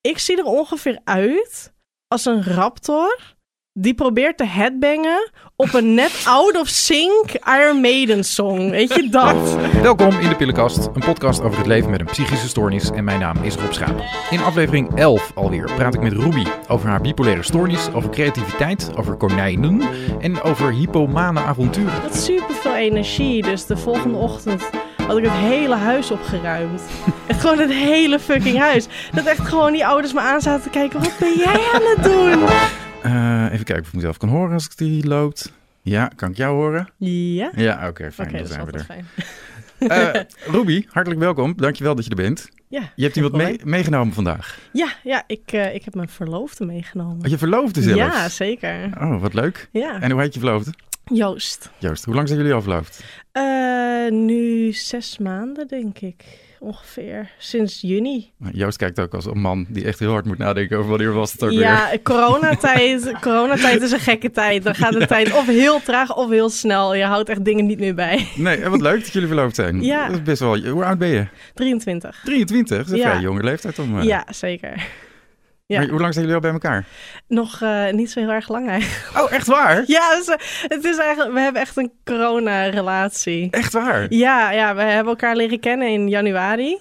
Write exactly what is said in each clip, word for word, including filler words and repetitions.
ik zie er ongeveer uit als een raptor die probeert te headbangen op een net out of sync Iron Maiden song. Weet je dat? Welkom in de Pillenkast, een podcast over het leven met een psychische stoornis. En mijn naam is Rob Schaap. In aflevering elf alweer praat ik met Ruby over haar bipolaire stoornis, over creativiteit, over konijnen en over hypomane avonturen. Dat is super veel energie, dus de volgende ochtend had ik het hele huis opgeruimd. Echt gewoon het hele fucking huis. Dat echt gewoon die ouders me aan zaten te kijken, wat ben jij aan het doen? Uh, even kijken of ik mezelf kan horen als ik die loopt. Ja, kan ik jou horen? Ja. Ja, oké, okay, fijn. Okay, dan zijn we er. Fijn. Uh, Ruby, hartelijk welkom. Dankjewel dat je er bent. Ja, je hebt iemand mee, meegenomen vandaag. Ja, ja ik, uh, ik heb mijn verloofde meegenomen. Oh, je verloofde zelfs? Ja, zeker. Oh, wat leuk. Ja. En hoe heet je verloofde? Joost. Joost, hoe lang zijn jullie al verloofd? Uh, nu zes maanden, denk ik. Ongeveer. Sinds juni. Joost kijkt ook als een man die echt heel hard moet nadenken over wanneer was het ook ja, weer. coronatijd, coronatijd is een gekke tijd. Dan gaat de ja. tijd of heel traag of heel snel. Je houdt echt dingen niet meer bij. Nee, en wat leuk dat jullie verloofd zijn. Ja. Dat is best wel... Hoe oud ben je? drieëntwintig. drieëntwintig? Dat is een ja. vrij jonge leeftijd om... Uh... Ja, zeker. Ja. Maar hoe lang zijn jullie al bij elkaar? Nog uh, niet zo heel erg lang eigenlijk. Oh, echt waar? Ja, dus, uh, het is eigenlijk, we hebben echt een corona-relatie. Echt waar? Ja, ja, we hebben elkaar leren kennen in januari.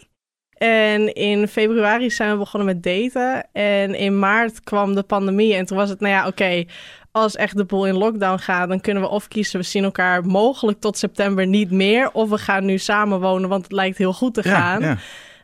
En in februari zijn we begonnen met daten. En in maart kwam de pandemie. En toen was het, nou ja, oké, okay, als echt de boel in lockdown gaat, dan kunnen we of kiezen, we zien elkaar mogelijk tot september niet meer. Of we gaan nu samenwonen, want het lijkt heel goed te gaan. Ja, ja.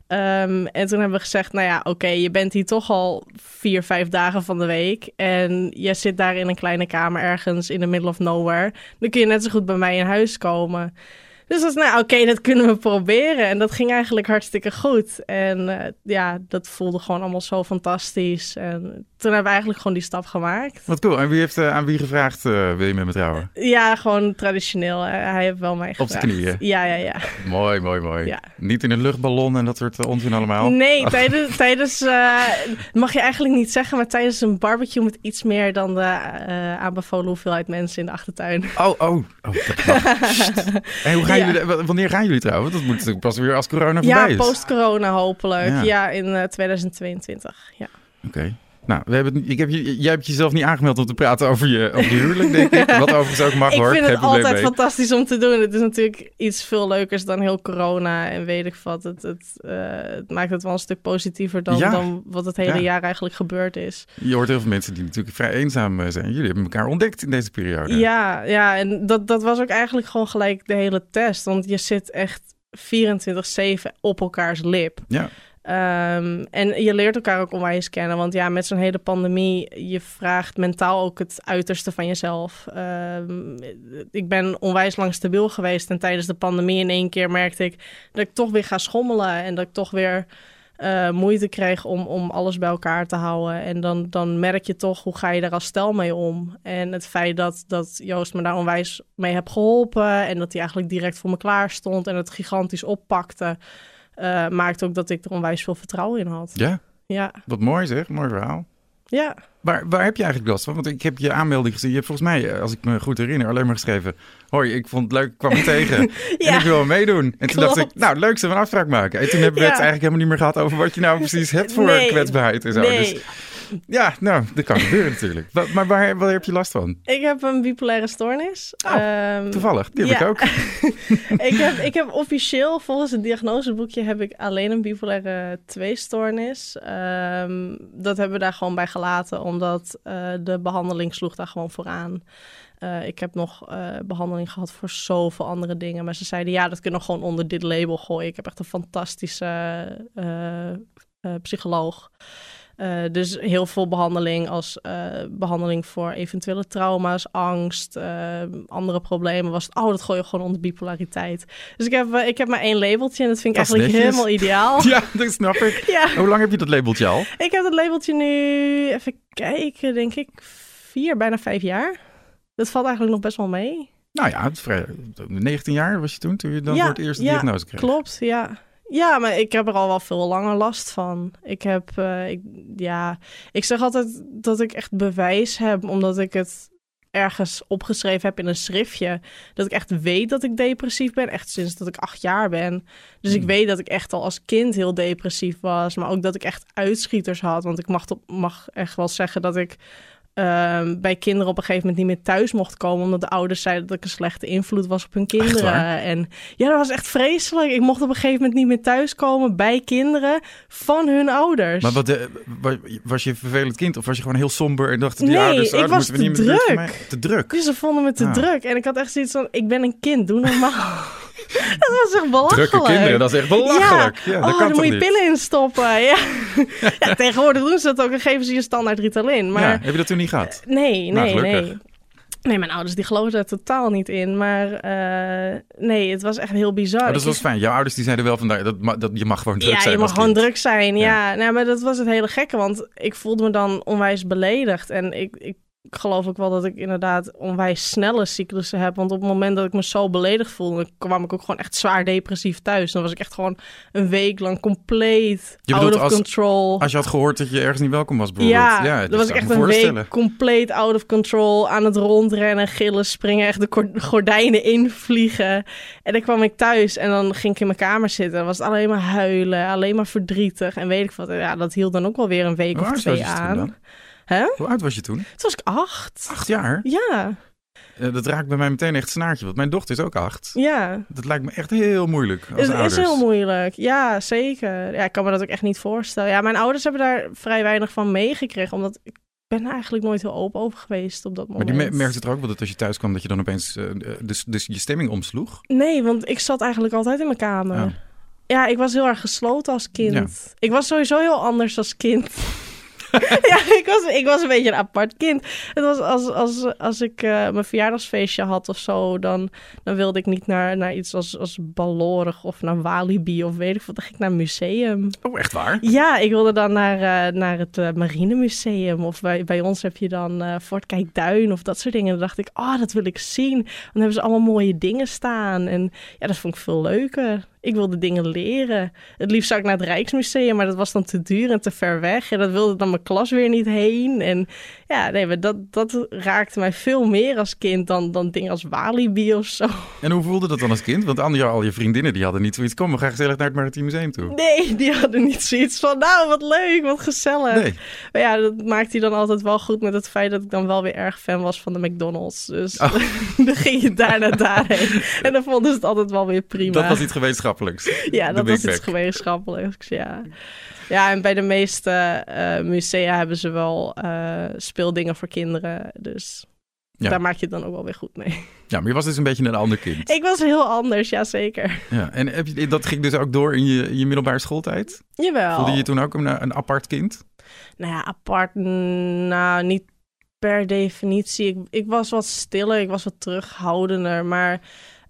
Um, en toen hebben we gezegd, nou ja, oké, okay, je bent hier toch al vier, vijf dagen van de week. En je zit daar in een kleine kamer ergens in the middle of nowhere. Dan kun je net zo goed bij mij in huis komen. Dus dat is, nou oké, okay, dat kunnen we proberen. En dat ging eigenlijk hartstikke goed. En uh, ja, dat voelde gewoon allemaal zo fantastisch. En toen hebben we eigenlijk gewoon die stap gemaakt. Wat cool. En wie heeft uh, aan wie gevraagd, uh, wil je met me trouwen? Ja, gewoon traditioneel. Uh, hij heeft wel mij gevraagd. Op de knieën? Ja, ja, ja. Mooi, mooi, mooi. Ja. Niet in een luchtballon en dat soort onzin allemaal? Nee, tijdens, tijdens uh, mag je eigenlijk niet zeggen, maar tijdens een barbecue met iets meer dan de uh, aanbevolen hoeveelheid mensen in de achtertuin. Oh, oh. oh dat, dat. En hoe gaan ja. jullie, wanneer gaan jullie trouwen? Dat moet natuurlijk pas weer als corona voorbij ja, is. Ja, post-corona hopelijk. Ja, ja in uh, tweeduizend tweeëntwintig. Ja. Oké. Okay. Nou, we hebben, ik heb, jij hebt jezelf niet aangemeld om te praten over je, over je huwelijk, denk ik. Wat overigens ook mag, ik hoor. Ik vind Geen het altijd mee. fantastisch om te doen. Het is natuurlijk iets veel leukers dan heel corona en weet ik wat. Het, het, uh, het maakt het wel een stuk positiever dan, ja. dan wat het hele ja. jaar eigenlijk gebeurd is. Je hoort heel veel mensen die natuurlijk vrij eenzaam zijn. Jullie hebben elkaar ontdekt in deze periode. Ja, ja en dat, dat was ook eigenlijk gewoon gelijk de hele test. Want je zit echt vierentwintig zeven op elkaars lip. Ja. Um, en je leert elkaar ook onwijs kennen. Want ja, met zo'n hele pandemie, je vraagt mentaal ook het uiterste van jezelf. Um, ik ben onwijs lang stabiel geweest. En tijdens de pandemie in één keer merkte ik dat ik toch weer ga schommelen. En dat ik toch weer uh, moeite kreeg om, om alles bij elkaar te houden. En dan, dan merk je toch, hoe ga je daar als stel mee om? En het feit dat, dat Joost me daar onwijs mee heeft geholpen. En dat hij eigenlijk direct voor me klaar stond. En het gigantisch oppakte. Uh, maakt ook dat ik er onwijs veel vertrouwen in had. Ja? Ja. Wat mooi zeg, mooi verhaal. Ja. Waar, waar heb je eigenlijk last van? Want ik heb je aanmelding gezien. Je hebt volgens mij, als ik me goed herinner, alleen maar geschreven... Hoi, ik vond het leuk, ik kwam er tegen. Ja. En ik wil wel meedoen. En toen Klopt. dacht ik, nou, leuk, zullen we een afspraak maken? En toen hebben we ja. het eigenlijk helemaal niet meer gehad over wat je nou precies hebt voor nee. kwetsbaarheid en zo. Nee. Dus ja, nou, dat kan gebeuren natuurlijk. Maar waar, waar heb je last van? Ik heb een bipolaire stoornis. Oh, um, toevallig, die heb ja. ik ook. ik, heb, ik heb officieel, volgens het diagnoseboekje, heb ik alleen een bipolaire twee stoornis. Um, dat hebben we daar gewoon bij gelaten, omdat uh, de behandeling sloeg daar gewoon vooraan. Uh, ik heb nog uh, behandeling gehad voor zoveel andere dingen. Maar ze zeiden, ja, dat kunnen we gewoon onder dit label gooien. Ik heb echt een fantastische uh, uh, psycholoog. Uh, dus heel veel behandeling als uh, behandeling voor eventuele trauma's, angst, uh, andere problemen. Was het, oh, dat gooi je gewoon onder bipolariteit. Dus ik heb, uh, ik heb maar één labeltje en dat vind ik dat eigenlijk netjes. Helemaal ideaal. Ja, dat snap ik. Ja. Hoe lang heb je dat labeltje al? Ik heb dat labeltje nu, even kijken, denk ik vier, bijna vijf jaar. Dat valt eigenlijk nog best wel mee. Nou ja, het vrij, negentien jaar was je toen, toen je dan ja, voor het eerst de ja, diagnose kreeg. Klopt, ja. Ja, maar ik heb er al wel veel langer last van. Ik heb, uh, ik, ja, ik zeg altijd dat ik echt bewijs heb, omdat ik het ergens opgeschreven heb in een schriftje. Dat ik echt weet dat ik depressief ben. Echt sinds dat ik acht jaar ben. Dus Hmm. ik weet dat ik echt al als kind heel depressief was. Maar ook dat ik echt uitschieters had. Want ik mag, to- mag echt wel zeggen dat ik um, bij kinderen op een gegeven moment niet meer thuis mocht komen. Omdat de ouders zeiden dat ik een slechte invloed was op hun kinderen. En ja, dat was echt vreselijk. Ik mocht op een gegeven moment niet meer thuiskomen bij kinderen van hun ouders. Maar wat, de, was je een vervelend kind of was je gewoon heel somber en dachten die Nee, ouders... ik oh, was moeten we te niet meer in de buurt van druk. mij? Te druk? Dus ze vonden me te Ah. druk. En ik had echt zoiets van, ik ben een kind, doe normaal. Dat was echt belachelijk. Drukke kinderen, dat is echt belachelijk. Ja, Ja, dat oh, kan dan toch moet je niet? pillen in stoppen. Ja. Ja, tegenwoordig doen ze dat ook en geven ze je standaard Ritalin. Maar Ja, heb je dat toen niet gehad? nee, Nou, nee, gelukkig. nee. Nee, mijn ouders die geloven daar totaal niet in. Maar uh, nee, het was echt heel bizar. Oh, dat was fijn. Jouw ouders die zeiden wel van dat, ma- dat je mag gewoon druk ja, zijn je mag als gewoon kind. druk zijn. Ja, Ja. Nou, maar dat was het hele gekke. Want ik voelde me dan onwijs beledigd. En ik, ik geloof ook wel dat ik inderdaad onwijs snelle cyclussen heb. Want op het moment dat ik me zo beledigd voelde, kwam ik ook gewoon echt zwaar depressief thuis. Dan was ik echt gewoon een week lang compleet Je out bedoelt of als- control. Als je had gehoord dat je ergens niet welkom was bijvoorbeeld. Ja, ja dat dat was kan ik ik echt me een voorstellen. week compleet out of control, aan het rondrennen, gillen, springen, echt de ko- gordijnen invliegen. En dan kwam ik thuis en dan ging ik in mijn kamer zitten. Dan was het alleen maar huilen, alleen maar verdrietig en weet ik wat. Ja, dat hield dan ook wel weer een week Hoe of oud twee was je toen aan. dan? Hè? Hoe oud was je toen? Toen was ik acht. Acht jaar? Ja, Uh, dat raakt bij mij meteen echt snaartje, want mijn dochter is ook acht. ja. Dat lijkt me echt heel moeilijk als Het ouders. is heel moeilijk. Ja, zeker. Ja, ik kan me dat ook echt niet voorstellen. Ja, mijn ouders hebben daar vrij weinig van meegekregen, omdat ik ben er eigenlijk nooit heel open over geweest op dat Maar moment. die me- merkte het er ook wel dat als je thuis kwam dat je dan opeens uh, dus, dus je stemming omsloeg? Nee, want ik zat eigenlijk altijd in mijn kamer. Oh. Ja, ik was heel erg gesloten als kind. Ja. Ik was sowieso heel anders als kind. Ja, ik was, ik was een beetje een apart kind. Het was als, als, als ik uh, mijn verjaardagsfeestje had of zo, dan, dan wilde ik niet naar, naar iets als, als Ballorig of naar Walibi of weet ik wat. Dan ging ik naar een museum. Oh, echt waar? Ja, ik wilde dan naar, uh, naar het uh, Marinemuseum. Of bij, bij ons heb je dan uh, Fort Kijkduin of dat soort dingen. Dan dacht ik, oh, dat wil ik zien. Dan hebben ze allemaal mooie dingen staan. En ja, dat vond ik veel leuker. Ik wilde dingen leren. Het liefst zou ik naar het Rijksmuseum, maar dat was dan te duur en te ver weg. En dat wilde dan mijn klas weer niet heen. En ja, nee, maar dat, dat raakte mij veel meer als kind dan, dan dingen als Walibi of zo. En hoe voelde dat dan als kind? Want andere, al je vriendinnen die hadden niet zoiets. Kom, we gaan gezellig naar het Maritiem Museum toe. Nee, die hadden niet zoiets van, nou, wat leuk, wat gezellig. Nee. Maar ja, dat maakte hij dan altijd wel goed met het feit dat ik dan wel weer erg fan was van de McDonald's. Dus oh. dan ging je daar naar daarheen. En dan vonden ze het altijd wel weer prima. Dat was iets gemeenschappelijks. Ja, dat de was iets gemeenschappelijks, ja. Ja, en bij de meeste uh, musea hebben ze wel uh, speeldingen voor kinderen. Dus ja. Daar maak je het dan ook wel weer goed mee. Ja, maar je was dus een beetje een ander kind. Ik was heel anders, ja zeker. Ja, en heb je, dat ging dus ook door in je, in je middelbare schooltijd? Jawel. Voelde je je toen ook een, een apart kind? Nou ja, apart, nou niet per definitie. Ik, ik was wat stiller, ik was wat terughoudender, maar...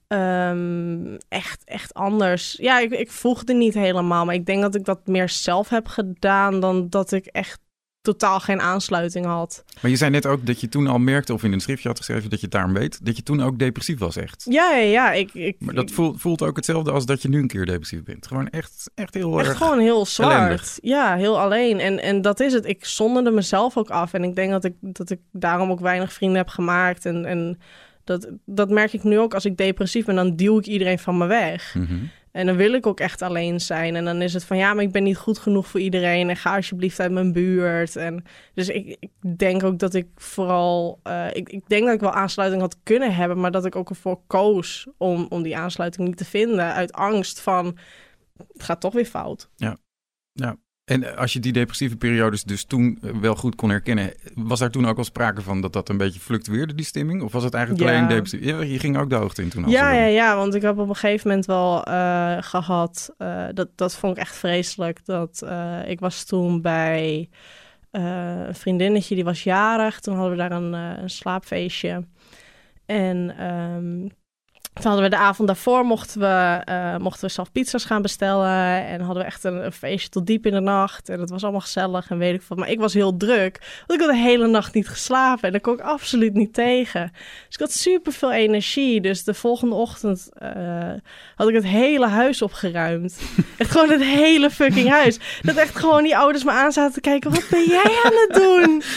Um, echt, echt anders. Ja, ik, ik voegde niet helemaal, maar ik denk dat ik dat meer zelf heb gedaan dan dat ik echt totaal geen aansluiting had. Maar je zei net ook dat je toen al merkte, of in een schriftje had geschreven dat je het daarom weet, dat je toen ook depressief was echt. Ja, ja, ja. Ik, ik, maar dat voelt, voelt ook hetzelfde als dat je nu een keer depressief bent. Gewoon echt, echt heel echt erg gewoon heel zwart. ellendig. Ja, heel alleen. En, en dat is het. Ik zonderde mezelf ook af. En ik denk dat ik, dat ik daarom ook weinig vrienden heb gemaakt. En, en dat, dat merk ik nu ook als ik depressief ben. Dan duw ik iedereen van me weg. Mm-hmm. En dan wil ik ook echt alleen zijn. En dan is het van, ja, maar ik ben niet goed genoeg voor iedereen. En ga alsjeblieft uit mijn buurt. En dus ik, ik denk ook dat ik vooral... Uh, ik, ik denk dat ik wel aansluiting had kunnen hebben... maar dat ik ook ervoor koos om, om die aansluiting niet te vinden. Uit angst van, het gaat toch weer fout. Ja, ja. En als je die depressieve periodes dus toen wel goed kon herkennen... was daar toen ook al sprake van dat dat een beetje fluctueerde, die stemming? Of was het eigenlijk ja. alleen depressief? Ja, je ging ook de hoogte in toen. Ja, ja, ja, want ik heb op een gegeven moment wel uh, gehad... Uh, dat, dat vond ik echt vreselijk. Dat, uh, ik was toen bij uh, een vriendinnetje, die was jarig. Toen hadden we daar een, uh, een slaapfeestje. En... Um, Toen hadden we de avond daarvoor mochten we, uh, mochten we zelf pizza's gaan bestellen. En hadden we echt een, een feestje tot diep in de nacht. En het was allemaal gezellig en weet ik wat. Maar ik was heel druk. Want ik had de hele nacht niet geslapen. En daar kon ik absoluut niet tegen. Dus ik had super veel energie. Dus de volgende ochtend uh, had ik het hele huis opgeruimd. Echt gewoon het hele fucking huis. Dat echt gewoon die ouders me aan zaten te kijken. Wat ben jij aan het doen?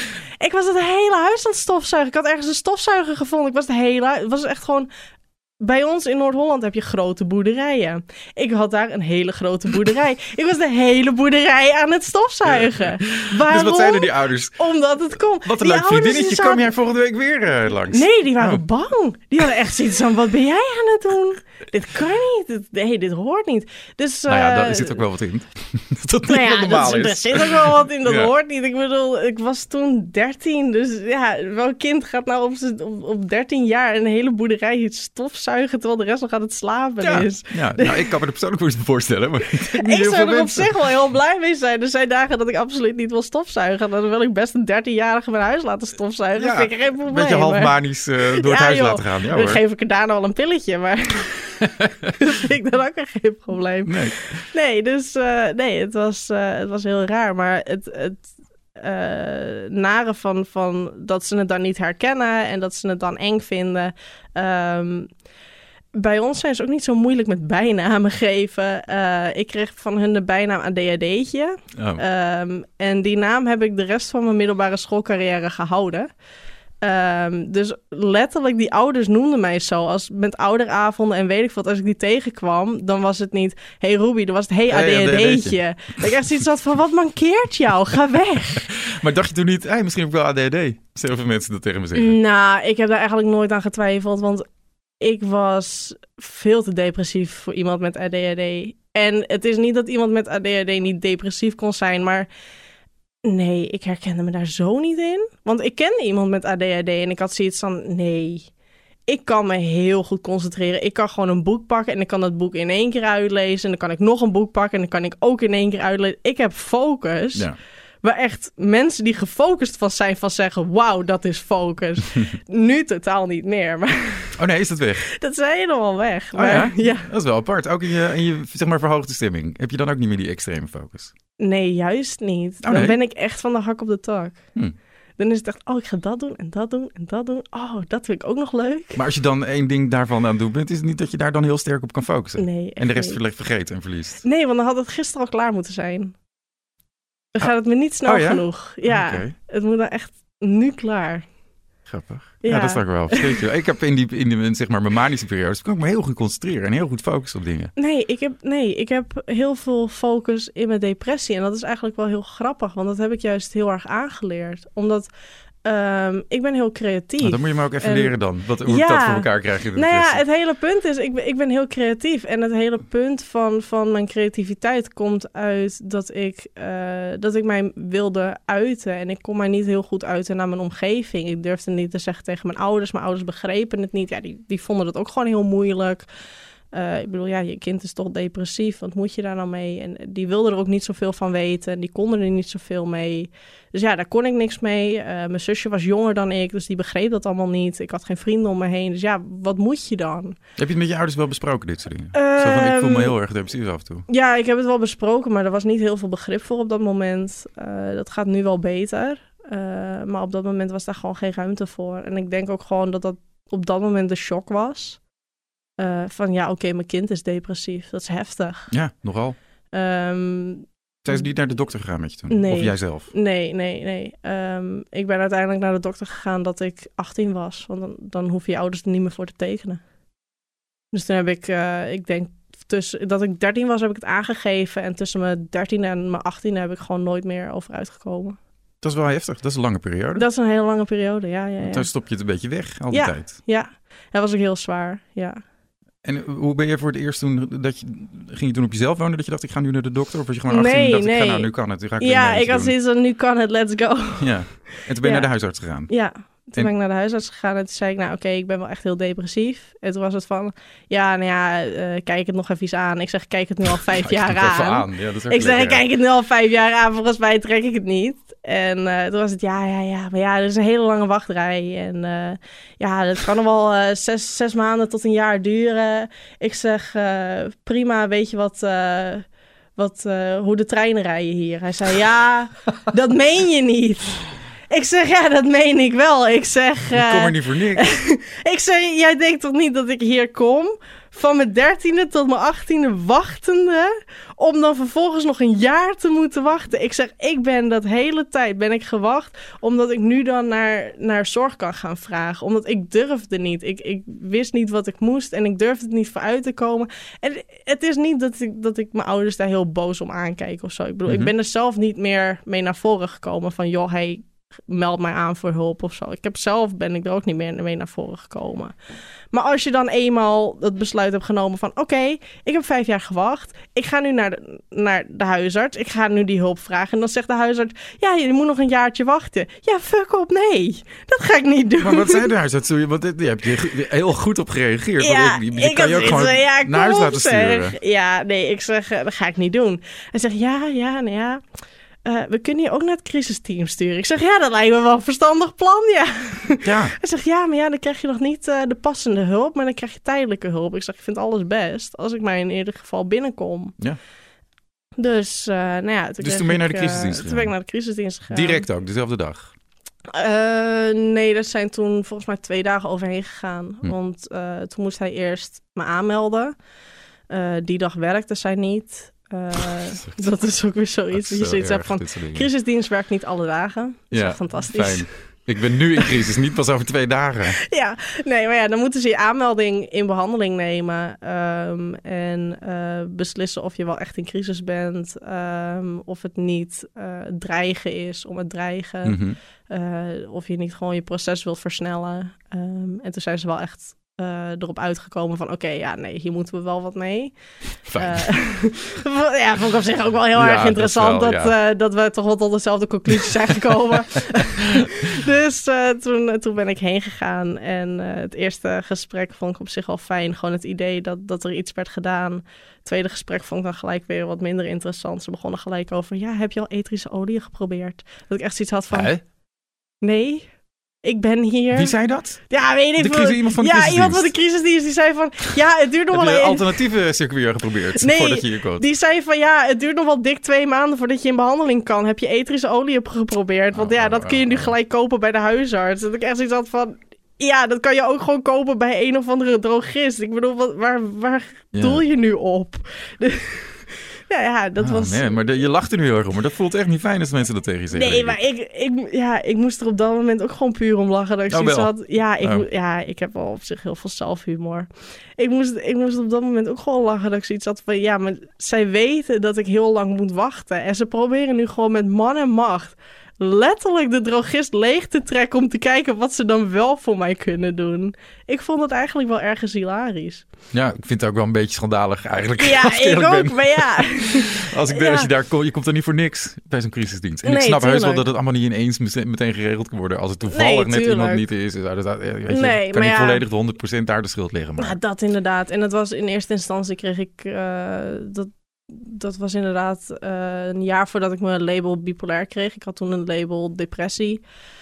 Ik was het hele huis aan het stofzuigen. Ik had ergens een stofzuiger gevonden. Ik was het hele huis... Het was echt gewoon... Bij ons in Noord-Holland heb je grote boerderijen. Ik had daar een hele grote boerderij. Ik was de hele boerderij aan het stofzuigen. Waarom? Dus wat zeiden die ouders? Omdat het kon. Wat een die leuk vriendinnetje. zaten... Kom jij volgende week weer uh, langs? Nee, die waren oh. bang. Die hadden echt zoiets van, wat ben jij aan het doen? Dit kan niet. Dit, nee, dit hoort niet. Dus, uh, nou ja, daar zit ook wel wat in. dat dat nou niet ja, normaal dat, is. Er zit ook wel wat in, dat ja. hoort niet. Ik bedoel, ik was toen dertien. Dus ja, welk kind gaat nou op, z'n, op, op dertien jaar een hele boerderij stofzuigen... terwijl de rest nog aan het slapen ja. is? Ja, nou, ik kan me er persoonlijk voor voorstellen. Maar ik ik zou er op zich wel heel blij mee zijn. Er zijn dagen dat ik absoluut niet wil stofzuigen. Dan wil ik best een dertienjarige mijn huis laten stofzuigen. Ja, dat vind ik geen probleem. Een beetje half manisch uh, door het ja, huis joh, laten gaan. Ja, dan hoor. geef ik er daarna wel een pilletje, maar dat vind ik dan ook geen probleem. Nee, nee dus uh, nee, het was, uh, het was heel raar. Maar het, het uh, nare van, van dat ze het dan niet herkennen en dat ze het dan eng vinden... Um, Bij ons zijn ze ook niet zo moeilijk met bijnamen geven. Uh, ik kreeg van hun de bijnaam A D H D'tje. Oh. Um, en die naam heb ik de rest van mijn middelbare schoolcarrière gehouden. Um, dus letterlijk, die ouders noemden mij zo. Als met ouderavonden en weet ik wat, als ik die tegenkwam, dan was het niet... Hey Ruby, dan was het hey A D H D'tje. Dat ik echt zoiets had van, wat mankeert jou? Ga weg. Maar dacht je toen niet, hey, misschien heb ik wel A D H D? Zoveel mensen dat tegen me zeggen. Nou, ik heb daar eigenlijk nooit aan getwijfeld, want... Ik was veel te depressief voor iemand met A D H D. En het is niet dat iemand met A D H D niet depressief kon zijn, maar nee, ik herkende me daar zo niet in. Want ik kende iemand met A D H D en ik had zoiets van, nee, ik kan me heel goed concentreren. Ik kan gewoon een boek pakken en ik kan dat boek in één keer uitlezen. En dan kan ik nog een boek pakken en dan kan ik ook in één keer uitlezen. Ik heb focus. Ja. Waar echt mensen die gefocust van zijn van zeggen... wauw, dat is focus. Nu totaal niet meer. Maar oh nee, is dat weg? Dat is helemaal weg. Oh, maar, ja? ja? Dat is wel apart. Ook in je, in je zeg maar, verhoogde stemming. Heb je dan ook niet meer die extreme focus? Nee, juist niet. Oh, dan nee? ben ik echt van de hak op de tak. Hm. Dan is het echt, oh, ik ga dat doen en dat doen en dat doen. Oh, dat vind ik ook nog leuk. Maar als je dan één ding daarvan aan het doen bent... is het niet dat je daar dan heel sterk op kan focussen? Nee. En de rest niet. vergeten en verliest? Nee, want dan had het gisteren al klaar moeten zijn. Dan gaat het me niet snel oh, ja? genoeg. Ja, okay. Het moet dan echt nu klaar. Grappig. Ja, ja dat is ook wel verschrikkelijk. Ik heb in die, in die zeg maar, mijn manische periodes... kan ik me heel goed concentreren en heel goed focussen op dingen. Nee ik, heb, nee, ik heb heel veel focus in mijn depressie. En dat is eigenlijk wel heel grappig. Want dat heb ik juist heel erg aangeleerd. Omdat... Um, ik ben heel creatief. Nou, dan moet je me ook even en, leren dan. Wat, hoe ja, ik dat voor elkaar krijg in de Nou ja, het hele punt is, ik ben, ik ben heel creatief. En het hele punt van, van mijn creativiteit komt uit dat ik, uh, dat ik mij wilde uiten. En ik kon mij niet heel goed uiten naar mijn omgeving. Ik durfde niet te zeggen tegen mijn ouders. Mijn ouders begrepen het niet. Ja, die, die vonden het ook gewoon heel moeilijk. Uh, ik bedoel, ja, je kind is toch depressief. Wat moet je daar nou mee? En die wilden er ook niet zoveel van weten. Die konden er niet zoveel mee. Dus ja, daar kon ik niks mee. Uh, mijn zusje was jonger dan ik, dus die begreep dat allemaal niet. Ik had geen vrienden om me heen. Dus ja, wat moet je dan? Heb je het met je ouders wel besproken, dit soort dingen? Um, Zo van, ik voel me heel erg depressief af en toe. Ja, ik heb het wel besproken, maar er was niet heel veel begrip voor op dat moment. Uh, dat gaat nu wel beter. Uh, maar op dat moment was daar gewoon geen ruimte voor. En ik denk ook gewoon dat dat op dat moment de shock was. Uh, van ja, oké, okay, mijn kind is depressief. Dat is heftig. Ja, nogal. Um, Zijn ze niet naar de dokter gegaan met je toen? Nee, of jijzelf? Nee, nee, nee. Um, ik ben uiteindelijk naar de dokter gegaan dat ik achttien was. Want dan, dan hoef je ouders er niet meer voor te tekenen. Dus toen heb ik, uh, ik denk, tussen, dat ik dertien was, heb ik het aangegeven. En tussen mijn dertiende en mijn achttiende heb ik gewoon nooit meer over uitgekomen. Dat is wel heftig. Dat is een lange periode. Dat is een hele lange periode, ja. ja, ja. Dan stop je het een beetje weg al die ja, tijd. Ja, dat was ook heel zwaar, ja. En hoe ben je voor het eerst toen, dat je, ging je toen op jezelf wonen, dat je dacht, ik ga nu naar de dokter? Of was je gewoon achttien nee, en dacht, nee. ik ga nou, nu kan het. Nu ga ik ja, ik had zoiets van, nu kan het, let's go. Ja, en toen ben je ja. naar de huisarts gegaan? Ja, toen en... ben ik naar de huisarts gegaan en toen zei ik, nou oké, okay, ik ben wel echt heel depressief. En toen was het van, ja, nou ja, uh, kijk het nog even eens aan. Ik zeg, kijk het nu al vijf jaar aan. aan. Ja, dat is ik zeg, lekker, kijk het nu al vijf jaar aan, volgens mij trek ik het niet. En uh, toen was het, ja, ja, ja, maar ja, er is een hele lange wachtrij. En uh, ja, dat kan nog wel uh, zes, zes maanden tot een jaar duren. Ik zeg, uh, prima, weet je wat, uh, wat uh, hoe de treinen rijden hier? Hij zei, ja, dat meen je niet. Ik zeg, ja, dat meen ik wel. Ik zeg... Uh, ik kom er niet voor niks. ik zeg, jij denkt toch niet dat ik hier kom van mijn dertiende tot mijn achttiende wachtende, om dan vervolgens nog een jaar te moeten wachten. Ik zeg, ik ben dat hele tijd ben ik gewacht, omdat ik nu dan naar, naar zorg kan gaan vragen. Omdat ik durfde niet. Ik, ik wist niet wat ik moest en ik durfde het niet vooruit te komen. En het is niet dat ik, dat ik mijn ouders daar heel boos om aankijk of zo. Ik bedoel, mm-hmm. ik ben er zelf niet meer mee naar voren gekomen van, joh, hey, meld mij aan voor hulp of zo. Ik heb zelf, ben ik er ook niet meer mee naar voren gekomen. Maar als je dan eenmaal het besluit hebt genomen van, oké, okay, ik heb vijf jaar gewacht. Ik ga nu naar de, naar de huisarts. Ik ga nu die hulp vragen. En dan zegt de huisarts, ja, je moet nog een jaartje wachten. Ja, fuck op, nee. Dat ga ik niet doen. Maar wat zei de huisarts? Want daar heb je heel goed op gereageerd. Ja, ik, die ik kan je ook gewoon ja, naar huis laten sturen. Zeg. Ja, nee, ik zeg, dat ga ik niet doen. Hij zegt, ja, ja, nou ja... Uh, we kunnen je ook naar het crisisteam sturen. Ik zeg, ja, dat lijkt me wel een verstandig plan, ja. ja. Hij zegt, ja, maar ja, dan krijg je nog niet uh, de passende hulp, maar dan krijg je tijdelijke hulp. Ik zeg, ik vind alles best, als ik maar in ieder geval binnenkom. Ja. Dus, uh, nou ja. Toen dus toen ben je naar de ik, crisisdienst uh, gegaan? Toen ben ik naar de crisisdienst gegaan. Direct ook, dezelfde dag? Uh, nee, er zijn toen volgens mij twee dagen overheen gegaan. Hm. Want uh, toen moest hij eerst me aanmelden. Uh, die dag werkte zij niet. Uh, dat is ook weer zoiets. Dat je zoiets hebt van, crisisdienst werkt niet alle dagen. Dat is ja, echt fantastisch. Fijn. Ik ben nu in crisis, niet pas over twee dagen. Ja, nee, maar ja, dan moeten ze je aanmelding in behandeling nemen. Um, en uh, beslissen of je wel echt in crisis bent. Um, of het niet uh, dreigen is om het dreigen. Mm-hmm. Uh, of je niet gewoon je proces wilt versnellen. Um, en toen zijn ze wel echt... Uh, erop uitgekomen van, oké, okay, ja, nee, hier moeten we wel wat mee. Fijn. Uh, ja, vond ik op zich ook wel heel ja, erg interessant dat, wel, ja. dat, uh, dat we toch wel tot dezelfde conclusie zijn gekomen. dus uh, toen, toen ben ik heen gegaan en uh, het eerste gesprek vond ik op zich al fijn. Gewoon het idee dat, dat er iets werd gedaan. Het tweede gesprek vond ik dan gelijk weer wat minder interessant. Ze begonnen gelijk over, ja, heb je al etrische olie geprobeerd? Dat ik echt zoiets had van, Hè? Nee... Ik ben hier. Wie zei dat? Ja, weet ik de crisis, iemand van de Ja, iemand van de crisisdienst. Die zei van, ja, het duurt nog Heb wel je een... alternatieve circuit geprobeerd nee, voordat je hier komt? Die zei van, ja, het duurt nog wel dik twee maanden voordat je in behandeling kan. Heb je etrische olie geprobeerd? Want oh, ja, dat oh, kun je nu oh. gelijk kopen bij de huisarts. Dat ik echt zoiets had van, ja, dat kan je ook gewoon kopen bij een of andere drogist. Ik bedoel, wat, waar, waar ja. doel je nu op? De... Ja, ja, dat oh, was... Nee, maar de, je lacht er nu heel erg om. Maar dat voelt echt niet fijn als mensen dat tegen je zeggen. Nee, maar ik, ik, ja, ik moest er op dat moment ook gewoon puur om lachen. Dat ik oh, zoiets wel. had. Ja ik, oh. ja, ik heb wel op zich heel veel zelfhumor. Ik moest, ik moest op dat moment ook gewoon lachen. Dat ik zoiets had van, ja, maar zij weten dat ik heel lang moet wachten. En ze proberen nu gewoon met man en macht... letterlijk de drogist leeg te trekken om te kijken wat ze dan wel voor mij kunnen doen. Ik vond het eigenlijk wel ergens hilarisch. Ja, ik vind het ook wel een beetje schandalig eigenlijk. Ja, ik ook, ben. maar ja. Als ik ben, ja. als je daar komt, je komt er niet voor niks bij zo'n crisisdienst. En nee, ik snap tuurlijk. heus wel dat het allemaal niet ineens meteen geregeld kan worden. Als het toevallig nee, net iemand niet is. Weet je, nee, kan niet ja. volledig de honderd procent daar de schuld liggen. Maar. Nou, dat inderdaad. En het was in eerste instantie kreeg ik... Uh, dat Dat was inderdaad uh, een jaar voordat ik mijn label bipolair kreeg. Ik had toen een label depressie.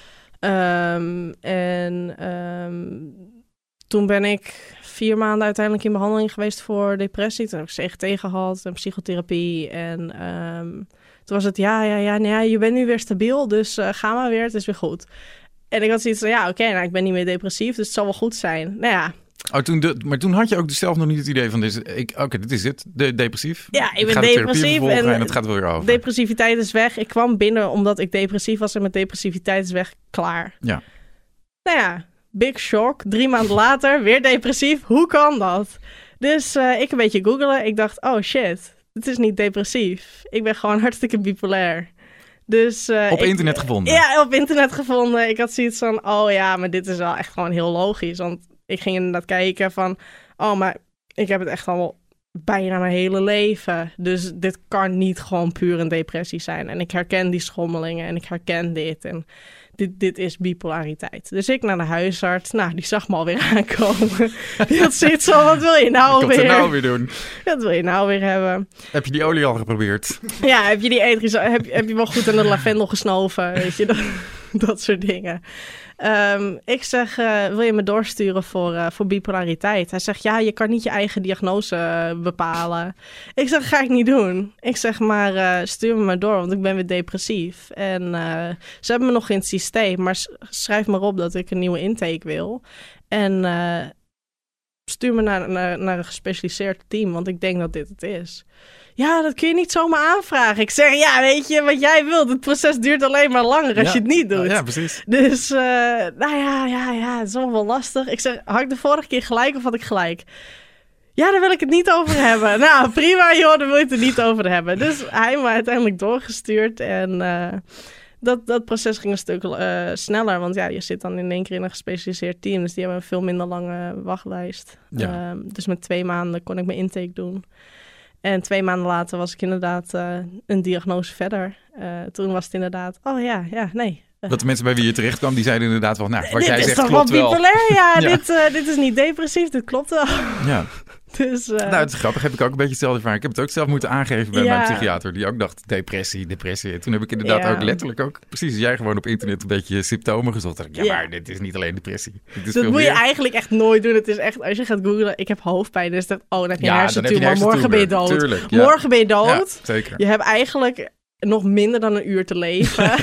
Um, en um, toen ben ik vier maanden uiteindelijk in behandeling geweest voor depressie. Toen heb ik C G T gehad en psychotherapie. En um, toen was het, ja, ja, ja, nou ja, je bent nu weer stabiel, dus uh, ga maar weer, het is weer goed. En ik had zoiets van, ja, oké, okay, nou, ik ben niet meer depressief, dus het zal wel goed zijn. Nou ja. Oh, toen de, maar toen had je ook dus zelf nog niet het idee van, deze, ik, oké, okay, dit is het, de, depressief. Ja, ik ben ik depressief en, en het gaat wel weer over. Depressiviteit is weg. Ik kwam binnen omdat ik depressief was en mijn depressiviteit is weg, klaar. Ja. Nou ja, big shock. Drie maanden later, weer depressief. Hoe kan dat? Dus uh, ik een beetje googelen. Ik dacht, oh shit, het is niet depressief. Ik ben gewoon hartstikke bipolair. Dus, uh, op ik, internet gevonden? Ja, op internet gevonden. Ik had zoiets van, oh ja, maar dit is wel echt gewoon heel logisch. Want ik ging inderdaad kijken van, oh, maar ik heb het echt al bijna mijn hele leven. Dus dit kan niet gewoon puur een depressie zijn. En ik herken die schommelingen en ik herken dit. En dit, dit is bipolariteit. Dus ik naar de huisarts. Nou, die zag me alweer aankomen. Die had zoiets van, wat wil je nou weer? Wat wil je nou weer doen? Wat wil je nou weer hebben? Heb je die olie al geprobeerd? Ja, heb je die etrische, heb, heb je wel goed aan de lavendel gesnoven? Weet je, dat, dat soort dingen. Um, ik zeg, uh, wil je me doorsturen voor, uh, voor bipolariteit? Hij zegt, ja, je kan niet je eigen diagnose uh, bepalen. Ik zeg, ga ik niet doen. Ik zeg, maar uh, stuur me maar door, want ik ben weer depressief. En uh, ze hebben me nog in het systeem, maar schrijf maar op dat ik een nieuwe intake wil. En uh, stuur me naar, naar, naar een gespecialiseerd team, want ik denk dat dit het is. Ja, dat kun je niet zomaar aanvragen. Ik zeg, ja, weet je, wat jij wilt. Het proces duurt alleen maar langer als ja. je het niet doet. Ja, precies. Dus, uh, nou ja, ja, ja, het is allemaal wel lastig. Ik zeg, had ik de vorige keer gelijk of had ik gelijk? Ja, daar wil ik het niet over hebben. Nou, prima, joh, daar wil je het er niet over hebben. Dus hij me uiteindelijk doorgestuurd en... Uh, Dat, dat proces ging een stuk uh, sneller, want ja, je zit dan in één keer in een gespecialiseerd team, dus die hebben een veel minder lange wachtlijst. Ja. Uh, dus met twee maanden kon ik mijn intake doen. En twee maanden later was ik inderdaad uh, een diagnose verder. Uh, toen was het inderdaad, oh ja, ja, nee. Dat de mensen bij wie je terecht kwam, die zeiden inderdaad wel, nou, wat dit jij is zegt toch klopt wel bipolair? Ja, ja. Dit, uh, dit is niet depressief, dit klopt wel. Ja. Dus, uh... Nou, het is grappig. Heb ik ook een beetje hetzelfde ervaring. Ik heb het ook zelf moeten aangeven bij ja. mijn psychiater. Die ook dacht, depressie, depressie. Toen heb ik inderdaad ja. ook letterlijk ook... Precies, jij gewoon op internet een beetje symptomen gezocht. Dacht ik, ja, ja, maar dit is niet alleen depressie. Dit is dat veel moet meer. je eigenlijk echt nooit doen. Het is echt, als je gaat googlen, ik heb hoofdpijn. Dus dat, oh, dan heb je ja, een hersentumor. hersentumor. Morgen ben je dood. Tuurlijk, ja. Morgen ben je dood. Ja, zeker. Je hebt eigenlijk nog minder dan een uur te leven.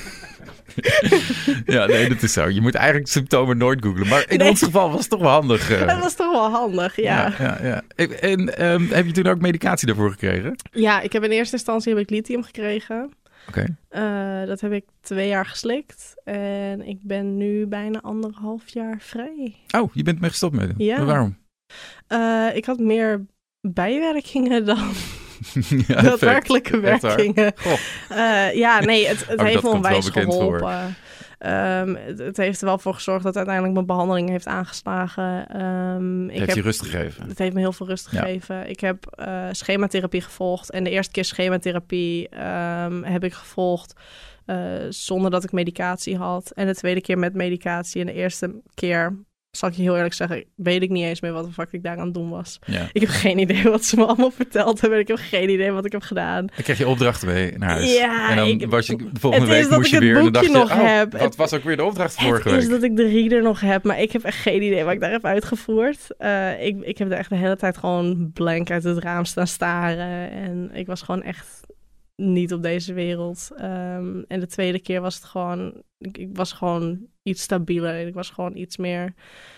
Ja, nee, dat is zo. Je moet eigenlijk symptomen nooit googlen. Maar in nee. ons geval was het toch wel handig. Uh... Dat was toch wel handig, ja. ja, ja, ja. En um, heb je toen ook medicatie daarvoor gekregen? Ja, ik heb in eerste instantie heb ik lithium gekregen. Oké. Okay. Uh, dat heb ik twee jaar geslikt. En ik ben nu bijna anderhalf jaar vrij. Oh, je bent mee gestopt met hem? Ja. Waarom? Uh, ik had meer bijwerkingen dan... Ja, daadwerkelijke werkingen. Uh, ja, nee, het, het heeft me onwijs geholpen. Um, het, het heeft er wel voor gezorgd dat uiteindelijk mijn behandeling heeft aangeslagen. Um, ik heeft heb, je rust gegeven? Het heeft me heel veel rust ja. gegeven. Ik heb uh, schematherapie gevolgd. En de eerste keer schematherapie um, heb ik gevolgd uh, zonder dat ik medicatie had. En de tweede keer met medicatie. En de eerste keer... zal ik je heel eerlijk zeggen, weet ik niet eens meer wat de fuck ik daar aan het doen was. Ja. Ik heb geen idee wat ze me allemaal verteld hebben. Ik heb geen idee wat ik heb gedaan. Dan kreeg je opdrachten mee naar huis. Ja, en dan ik, was je de volgende week moest je weer en dan dacht je, nog oh, heb. wat was ook weer de opdracht het vorige week? Het week? is dat ik de reader nog heb, maar ik heb echt geen idee wat ik daar heb uitgevoerd. Uh, ik, ik heb er echt de hele tijd gewoon blank uit het raam staan staren. En ik was gewoon echt niet op deze wereld. Um, en de tweede keer was het gewoon... Ik, ik was gewoon iets stabieler. Ik was gewoon iets meer...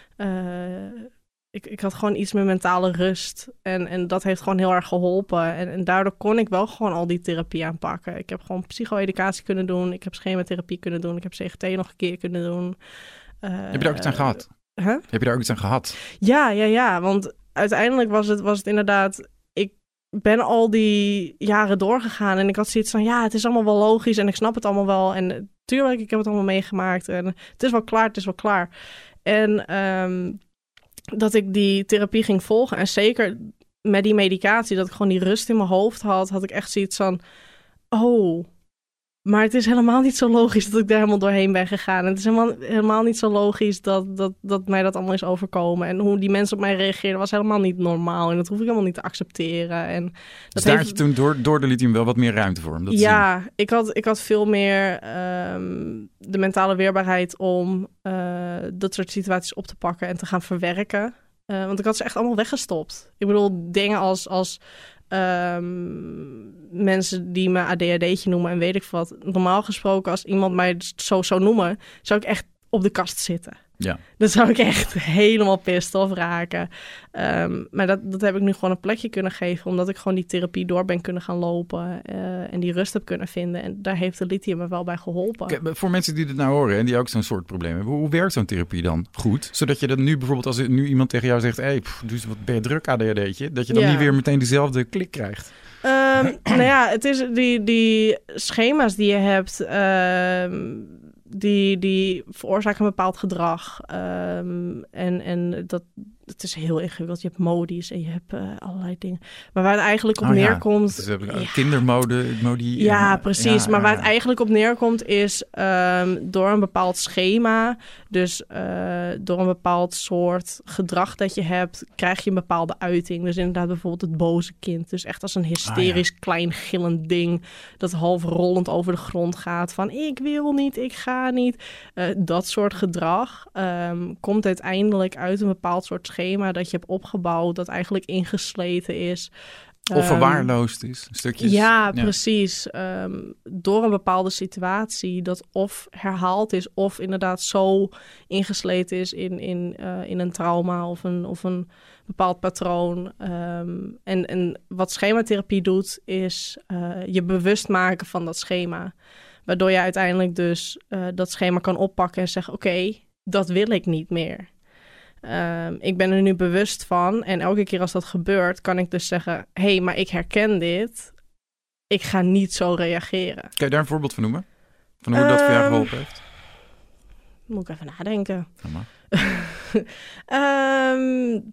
Uh, ik, ik had gewoon iets meer mentale rust. En, en dat heeft gewoon heel erg geholpen. En, en daardoor kon ik wel gewoon al die therapie aanpakken. Ik heb gewoon psycho-educatie kunnen doen. Ik heb schematherapie kunnen doen. Ik heb C G T nog een keer kunnen doen. Uh, heb je daar ook iets aan gehad? Huh? Heb je daar ook iets aan gehad? Ja, ja, ja. Want uiteindelijk was het, was het inderdaad... Ik ben al die jaren doorgegaan. En ik had zoiets van... Ja, het is allemaal wel logisch. En ik snap het allemaal wel. En tuurlijk, ik heb het allemaal meegemaakt. En het is wel klaar, het is wel klaar. En um, dat ik die therapie ging volgen. En zeker met die medicatie, dat ik gewoon die rust in mijn hoofd had, had ik echt zoiets van... Oh, maar het is helemaal niet zo logisch dat ik daar helemaal doorheen ben gegaan. En het is helemaal, helemaal niet zo logisch dat, dat, dat mij dat allemaal is overkomen. En hoe die mensen op mij reageerden was helemaal niet normaal. En dat hoef ik helemaal niet te accepteren. En dat dus daar heeft... had je toen door, door de lithium wel wat meer ruimte voor? Om dat ja, te zien. ik had, ik had veel meer um, de mentale weerbaarheid om uh, dat soort situaties op te pakken en te gaan verwerken. Uh, want ik had ze echt allemaal weggestopt. Ik bedoel, dingen als... als Um, mensen die me A D H D'tje noemen en weet ik wat. Normaal gesproken, als iemand mij zo zou noemen, zou ik echt op de kast zitten. Ja. Dan zou ik echt helemaal pissed off raken. Um, maar dat, dat heb ik nu gewoon een plekje kunnen geven, omdat ik gewoon die therapie door ben kunnen gaan lopen uh, en die rust heb kunnen vinden. En daar heeft de lithium me wel bij geholpen. Kijk, voor mensen die dit nou horen en die ook zo'n soort probleem hebben, hoe werkt zo'n therapie dan goed? Zodat je dat nu bijvoorbeeld, als nu iemand tegen jou zegt, hey, pff, dus wat ben je druk A D H D'tje, dat je dan ja. niet weer meteen dezelfde klik krijgt. Um, nou ja, het is die, die schema's die je hebt, um, die, die veroorzaken een bepaald gedrag. Um, en, en dat, het is heel ingewikkeld. Je hebt modi's en je hebt uh, allerlei dingen. Maar waar het eigenlijk op oh, neerkomt... Ja. Dus, uh, ja. Kindermode, modi... Ja, en, precies. Ja, maar waar ja. het eigenlijk op neerkomt is um, door een bepaald schema. Dus uh, door een bepaald soort gedrag dat je hebt, krijg je een bepaalde uiting. Dus inderdaad bijvoorbeeld het boze kind. Dus echt als een hysterisch oh, ja. klein gillend ding dat half rollend over de grond gaat. Van ik wil niet, ik ga niet. Uh, dat soort gedrag um, komt uiteindelijk uit een bepaald soort schema dat je hebt opgebouwd, dat eigenlijk ingesleten is. Of verwaarloosd is, stukjes. Ja, ja. precies. Um, door een bepaalde situatie dat of herhaald is... of inderdaad zo ingesleten is in, in, uh, in een trauma of een, of een bepaald patroon. Um, en, en wat schematherapie doet, is uh, je bewust maken van dat schema. Waardoor je uiteindelijk dus uh, dat schema kan oppakken en zeggen... oké, okay, dat wil ik niet meer. Um, ik ben er nu bewust van en elke keer als dat gebeurt... kan ik dus zeggen, hé, hey, maar ik herken dit. Ik ga niet zo reageren. Kan je daar een voorbeeld van noemen? Van hoe um, dat voor jou geholpen heeft? Moet ik even nadenken. Ja, um,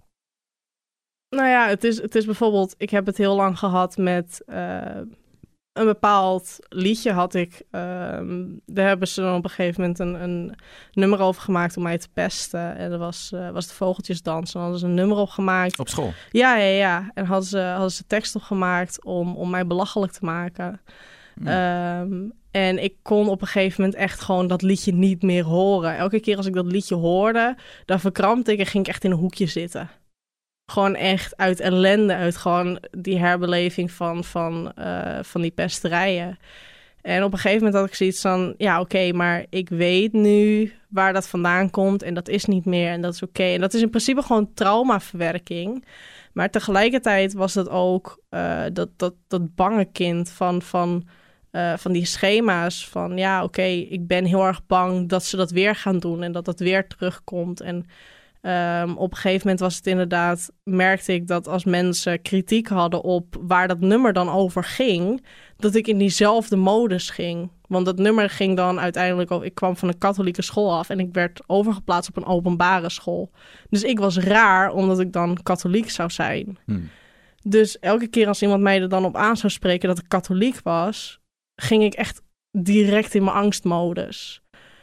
nou ja, het is, het is bijvoorbeeld... Ik heb het heel lang gehad met... Uh, een bepaald liedje had ik. Um, daar hebben ze dan op een gegeven moment een, een nummer over gemaakt om mij te pesten. En dat was, uh, was de Vogeltjesdans. En hadden ze een nummer op gemaakt. Op school? Ja, ja, ja. En hadden ze, hadden ze tekst opgemaakt om, om mij belachelijk te maken. Hmm. Um, en ik kon op een gegeven moment echt gewoon dat liedje niet meer horen. Elke keer als ik dat liedje hoorde, dan verkrampte ik en ging ik echt in een hoekje zitten. Gewoon echt uit ellende, uit gewoon die herbeleving van, van, uh, van die pesterijen. En op een gegeven moment had ik zoiets van... ja, oké, okay, maar ik weet nu waar dat vandaan komt... en dat is niet meer en dat is oké. Okay. En dat is in principe gewoon traumaverwerking. Maar tegelijkertijd was dat ook uh, dat, dat, dat bange kind van, van, uh, van die schema's... van ja, oké, okay, ik ben heel erg bang dat ze dat weer gaan doen... en dat dat weer terugkomt en... Um, op een gegeven moment was het inderdaad, merkte ik dat als mensen kritiek hadden op waar dat nummer dan over ging, dat ik in diezelfde modus ging. Want dat nummer ging dan uiteindelijk, ook, ik kwam van een katholieke school af en ik werd overgeplaatst op een openbare school. Dus ik was raar, omdat ik dan katholiek zou zijn. Hmm. Dus elke keer als iemand mij er dan op aan zou spreken dat ik katholiek was, ging ik echt direct in mijn angstmodus.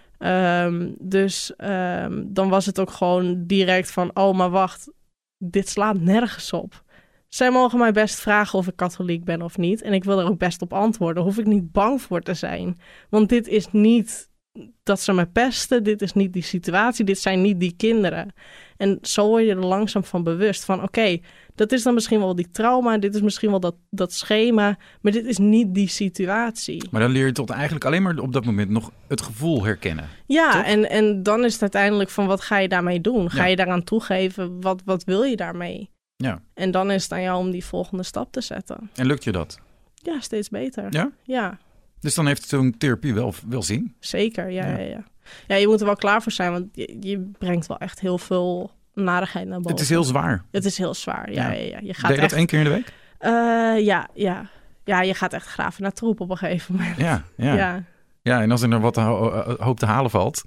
Um, dus um, dan was het ook gewoon direct van... oh, maar wacht, dit slaat nergens op. Zij mogen mij best vragen of ik katholiek ben of niet. En ik wil er ook best op antwoorden. Hoef ik niet bang voor te zijn. Want dit is niet dat ze me pesten. Dit is niet die situatie. Dit zijn niet die kinderen. En zo word je er langzaam van bewust. Van oké, okay, dat is dan misschien wel die trauma. Dit is misschien wel dat, dat schema. Maar dit is niet die situatie. Maar dan leer je tot eigenlijk alleen maar op dat moment nog het gevoel herkennen. Ja, en, en dan is het uiteindelijk van wat ga je daarmee doen? Ga ja. je daaraan toegeven? Wat, wat wil je daarmee? Ja. En dan is het aan jou om die volgende stap te zetten. En lukt je dat? Ja, steeds beter. Ja? Ja. Dus dan heeft zo'n therapie wel, wel zin? Zeker, ja, ja. Ja, ja. Ja, je moet er wel klaar voor zijn, want je, je brengt wel echt heel veel narigheid naar boven. Het is heel zwaar. Het is heel zwaar, ja. ja. ja, ja. Je gaat Deed je dat echt... één keer in de week? Uh, ja, ja. Ja, je gaat echt graven naar troep op een gegeven moment. Ja, ja. ja. Ja, en als er nog wat ho- hoop te halen valt,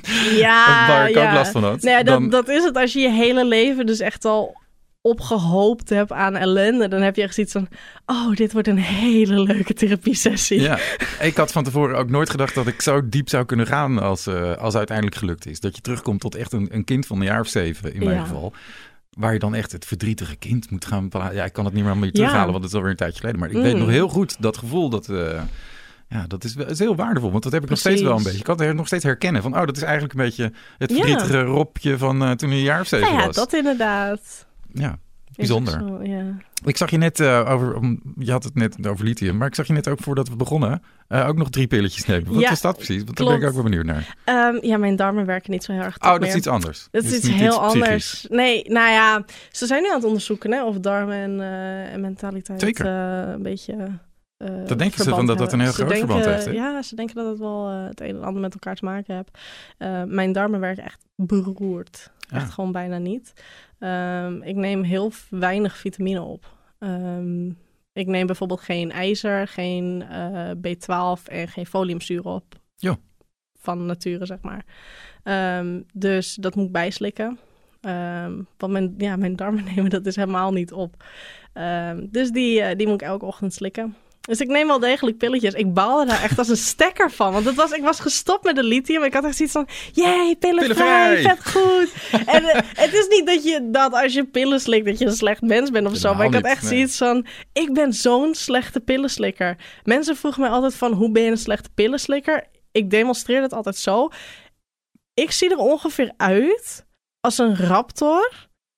ja, waar ik ja. ook last van had. Nee, dan... dat, dat is het als je je hele leven dus echt al opgehoopt hebt aan ellende. Dan heb je echt zoiets van, oh, dit wordt een hele leuke therapiesessie. Ja, ik had van tevoren ook nooit gedacht dat ik zo diep zou kunnen gaan als, uh, als het uiteindelijk gelukt is. Dat je terugkomt tot echt een, een kind van een jaar of zeven, in mijn ja. geval. Waar je dan echt het verdrietige kind moet gaan... Ja, ik kan het niet meer meer terughalen, ja. want het is alweer een tijdje geleden. Maar ik mm. weet nog heel goed dat gevoel dat... Uh, Ja, dat is, is heel waardevol, want dat heb ik Precies. nog steeds wel een beetje. Ik kan het nog steeds herkennen van, oh, dat is eigenlijk een beetje het verdrietige ja. Robje van uh, toen je een jaar of zeven ja, ja, was. Ja, dat inderdaad. Ja, bijzonder. Zo, ja. Ik zag je net uh, over, um, je had het net over lithium, maar ik zag je net ook voordat we begonnen uh, ook nog drie pilletjes nemen. Wat ja, was dat precies? Want daar ben ik ook wel benieuwd naar. Um, ja, mijn darmen werken niet zo heel erg. Oh, dat meer. is iets anders. Dat is iets heel iets anders. Nee, nou ja, ze zijn nu aan het onderzoeken, hè, of darmen en, uh, en mentaliteit Zeker. Uh, een beetje... Uh, dat denken ze van dat dat een heel ze groot denken, verband heeft. Hè? Ja, ze denken dat het wel uh, het een en ander met elkaar te maken heeft. Uh, mijn darmen werken echt beroerd. Ja. Echt gewoon bijna niet. Um, ik neem heel weinig vitamine op. Um, ik neem bijvoorbeeld geen ijzer, geen uh, B twaalf en geen foliumzuur op. Ja. Van nature, zeg maar. Um, dus dat moet ik bijslikken. Um, want mijn, ja, mijn darmen nemen dat dus helemaal niet op. Um, dus die, uh, die moet ik elke ochtend slikken. Dus ik neem wel degelijk pilletjes. Ik baalde daar echt als een stekker van. Want het was, ik was gestopt met de lithium. Ik had echt zoiets van, jee, pillenvrij, vet goed. En uh, het is niet dat je dat als je pillen slikt, dat je een slecht mens bent of zo. Maar ik had echt nee. zoiets van, ik ben zo'n slechte pillenslikker. Mensen vroegen mij altijd van, hoe ben je een slechte pillenslikker? Ik demonstreer het altijd zo. Ik zie er ongeveer uit als een raptor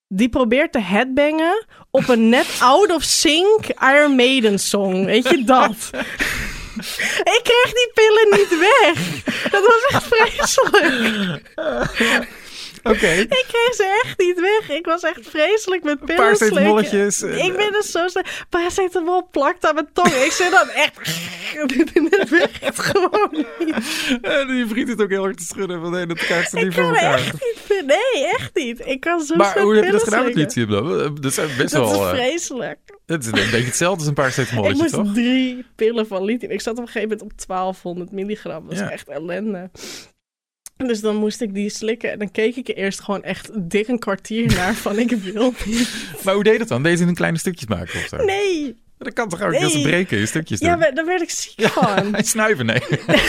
die probeert te headbangen op een net out of sync Iron Maiden song. Weet je dat? Ik kreeg die pillen niet weg. Dat was echt vreselijk. Oké. Okay. Ik kreeg ze echt niet weg. Ik was echt vreselijk met pillen Paracetamolletjes. slikken. Ik ben dus zo slecht. Paracetamol plakt aan mijn tong. Ik zit dan echt... Het werkt gewoon niet. En je vriend het ook heel erg te schudden. Van, nee, dat krijgt ze niet ik voor elkaar. Echt niet, nee, echt niet. Ik kan zo maar hoe heb je dat gedaan slikken. met lithium dan? Dat is best dat wel... Dat is vreselijk. Het is een beetje hetzelfde als een paracetamolletje, toch? Ik moest toch? drie pillen van lithium. Ik zat op een gegeven moment op twaalfhonderd milligram. Dat is ja. echt ellende. Dus dan moest ik die slikken. En dan keek ik er eerst gewoon echt dik een kwartier naar van ik wil niet. Maar hoe deed het dan? Deed je het in kleine stukjes maken of zo? Nee. Dat kan toch ook nee. dat ze breken in stukjes doen? Ja, maar daar werd ik ziek ja, van. Snuiven, nee.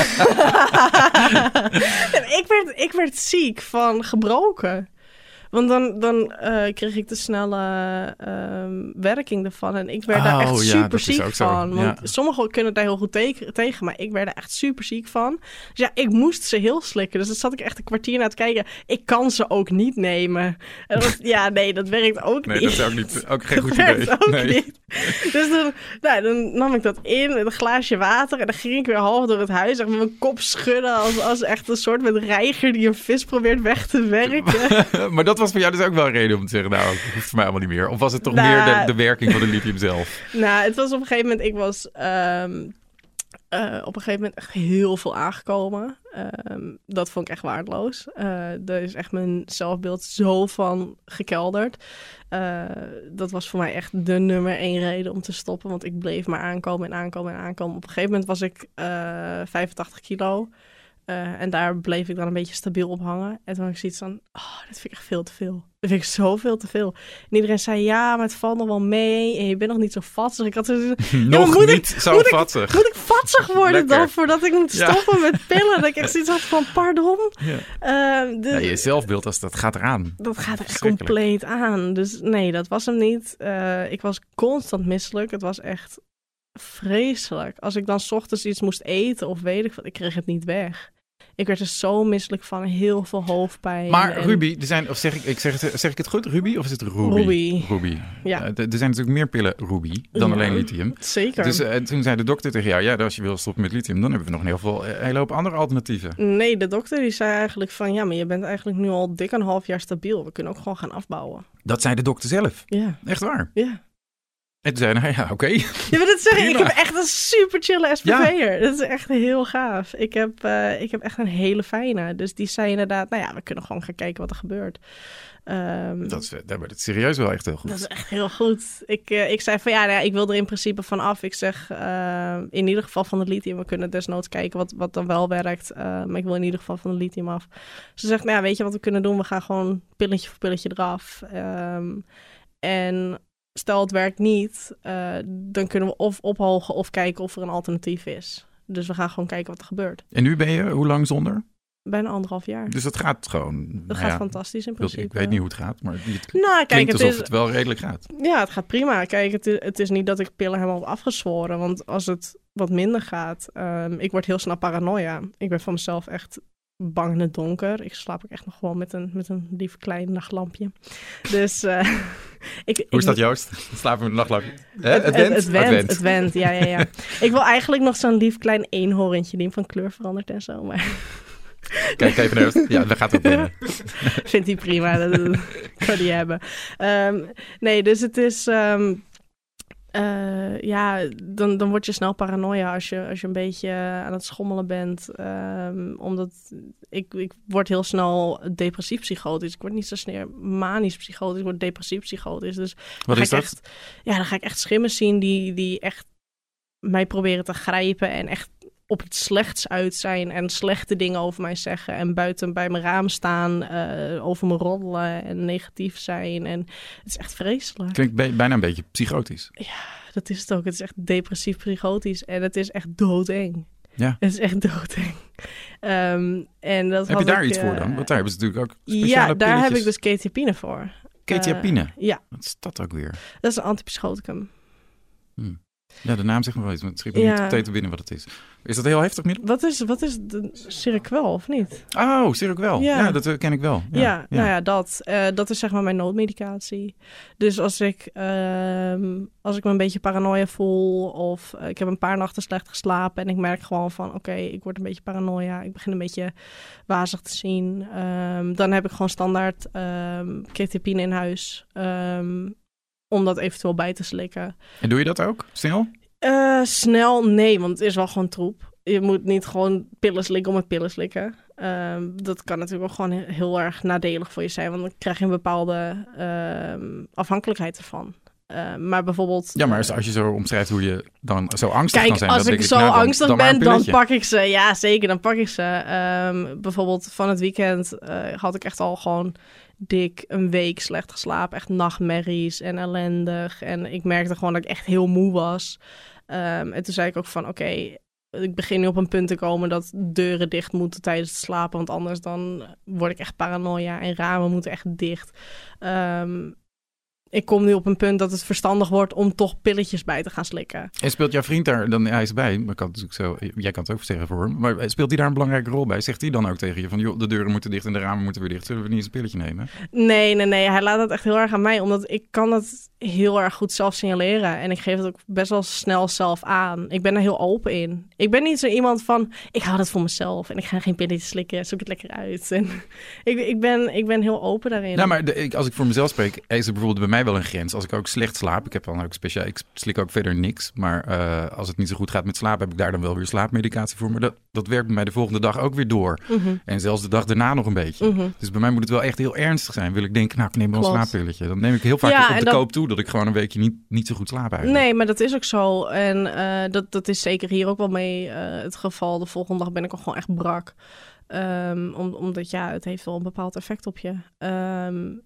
ik, werd, ik werd ziek van gebroken. Want dan, dan uh, kreeg ik de snelle uh, werking ervan. En ik werd oh, daar echt super ja, ziek van. Want ja. sommigen kunnen daar heel goed te- tegen. Maar ik werd er echt super ziek van. Dus ja, ik moest ze heel slikken. Dus dan zat ik echt een kwartier naar te kijken. Ik kan ze ook niet nemen. En was, ja, nee, dat werkt ook nee, niet. Nee, dat is ook, niet, ook geen dat goed werkt idee. Ook nee. niet. Dus dan, nou, dan nam ik dat in. Een glaasje water. En dan ging ik weer half door het huis. Echt met mijn kop schudden. Als, als echt een soort met reiger die een vis probeert weg te werken. Maar dat was voor jou dus ook wel een reden om te zeggen, nou, het hoeft voor mij allemaal niet meer. Of was het toch nou, meer de, de werking van de lithium zelf? Nou, het was op een gegeven moment, ik was um, uh, op een gegeven moment echt heel veel aangekomen. Um, dat vond ik echt waardeloos. Uh, daar is echt mijn zelfbeeld zo van gekelderd. Uh, dat was voor mij echt de nummer één reden om te stoppen. Want ik bleef maar aankomen en aankomen en aankomen. Op een gegeven moment was ik uh, vijfentachtig kilo. Uh, en daar bleef ik dan een beetje stabiel op hangen. En toen had ik zoiets van, oh, dit vind ik echt veel te veel. Dat vind ik zoveel te veel. En iedereen zei, ja, maar het valt nog wel mee. En je bent nog niet zo vatsig. Ik had zo, nog ja, moet niet ik, zo moet vatsig. Ik, moet ik vatsig worden Lekker. dan voordat ik moet stoppen ja. met pillen? Dat ik echt zoiets had van, pardon. Ja. Uh, dus, ja, je zelfbeeld, als dat gaat eraan. Dat gaat er echt compleet aan. Dus nee, dat was hem niet. Uh, ik was constant misselijk. Het was echt vreselijk. Als ik dan 's ochtends iets moest eten of weet ik wat, ik kreeg het niet weg. Ik werd er zo misselijk van, heel veel hoofdpijn. Maar en... Ruby, er zijn, of zeg ik, ik zeg, het, zeg ik het goed, Ruby of is het Ruby? Ruby. Ruby. Ja. Uh, er zijn natuurlijk meer pillen Ruby dan ja, alleen lithium. Zeker. Dus uh, toen zei de dokter tegen jou, ja, als je wil stoppen met lithium, dan hebben we nog een heel veel, een hele hoop andere alternatieven. Nee, de dokter die zei eigenlijk van, ja, maar je bent eigenlijk nu al dik een half jaar stabiel. We kunnen ook gewoon gaan afbouwen. Dat zei de dokter zelf? Ja. Echt waar? Ja. En toen zei hij, nou ja, oké. Okay. Je wil het zeggen, ik heb echt een super chille S P V'er. Ja. Dat is echt heel gaaf. Ik heb, uh, ik heb echt een hele fijne. Dus die zei inderdaad, nou ja, we kunnen gewoon gaan kijken wat er gebeurt. Um, dat is, daar werd het serieus wel echt heel goed. Dat is echt heel goed. Ik, uh, ik zei van ja, nou ja, ik wil er in principe van af. Ik zeg uh, in ieder geval van de lithium. We kunnen desnoods kijken wat, wat dan wel werkt. Uh, maar ik wil in ieder geval van de lithium af. Ze zegt, nou ja, weet je wat we kunnen doen? We gaan gewoon pilletje voor pilletje eraf. Um, en... Stel het werkt niet, uh, dan kunnen we of ophogen of kijken of er een alternatief is. Dus we gaan gewoon kijken wat er gebeurt. En nu ben je hoe lang zonder? Bijna anderhalf jaar. Dus dat gaat gewoon... Dat nou gaat ja, fantastisch in principe. Ik weet niet hoe het gaat, maar het nou, kijk, klinkt het alsof is, het wel redelijk gaat. Ja, het gaat prima. Kijk, het is, het is niet dat ik pillen helemaal heb afgezworen. Want als het wat minder gaat... Um, ik word heel snel paranoia. Ik ben van mezelf echt... bang in het donker. Ik slaap ook echt nog gewoon met een, met een lief klein nachtlampje. Dus... Uh, ik, Hoe ik, is dat, Joost? Slapen met een nachtlampje? Hè? Het, het, het, went? het went? Het went, het went. Ja, ja, ja. Ik wil eigenlijk nog zo'n lief klein eenhoorntje die van kleur verandert en zo, maar... Kijk even naar Joost. Ja, dat gaat ook binnen. Vindt hij prima. Dat kan hij hebben. Um, nee, dus het is... Um, Uh, ja, dan, dan word je snel paranoia als je, als je een beetje aan het schommelen bent. Um, omdat ik, ik word heel snel depressief psychotisch. Ik word niet zo snel manisch psychotisch, ik word depressief psychotisch. Dus wat is dat? Echt, ja, dan ga ik echt schimmen zien die, die echt mij proberen te grijpen en echt op iets slechts uit zijn en slechte dingen over mij zeggen en buiten bij mijn raam staan, uh, over me roddelen en negatief zijn. En het is echt vreselijk. Klinkt bij, bijna een beetje psychotisch. Ja, dat is het ook. Het is echt depressief psychotisch en het is echt doodeng. Ja. Het is echt doodeng. Um, en dat heb je daar ik, iets uh, voor dan? Want daar hebben ze natuurlijk ook speciale Ja, daar pilletjes. heb ik dus ketiapine voor. Ketiapine? Uh, ja. Wat is dat ook weer? Dat is een antipsychoticum. Hmm. Ja, de naam zegt me wel iets, maar het schiet me Ja. niet meteen te binnen wat het is. Is dat een heel heftig middel? Wat is, wat is de Seroquel, of niet? Oh, Seroquel. Ja. ja, dat uh, ken ik wel. Ja, Ja, ja. nou ja, dat. Uh, dat is zeg maar mijn noodmedicatie. Dus als ik, uh, als ik me een beetje paranoia voel of uh, ik heb een paar nachten slecht geslapen en ik merk gewoon van oké, okay, ik word een beetje paranoia, ik begin een beetje wazig te zien, um, dan heb ik gewoon standaard um, ketipine in huis um, om dat eventueel bij te slikken. En doe je dat ook? Snel? Uh, snel, nee, want het is wel gewoon troep. Je moet niet gewoon pillen slikken om het pillen slikken. Um, dat kan natuurlijk ook gewoon heel, heel erg nadelig voor je zijn, want dan krijg je een bepaalde uh, afhankelijkheid ervan. Uh, maar bijvoorbeeld... Ja, maar als je zo omschrijft hoe je dan zo angstig kijk, kan zijn... als dan ik denk zo ik, nou, dan, angstig dan ben, dan pilletje. pak ik ze. Ja, zeker, dan pak ik ze. Um, bijvoorbeeld van het weekend uh, had ik echt al gewoon dik een week slecht geslapen. Echt nachtmerries en ellendig. En ik merkte gewoon dat ik echt heel moe was. Um, en toen zei ik ook van, oké... Okay, ik begin nu op een punt te komen dat deuren dicht moeten tijdens het slapen. Want anders dan word ik echt paranoia en ramen moeten echt dicht. Um, ik kom nu op een punt dat het verstandig wordt om toch pilletjes bij te gaan slikken. En speelt jouw vriend daar dan, hij is bij, maar kan het zo, jij kan het ook zeggen voor hem, maar speelt hij daar een belangrijke rol bij? Zegt hij dan ook tegen je van, joh, de deuren moeten dicht en de ramen moeten weer dicht, zullen we niet eens een pilletje nemen? Nee, nee, nee, hij laat het echt heel erg aan mij, omdat ik kan het heel erg goed zelf signaleren en ik geef het ook best wel snel zelf aan. Ik ben er heel open in. Ik ben niet zo iemand van, ik hou dat voor mezelf en ik ga geen pilletjes slikken, zoek het lekker uit. En ik, ik, ben, ik ben heel open daarin. Nou, maar de, ik, als ik voor mezelf spreek, is er bijvoorbeeld bij mij wel een grens. Als ik ook slecht slaap, ik heb dan ook speciaal, ik slik ook verder niks, maar uh, als het niet zo goed gaat met slapen, heb ik daar dan wel weer slaapmedicatie voor. Maar dat, dat werkt bij mij de volgende dag ook weer door. Mm-hmm. En zelfs de dag daarna nog een beetje. Mm-hmm. Dus bij mij moet het wel echt heel ernstig zijn. Wil ik denken, nou, ik neem wel een slaappilletje. Dan neem ik heel vaak ja, op de dat... koop toe dat ik gewoon een weekje niet, niet zo goed slaap eigenlijk. Nee, maar dat is ook zo. En uh, dat, dat is zeker hier ook wel mee uh, het geval. De volgende dag ben ik ook gewoon echt brak. Um, om, omdat ja, het heeft wel een bepaald effect op je. Um,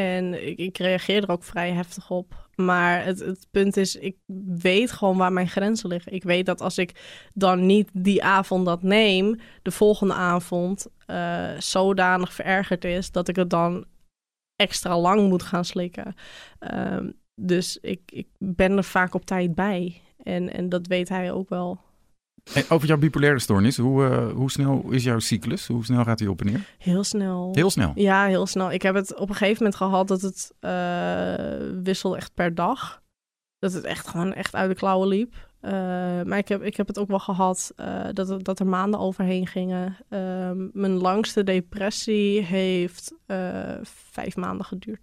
en ik, ik reageer er ook vrij heftig op. Maar het, het punt is, ik weet gewoon waar mijn grenzen liggen. Ik weet dat als ik dan niet die avond dat neem, de volgende avond uh, zodanig verergerd is dat ik het dan extra lang moet gaan slikken. Um, dus ik, ik ben er vaak op tijd bij. En, en dat weet hij ook wel. En over jouw bipolaire stoornis, hoe, uh, hoe snel is jouw cyclus? Hoe snel gaat die op en neer? Heel snel. Heel snel? Ja, heel snel. Ik heb het op een gegeven moment gehad dat het uh, wisselde echt per dag. Dat het echt gewoon echt uit de klauwen liep. Uh, maar ik heb, ik heb het ook wel gehad uh, dat, het, dat er maanden overheen gingen. Uh, mijn langste depressie heeft uh, vijf maanden geduurd.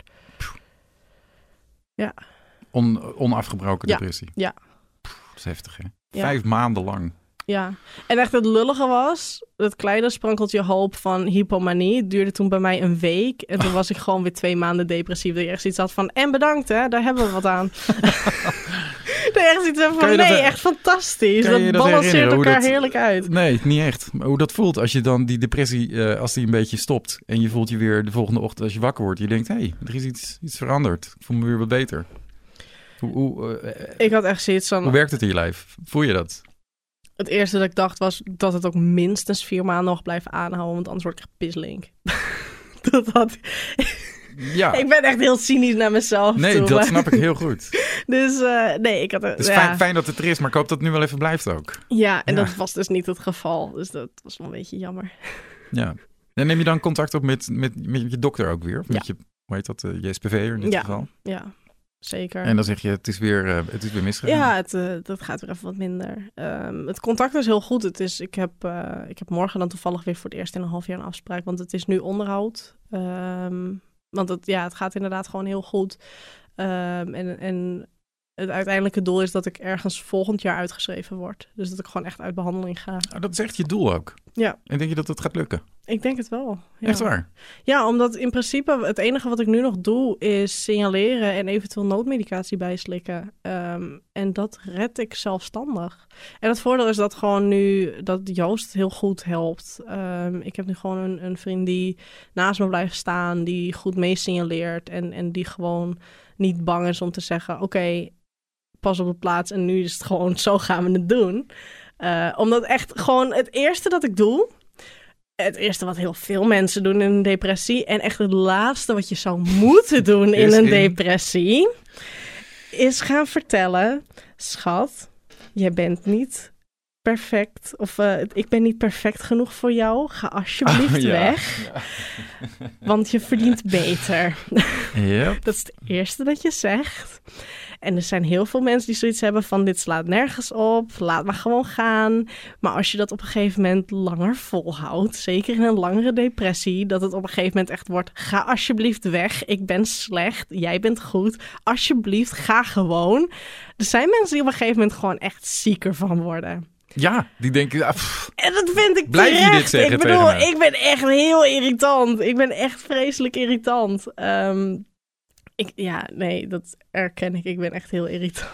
Ja. On, onafgebroken ja. depressie? Ja. Pff, dat is heftig, hè? Ja. Vijf maanden lang. Ja, en echt het lullige was, het kleine sprankeltje hoop van hypomanie. Het duurde toen bij mij een week. En toen was ik gewoon weer twee maanden depressief. Dat je echt iets had van, en bedankt hè, daar hebben we wat aan. Dat je echt iets had van, nee, dat, echt fantastisch. Dat, dat balanceert elkaar dat, heerlijk uit. Nee, niet echt. Maar hoe dat voelt als je dan die depressie, uh, als die een beetje stopt. En je voelt je weer de volgende ochtend als je wakker wordt. Je denkt, hé, hey, er is iets, iets veranderd. Ik voel me weer wat beter. Hoe, hoe, uh, ik had echt zoiets van... Hoe werkt het in je lijf? Voel je dat? Het eerste dat ik dacht was dat het ook minstens vier maanden nog blijft aanhouden, want anders word ik echt pislink. dat had... Ja. Ik ben echt heel cynisch naar mezelf Nee, toe, dat maar... snap ik heel goed. dus uh, nee, ik had... Het is ja. fijn, fijn dat het er is, maar ik hoop dat het nu wel even blijft ook. Ja, en ja. dat was dus niet het geval. Dus dat was wel een beetje jammer. Ja. En neem je dan contact op met, met, met je dokter ook weer? Of met ja. je, hoe heet dat, uh, je S P V'er in dit ja. geval? Ja, zeker. En dan zeg je, het is weer, uh, het is weer misgegaan. Ja, het, uh, dat gaat weer even wat minder. Um, het contact is heel goed. Het is, ik, heb, uh, ik heb morgen dan toevallig weer voor het eerst in een half jaar een afspraak. Want het is nu onderhoud. Um, want het, ja, het gaat inderdaad gewoon heel goed. Um, en, en het uiteindelijke doel is dat ik ergens volgend jaar uitgeschreven word. Dus dat ik gewoon echt uit behandeling ga. Oh, dat is echt je doel ook? Ja. En denk je dat dat gaat lukken? Ik denk het wel. Ja. Echt waar? Ja, omdat in principe het enige wat ik nu nog doe is signaleren en eventueel noodmedicatie bijslikken. Um, en dat red ik zelfstandig. En het voordeel is dat gewoon nu dat Joost heel goed helpt. Um, ik heb nu gewoon een, een vriend die naast me blijft staan, die goed mee signaleert en, en die gewoon niet bang is om te zeggen, oké, okay, pas op de plaats en nu is het gewoon, zo gaan we het doen. Uh, omdat echt gewoon het eerste dat ik doe, het eerste wat heel veel mensen doen in een depressie, en echt het laatste wat je zou moeten doen in een in... depressie, is gaan vertellen, schat, jij bent niet perfect. Of uh, ik ben niet perfect genoeg voor jou. Ga alsjeblieft oh, ja. weg. Ja. Want je verdient beter. Yep. Dat is het eerste dat je zegt. En er zijn heel veel mensen die zoiets hebben van dit slaat nergens op. Laat maar gewoon gaan. Maar als je dat op een gegeven moment langer volhoudt. Zeker in een langere depressie. Dat het op een gegeven moment echt wordt. Ga alsjeblieft weg. Ik ben slecht. Jij bent goed. Alsjeblieft, ga gewoon. Er zijn mensen die op een gegeven moment gewoon echt zieker van worden. Ja, die denken... Ah, en dat vind ik blijf terecht. Je dit zeggen ik bedoel, tegen ik ben echt heel irritant. Ik ben echt vreselijk irritant. Um, ik, ja, nee, dat erken ik. Ik ben echt heel irritant.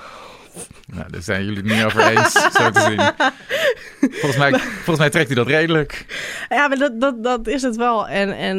Nou, daar zijn jullie het niet over eens, zo te zien. Volgens mij, volgens mij trekt hij dat redelijk. Ja, maar dat, dat, dat is het wel. En, en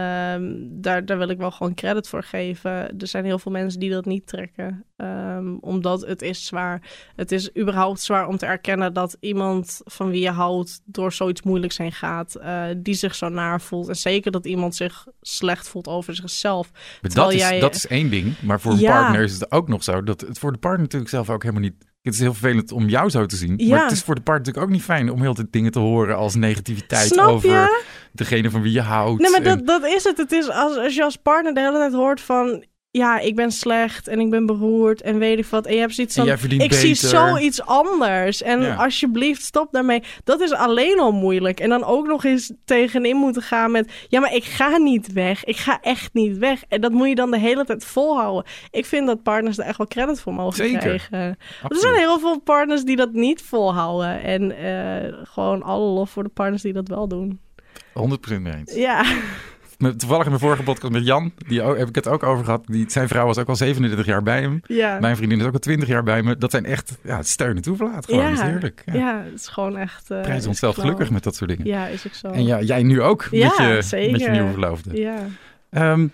um, daar, daar wil ik wel gewoon credit voor geven. Er zijn heel veel mensen die dat niet trekken. Um, omdat het is zwaar. Het is überhaupt zwaar om te erkennen dat iemand van wie je houdt door zoiets moeilijks heen gaat. Uh, die zich zo naar voelt. En zeker dat iemand zich slecht voelt over zichzelf. Dat is, jij... dat is één ding. Maar voor een ja. partner is het ook nog zo. Dat het voor de partner natuurlijk zelf ook helemaal niet... Het is heel vervelend om jou zo te zien. Ja. Maar het is voor de partner natuurlijk ook niet fijn om heel veel dingen te horen als negativiteit Snap over je? degene van wie je houdt. Nee, maar en... dat, dat is het. Het is als, als je als partner de hele tijd hoort van... Ja, ik ben slecht en ik ben beroerd en weet ik wat. En je hebt zoiets van, ik beter. zie zoiets anders. En ja. alsjeblieft, stop daarmee. Dat is alleen al moeilijk. En dan ook nog eens tegenin moeten gaan met... Ja, maar ik ga niet weg. Ik ga echt niet weg. En dat moet je dan de hele tijd volhouden. Ik vind dat partners er echt wel credit voor mogen Zeker. krijgen. Er zijn heel veel partners die dat niet volhouden. En uh, gewoon alle lof voor de partners die dat wel doen. honderd procent mee eens. Ja. Toevallig in mijn vorige podcast met Jan, die heb ik het ook over gehad. Die, zijn vrouw was ook al zevenentwintig jaar bij hem. Ja. Mijn vriendin is ook al twintig jaar bij me. Dat zijn echt ja, steun en toeverlaat. Gewoon, ja. dat is heerlijk. Ja. ja, het is gewoon echt... Uh, Prijs onszelf gelukkig met dat soort dingen. Ja, is ook zo. En ja, jij nu ook ja, met, je, zeker. met je nieuwe verloofde. Ja. Um,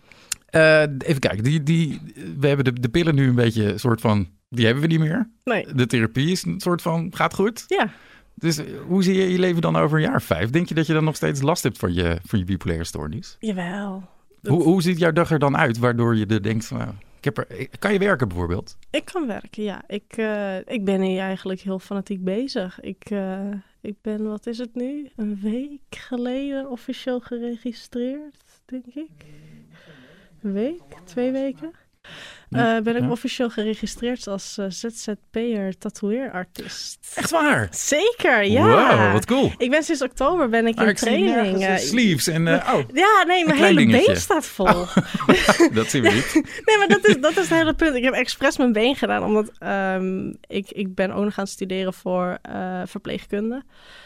uh, even kijken, die, die, we hebben de, de pillen nu een beetje een soort van... Die hebben we niet meer. Nee. De therapie is een soort van, gaat goed. Ja. Dus hoe zie je je leven dan over een jaar vijf? Denk je dat je dan nog steeds last hebt van je, van je bipolaire stoornis? Jawel. Dat... Hoe, hoe ziet jouw dag er dan uit, waardoor je er denkt van... Nou, ik heb er, kan je werken bijvoorbeeld? Ik kan werken, ja. Ik, uh, ik ben hier eigenlijk heel fanatiek bezig. Ik, uh, ik ben, wat is het nu? Een week geleden officieel geregistreerd, denk ik. Een week? Twee weken? Uh, ben ik ja. officieel geregistreerd als uh, Z Z P'er tatoeëerartiest. Echt waar? Zeker, ja. Wow, wat cool. Ik ben sinds oktober ben ik maar in ik training. Zie uh, sleeves en... Uh, oh, ja, nee, mijn hele dingetje. been staat vol. Oh. Dat zien we niet. Nee, maar dat is, dat is het hele punt. Ik heb expres mijn been gedaan, omdat um, ik, ik ben ook nog gaan studeren voor uh, verpleegkunde.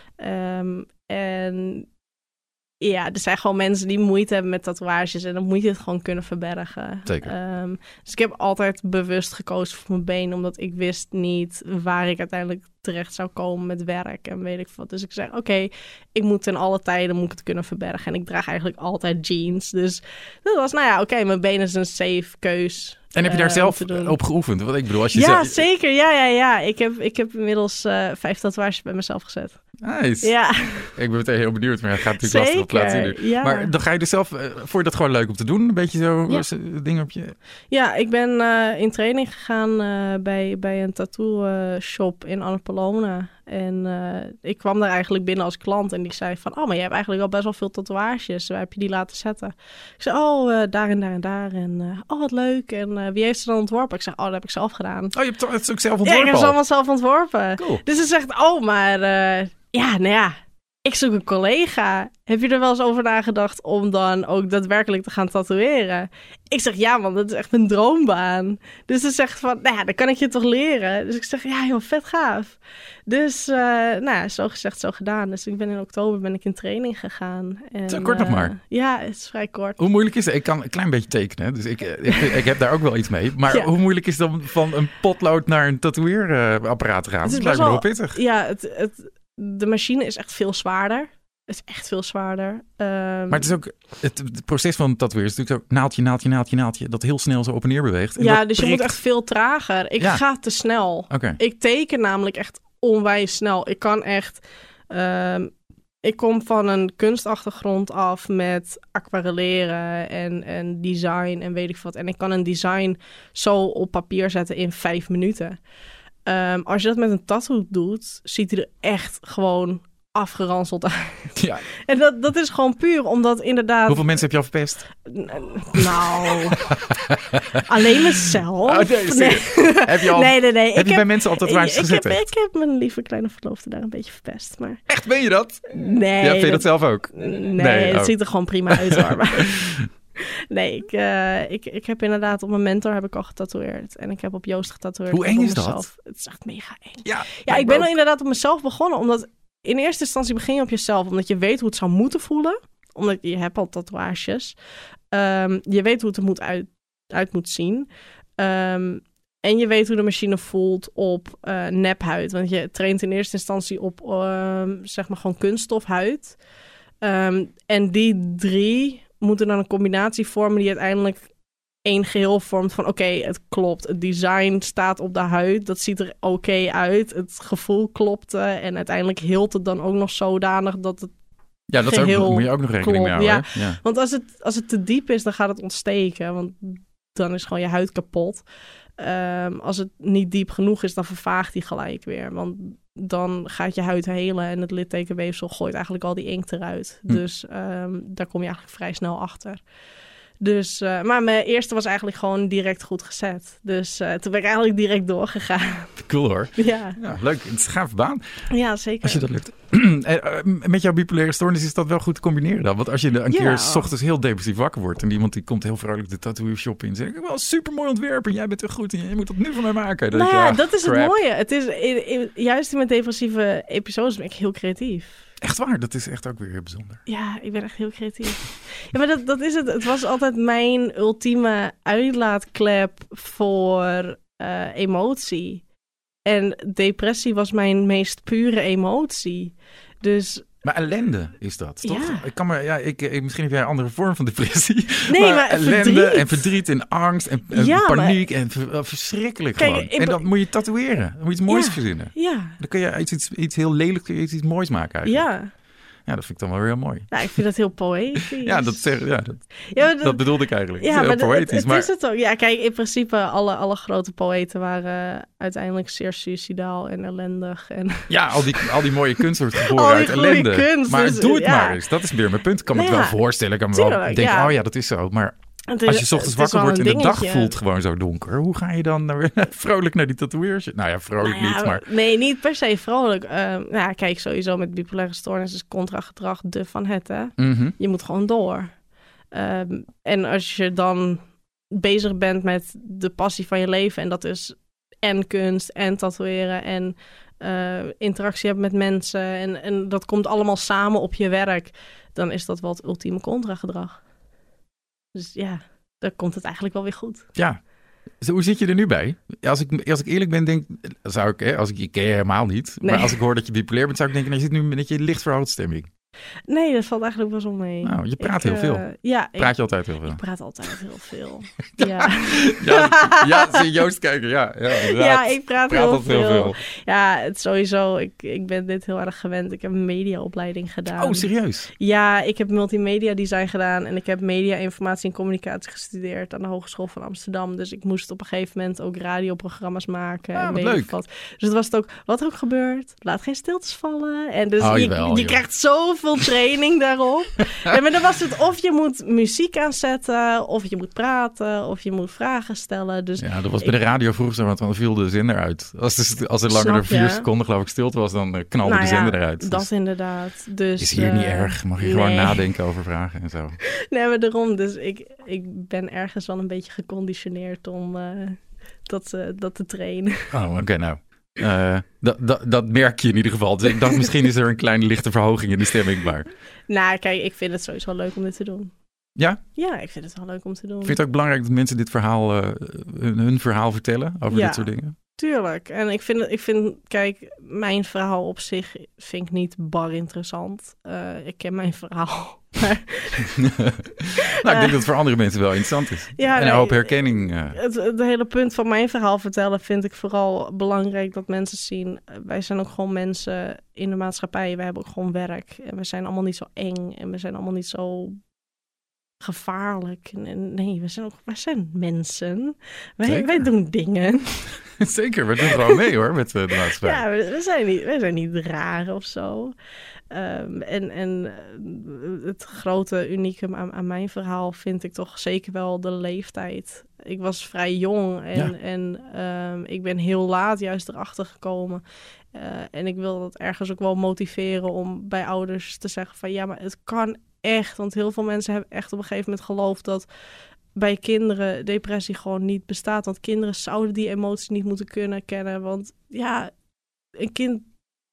Um, en... Ja, er zijn gewoon mensen die moeite hebben met tatoeages en dan moet je het gewoon kunnen verbergen. Zeker. Um, dus ik heb altijd bewust gekozen voor mijn been, omdat ik wist niet waar ik uiteindelijk terecht zou komen met werk en weet ik wat. Dus ik zei, oké, okay, ik moet in alle tijden moet ik het kunnen verbergen. En ik draag eigenlijk altijd jeans. Dus dat was, nou ja, oké, okay, mijn been is een safe keus. En heb je daar uh, zelf op geoefend? Wat ik bedoel, als je ja, zelf... zeker. Ja, ja, ja. Ik heb, ik heb inmiddels uh, vijf tatoeages bij mezelf gezet. Nice. Ja. Ik ben meteen heel benieuwd, maar het gaat natuurlijk lastig op laten zien nu. Ja. Maar dan ga je er zelf... Uh, vond je dat gewoon leuk om te doen? Een beetje zo ja. dingen op je... Ja, ik ben uh, in training gegaan uh, bij, bij een tattoo uh, shop in Annapolona. En uh, ik kwam daar eigenlijk binnen als klant en die zei van... Oh, maar je hebt eigenlijk al best wel veel tatoeages. Waar heb je die laten zetten? Ik zei, oh, uh, daar en daar en daar. En uh, oh, wat leuk. En uh, wie heeft ze dan ontworpen? Ik zei, oh, dat heb ik zelf gedaan. Oh, je hebt het ook zelf ontworpen? Ja, ik heb ze allemaal zelf ontworpen. Cool. Dus ze zegt, oh, maar uh, ja, nou ja... Ik zoek een collega. Heb je er wel eens over nagedacht om dan ook daadwerkelijk te gaan tatoeëren? Ik zeg, ja man, dat is echt een droombaan. Dus ze zegt van, nou ja, dan kan ik je toch leren? Dus ik zeg, ja, heel vet gaaf. Dus, uh, nou ja, zo gezegd, zo gedaan. Dus ik ben in oktober ben ik in training gegaan. En, zo kort uh, nog maar. Ja, het is vrij kort. Hoe moeilijk is het? Ik kan een klein beetje tekenen, dus ik, ik, ik heb daar ook wel iets mee. Maar ja. hoe moeilijk is het dan van een potlood naar een tatoeëerapparaat te gaan? Dat lijkt me wel pittig. Ja, het... het de machine is echt veel zwaarder. Het is echt veel zwaarder. Um, maar het is ook... Het, het proces van tatoeëren is natuurlijk zo naaldje, naaldje, naaldje, naaldje... dat heel snel zo op en neer beweegt. En ja, dus prikt. je moet echt veel trager. Ik ja. ga te snel. Okay. Ik teken namelijk echt onwijs snel. Ik kan echt... Um, ik kom van een kunstachtergrond af met aquarelleren en, en design en weet ik wat. En ik kan een design zo op papier zetten in vijf minuten. Um, als je dat met een tattoo doet, ziet hij er echt gewoon afgeranseld uit. Ja. En dat, dat is gewoon puur omdat inderdaad... Hoeveel mensen heb je al verpest? Nou, alleen mezelf. Oh, nee, nee. Heb je al, nee, nee, nee. Heb ik je heb, bij mensen al tatoeages gezet? Ik heb, ik heb mijn lieve kleine verloofde daar een beetje verpest. Maar... Echt, ben je dat? Nee. Ja, vind je dat, dat zelf ook? Nee, nee het oh. ziet er gewoon prima uit hoor. Maar... Nee, ik, uh, ik, ik heb inderdaad op mijn mentor heb ik al getatoeëerd. En ik heb op Joost getatoeëerd. Hoe eng is mezelf. dat? Het is echt mega eng. Ja, ja ik ben ook. al inderdaad op mezelf begonnen. Omdat in eerste instantie begin je op jezelf. Omdat je weet hoe het zou moeten voelen. Omdat je hebt al tatoeages. Um, je weet hoe het er moet uit, uit moet zien. Um, en je weet hoe de machine voelt op uh, nephuid. Want je traint in eerste instantie op um, zeg maar gewoon kunststofhuid. Um, en die drie... moeten dan een combinatie vormen die uiteindelijk één geheel vormt van... oké, okay, het klopt. Het design staat op de huid. Dat ziet er oké okay uit. Het gevoel klopte. En uiteindelijk heelt het dan ook nog zodanig dat het Ja, dat geheel ook, moet je ook nog rekening mee houden. Ja. Ja. Want als het, als het te diep is, dan gaat het ontsteken. Want dan is gewoon je huid kapot. Um, als het niet diep genoeg is, dan vervaagt die gelijk weer. Want dan gaat je huid helen en het littekenweefsel gooit eigenlijk al die inkt eruit. Hm. Dus um, daar kom je eigenlijk vrij snel achter. Dus, uh, maar mijn eerste was eigenlijk gewoon direct goed gezet. Dus uh, toen ben ik eigenlijk direct doorgegaan. Cool hoor. Ja. Ja, leuk. Het is een gave baan. Ja, zeker. Als je dat lukt. Met jouw bipolaire stoornis is dat wel goed te combineren dan. Want als je een keer ja. 's ochtends heel depressief wakker wordt... en iemand die komt heel vrolijk de tattoo shop in... en zegt, ik heb wel een supermooi ontwerp en jij bent er goed... en je moet dat nu voor mij maken. Nou je, ja, ah, dat is crap. het mooie. Het is, in, in, juist in mijn depressieve episodes ben ik heel creatief. Echt waar, dat is echt ook weer heel bijzonder. Ja, ik ben echt heel creatief. Ja, maar dat, dat is het. Het was altijd mijn ultieme uitlaatklep voor uh, emotie. En depressie was mijn meest pure emotie. Dus... Maar ellende is dat, toch? Ja. Ik kan me, ja, ik, ik, misschien heb jij een andere vorm van depressie. Nee, maar, maar ellende verdriet. en verdriet en angst en, en ja, paniek maar... en v- verschrikkelijk Kijk, gewoon. ik... En dat moet je tatoeëren. Dan moet je iets moois ja. verzinnen. Ja. Dan kun je iets, iets, iets heel lelijks, iets, iets moois maken eigenlijk. Ja. Ja, dat vind ik dan wel weer heel mooi. Nou, ik vind dat heel poëtisch. ja, dat, zeg, ja, dat, ja, dat, dat bedoelde ik eigenlijk. Ja, heel maar poëtisch. Het, het maar... is het ook. Ja, kijk, in principe alle, alle grote poëten waren uiteindelijk zeer suicidaal en ellendig. En... Ja, al die, al die mooie kunst wordt geboren uit ellende. Kunst, maar dus, doe het ja. maar eens. Dat is meer mijn punt. Ik kan me nou, het wel ja, voorstellen. Ik kan me tuurlijk, wel denken, ja. oh ja, dat is zo. Maar... Is, als je 's ochtends wakker wordt en de dingetje. dag voelt gewoon zo donker, hoe ga je dan weer vrolijk naar die tatoeëers? Nou ja, vrolijk nou ja, niet, maar... Nee, niet per se vrolijk. Uh, nou, kijk, sowieso met bipolaire stoornis is contragedrag de van het, hè. Mm-hmm. Je moet gewoon door. Um, en als je dan bezig bent met de passie van je leven, en dat is en kunst en tatoeëren en uh, interactie hebben met mensen, en, en dat komt allemaal samen op je werk, dan is dat wel het ultieme contragedrag. Dus ja, dan komt het eigenlijk wel weer goed. Ja. Zo, hoe zit je er nu bij? Als ik, als ik eerlijk ben, denk zou ik, hè, als ik je ken je helemaal niet, nee. Maar als ik hoor dat je bipolair bent, zou ik denken, nou, je zit nu met je licht verhoogd stemming. Nee, dat valt eigenlijk wel zo mee. Nou, je praat ik, heel veel. Uh, ja, praat ik, je altijd heel veel? Ik praat altijd heel veel. ja. ja, ja, zie Joost kijken. Ja, ja, ja ik praat, praat heel, veel. heel veel. Ja, het sowieso. Ik, ik ben dit heel erg gewend. Ik heb een mediaopleiding gedaan. Oh, serieus? Ja, ik heb multimedia design gedaan en ik heb media, informatie en communicatie gestudeerd aan de Hogeschool van Amsterdam. Dus ik moest op een gegeven moment ook radioprogramma's maken. Ah, en wat weet leuk. Wat. Dus het was het ook, wat er ook gebeurt, laat geen stiltes vallen. En dus oh, je, jawel, je krijgt zoveel training daarop. Ja, maar dan was het of je moet muziek aanzetten, of je moet praten, of je moet vragen stellen. Dus ja, dat was bij ik, de radio vroeger zo, want dan viel de zender uit. Als, de, als er langer dan vier seconden geloof ik stilte was, dan uh, knalde nou de zender ja, eruit. Dat dus inderdaad. Dus, is hier uh, niet erg. Mag je nee. gewoon nadenken over vragen en zo. Nee, maar daarom. Dus ik, ik ben ergens wel een beetje geconditioneerd om uh, dat, uh, dat te trainen. Oh, oké, okay, nou. Uh, dat, dat, dat merk je in ieder geval. Dus ik dacht, misschien is er een kleine lichte verhoging in de stemming. Maar... Nou, kijk, ik vind het sowieso leuk om dit te doen. Ja? Ja, ik vind het wel leuk om te doen. Vind je het ook belangrijk dat mensen dit verhaal, uh, hun, hun verhaal vertellen over ja, dit soort dingen? Tuurlijk. En ik vind, ik vind, kijk, mijn verhaal op zich vind ik niet bar interessant. Uh, ik ken mijn verhaal. Maar, nou, ik denk dat het voor andere mensen wel interessant is. Ja, en nee, een hoop herkenning. Uh... Het, het hele punt van mijn verhaal vertellen vind ik vooral belangrijk dat mensen zien. Wij zijn ook gewoon mensen in de maatschappij. We hebben ook gewoon werk. En we zijn allemaal niet zo eng. En we zijn allemaal niet zo gevaarlijk. Nee, we zijn ook wij zijn mensen. Wij, wij doen dingen. Zeker, we doen gewoon mee hoor met de maatschappij. Ja, we, we, zijn niet, we zijn niet raar of zo. Um, en, en het grote unicum aan, aan mijn verhaal vind ik toch zeker wel de leeftijd. Ik was vrij jong en, ja. en um, ik ben heel laat juist erachter gekomen. Uh, en ik wil dat ergens ook wel motiveren om bij ouders te zeggen van ja, maar het kan echt. Want heel veel mensen hebben echt op een gegeven moment geloofd dat bij kinderen depressie gewoon niet bestaat. Want kinderen zouden die emotie niet moeten kunnen kennen. Want ja, een kind...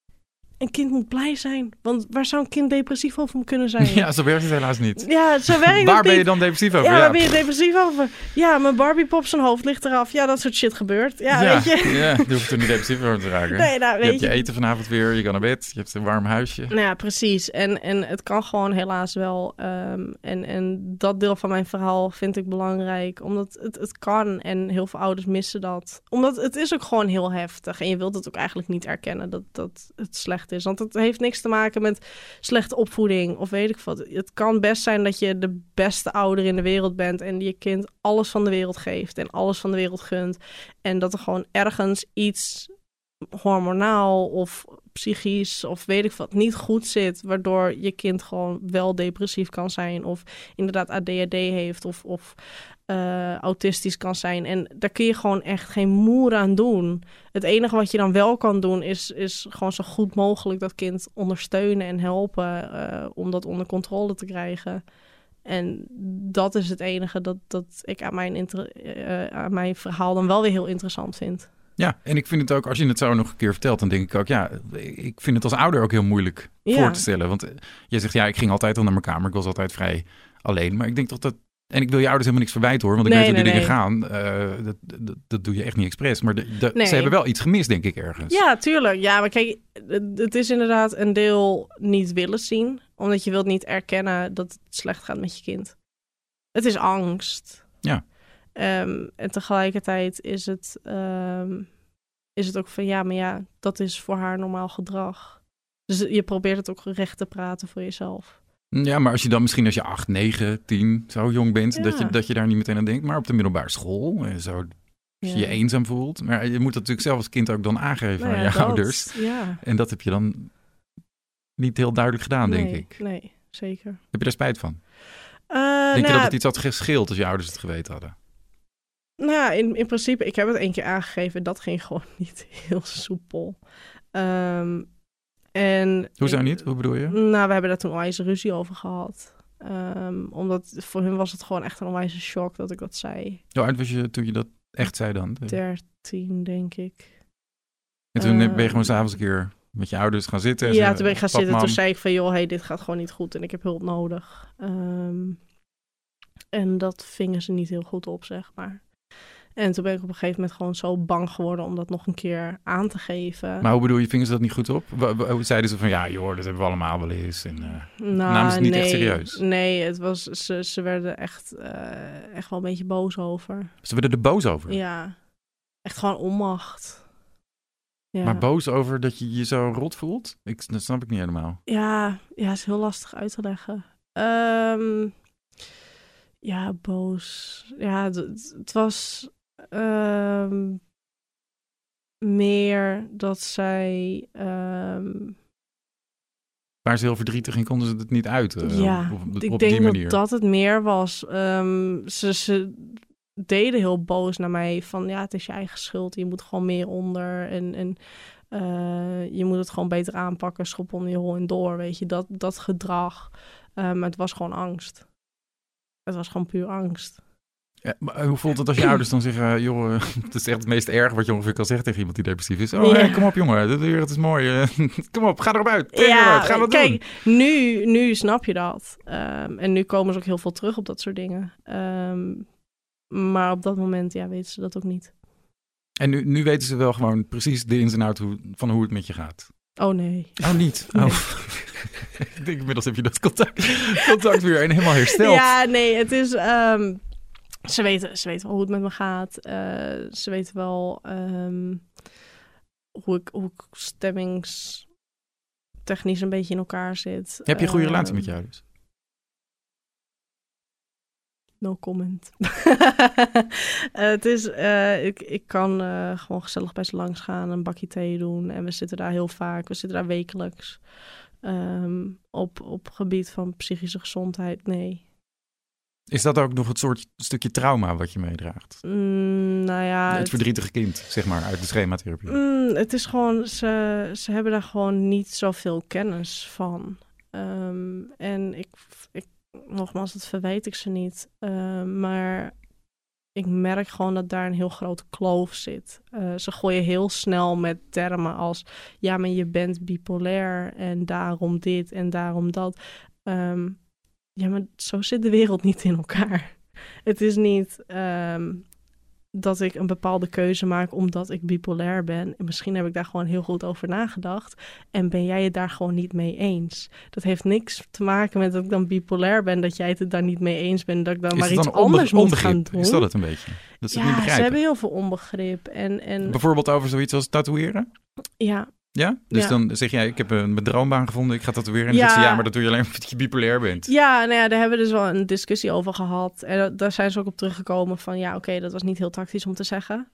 Een kind moet blij zijn. Want waar zou een kind depressief over kunnen zijn? Ja, zo werkt het helaas niet. Ja, zo werkt het Waar ben niet. je dan depressief over? Ja, ja, waar ben je depressief over? Ja, mijn Barbiepop zijn hoofd ligt eraf. Ja, dat soort shit gebeurt. Ja, ja, weet je. Ja, je hoeft er niet depressief over te raken. Nee, nou, weet je hebt je. je eten vanavond weer, je kan naar bed, je hebt een warm huisje. Nou ja, precies. En, en het kan gewoon helaas wel. Um, en, en dat deel van mijn verhaal vind ik belangrijk. Omdat het, het kan en heel veel ouders missen dat. Omdat het is ook gewoon heel heftig. En je wilt het ook eigenlijk niet erkennen dat, dat het slecht is. Want het heeft niks te maken met slechte opvoeding of weet ik wat. Het kan best zijn dat je de beste ouder in de wereld bent en je kind alles van de wereld geeft en alles van de wereld gunt. En dat er gewoon ergens iets hormonaal of psychisch of weet ik wat niet goed zit, waardoor je kind gewoon wel depressief kan zijn of inderdaad A D H D heeft of, of uh, autistisch kan zijn. En daar kun je gewoon echt geen moer aan doen. Het enige wat je dan wel kan doen is, is gewoon zo goed mogelijk dat kind ondersteunen en helpen uh, om dat onder controle te krijgen. En dat is het enige dat, dat ik aan mijn, inter- uh, aan mijn verhaal dan wel weer heel interessant vind. Ja, en ik vind het ook, als je het zo nog een keer vertelt, dan denk ik ook, ja, ik vind het als ouder ook heel moeilijk ja. voor te stellen. Want jij zegt, ja, ik ging altijd al naar mijn kamer, ik was altijd vrij alleen. Maar ik denk toch dat, en ik wil je ouders helemaal niks verwijten hoor, want ik nee, weet hoe nee, die dingen nee. gaan. Uh, dat, dat, dat doe je echt niet expres, maar de, de, nee. ze hebben wel iets gemist, denk ik, ergens. Ja, tuurlijk. Ja, maar kijk, het is inderdaad een deel niet willen zien, omdat je wilt niet erkennen dat het slecht gaat met je kind. Het is angst. Ja. Um, en tegelijkertijd is het, um, is het ook van ja, maar ja, dat is voor haar normaal gedrag. Dus je probeert het ook recht te praten voor jezelf. Ja, maar als je dan misschien als je acht, negen, tien zo jong bent, ja. dat, je, dat je daar niet meteen aan denkt. Maar op de middelbare school, zo, als je ja. je eenzaam voelt. Maar je moet dat natuurlijk zelf als kind ook dan aangeven nou ja, aan je dat, ouders. Ja. En dat heb je dan niet heel duidelijk gedaan, nee, denk ik. Nee, zeker. Heb je daar spijt van? Uh, denk nou, je dat het iets had gescheeld als je ouders het geweten hadden? Nou ja, in, in principe, ik heb het één keer aangegeven. Dat ging gewoon niet heel soepel. Um, en Hoe zou niet? Hoe bedoel je? Nou, we hebben daar toen onwijs ruzie over gehad. Um, omdat voor hun was het gewoon echt een onwijze shock dat ik dat zei. Hoe oud was je toen je dat echt zei dan? dertien, denk ik. En toen uh, ben je gewoon s'avonds een keer met je ouders gaan zitten? En ja, ze, toen ben ik gaan pap, zitten. mam. Toen zei ik van, joh, hey, dit gaat gewoon niet goed en ik heb hulp nodig. Um, en dat vingen ze niet heel goed op, zeg maar. En toen ben ik op een gegeven moment gewoon zo bang geworden om dat nog een keer aan te geven. Maar hoe bedoel je, vingen ze dat niet goed op? Hoe zeiden ze van, ja joh, dat hebben we allemaal wel eens. En, uh, nou, namen ze het niet nee, echt serieus? Nee, het was, ze, ze werden echt, uh, echt wel een beetje boos over. Ze werden er boos over? Ja, echt gewoon onmacht. Ja. Maar boos over dat je je zo rot voelt? Ik, dat snap ik niet helemaal. Ja, ja, is heel lastig uit te leggen. Um, ja, boos. Ja, het, het was... Um, meer dat zij... Um... Waren ze heel verdrietig en konden ze het niet uiten? Ja, op, op, ik op denk die manier. dat dat het meer was. Um, ze, ze deden heel boos naar mij van... ja, het is je eigen schuld, je moet gewoon meer onder... en, en uh, je moet het gewoon beter aanpakken, schop onder je hol en door, weet je. Dat, dat gedrag. Uh, maar het was gewoon angst. Het was gewoon puur angst. Ja, maar hoe voelt het als je ouders dan zeggen... joh, het is echt het meest erg wat je ongeveer kan zeggen tegen iemand die depressief is. Oh, ja. Hey, kom op jongen, dit weer, het is mooi. Kom op, ga erop uit. Ja, eruit. Ga wat kijk, doen. Nu, nu snap je dat. Um, en nu komen ze ook heel veel terug op dat soort dingen. Um, maar op dat moment, ja, weten ze dat ook niet. En nu, nu weten ze wel gewoon precies de ins en outs hoe, van hoe het met je gaat. Oh nee. Oh niet? Nee. Oh. Ik denk inmiddels heb je dat contact, contact weer en helemaal hersteld. Ja, nee, het is... Um, Ze weten, ze weten wel hoe het met me gaat. Uh, ze weten wel um, hoe, ik, hoe ik stemmingstechnisch een beetje in elkaar zit. Heb je een goede uh, relatie met je ouders? No comment. uh, het is, uh, ik, ik kan uh, gewoon gezellig bij ze langs gaan, een bakje thee doen. En we zitten daar heel vaak, we zitten daar wekelijks. Um, op, op gebied van psychische gezondheid, nee. Is dat ook nog het soort stukje trauma wat je meedraagt? Mm, nou ja... Het, het verdrietige kind, zeg maar, uit de schematherapie. Mm, het is gewoon, ze, ze hebben daar gewoon niet zoveel kennis van. Um, en ik, ik, nogmaals, dat verwijt ik ze niet. Uh, maar ik merk gewoon dat daar een heel grote kloof zit. Uh, ze gooien heel snel met termen als... ja, maar je bent bipolair en daarom dit en daarom dat. Um, ja, maar zo zit de wereld niet in elkaar. Het is niet um, dat ik een bepaalde keuze maak omdat ik bipolair ben. En misschien heb ik daar gewoon heel goed over nagedacht. En ben jij het daar gewoon niet mee eens? Dat heeft niks te maken met dat ik dan bipolair ben, dat jij het er daar niet mee eens bent, dat ik dan is maar iets dan anders onbe- moet gaan doen. Is dat het een beetje? Dat ze ja, het niet begrijpen. Ze hebben heel veel onbegrip. En, en... Bijvoorbeeld over zoiets als tatoeëren? Ja. Ja? Dus ja. dan zeg jij, ik heb een, mijn droombaan gevonden, ik ga tatoeëren. En ja. dan zeg je, ja, maar dat doe je alleen omdat je bipolair bent. Ja, nou ja, daar hebben we dus wel een discussie over gehad. En daar zijn ze ook op teruggekomen van, ja, oké, okay, dat was niet heel tactisch om te zeggen.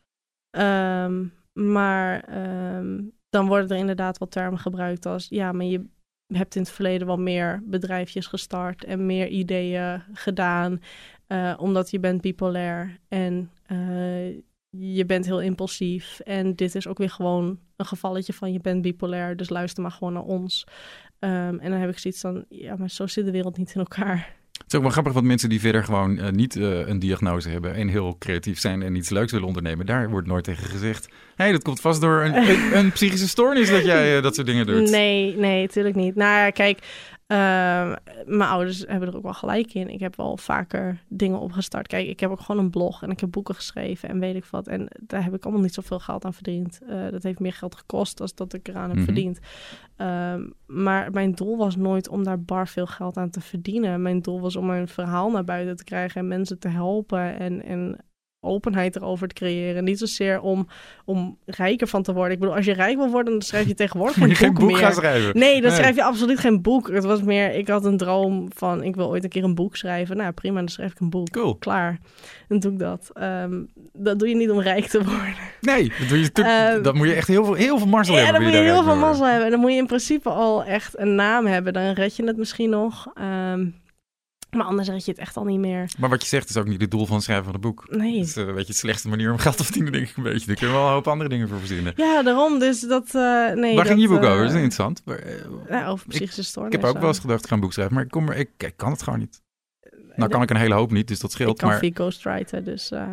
Um, maar um, dan worden er inderdaad wat termen gebruikt als, ja, maar je hebt in het verleden wel meer bedrijfjes gestart en meer ideeën gedaan, uh, omdat je bent bipolair en uh, je bent heel impulsief. En dit is ook weer gewoon een gevalletje van je bent bipolair, dus luister maar gewoon naar ons. Um, en dan heb ik zoiets van, ja, maar zo zit de wereld niet in elkaar. Het is ook wel grappig, want mensen die verder gewoon uh, niet uh, een diagnose hebben en heel creatief zijn en iets leuks willen ondernemen, daar wordt nooit tegen gezegd, hé, hey, dat komt vast door een, een, een psychische stoornis dat jij uh, dat soort dingen doet. Nee, nee, natuurlijk niet. Nou ja, kijk, uh, mijn ouders hebben er ook wel gelijk in. Ik heb wel vaker dingen opgestart. Kijk, ik heb ook gewoon een blog en ik heb boeken geschreven en weet ik wat. En daar heb ik allemaal niet zoveel geld aan verdiend. Uh, dat heeft meer geld gekost dan dat ik eraan heb mm-hmm. verdiend. Um, maar mijn doel was nooit om daar bar veel geld aan te verdienen. Mijn doel was om mijn verhaal naar buiten te krijgen en mensen te helpen en, en openheid erover te creëren. Niet zozeer om, om rijker van te worden. Ik bedoel, als je rijk wil worden, dan schrijf je tegenwoordig Moet je geen boek, boek meer. gaan schrijven. Nee, dan nee. schrijf je absoluut geen boek. Het was meer, ik had een droom van, ik wil ooit een keer een boek schrijven. Nou, prima, dan schrijf ik een boek. Cool. Klaar. Dan doe ik dat. Um, dat doe je niet om rijk te worden. Nee, dat, doe je te, um, dat moet je echt heel veel, heel veel mazzel ja, hebben. Ja, dan moet je heel veel worden. mazzel hebben. En dan moet je in principe al echt een naam hebben. Dan red je het misschien nog. Um, Maar anders red je het echt al niet meer. Maar wat je zegt is ook niet het doel van het schrijven van een boek. Nee. Dat is uh, een beetje de slechtste manier om geld te verdienen, denk ik een beetje. Daar kun je wel een hoop andere dingen voor verzinnen. Ja, daarom. Dus dat, uh, nee. Waar dat, ging je boek uh, over? Dat is interessant. Maar, uh, ja, over psychische stoornissen. Ik heb ook wel eens gedacht, ik ga een boek schrijven. Maar ik, kom er, ik, ik kan het gewoon niet. Nou kan ik een hele hoop niet, dus dat scheelt. Ik kan maar... via ghostwriter, dus... Uh...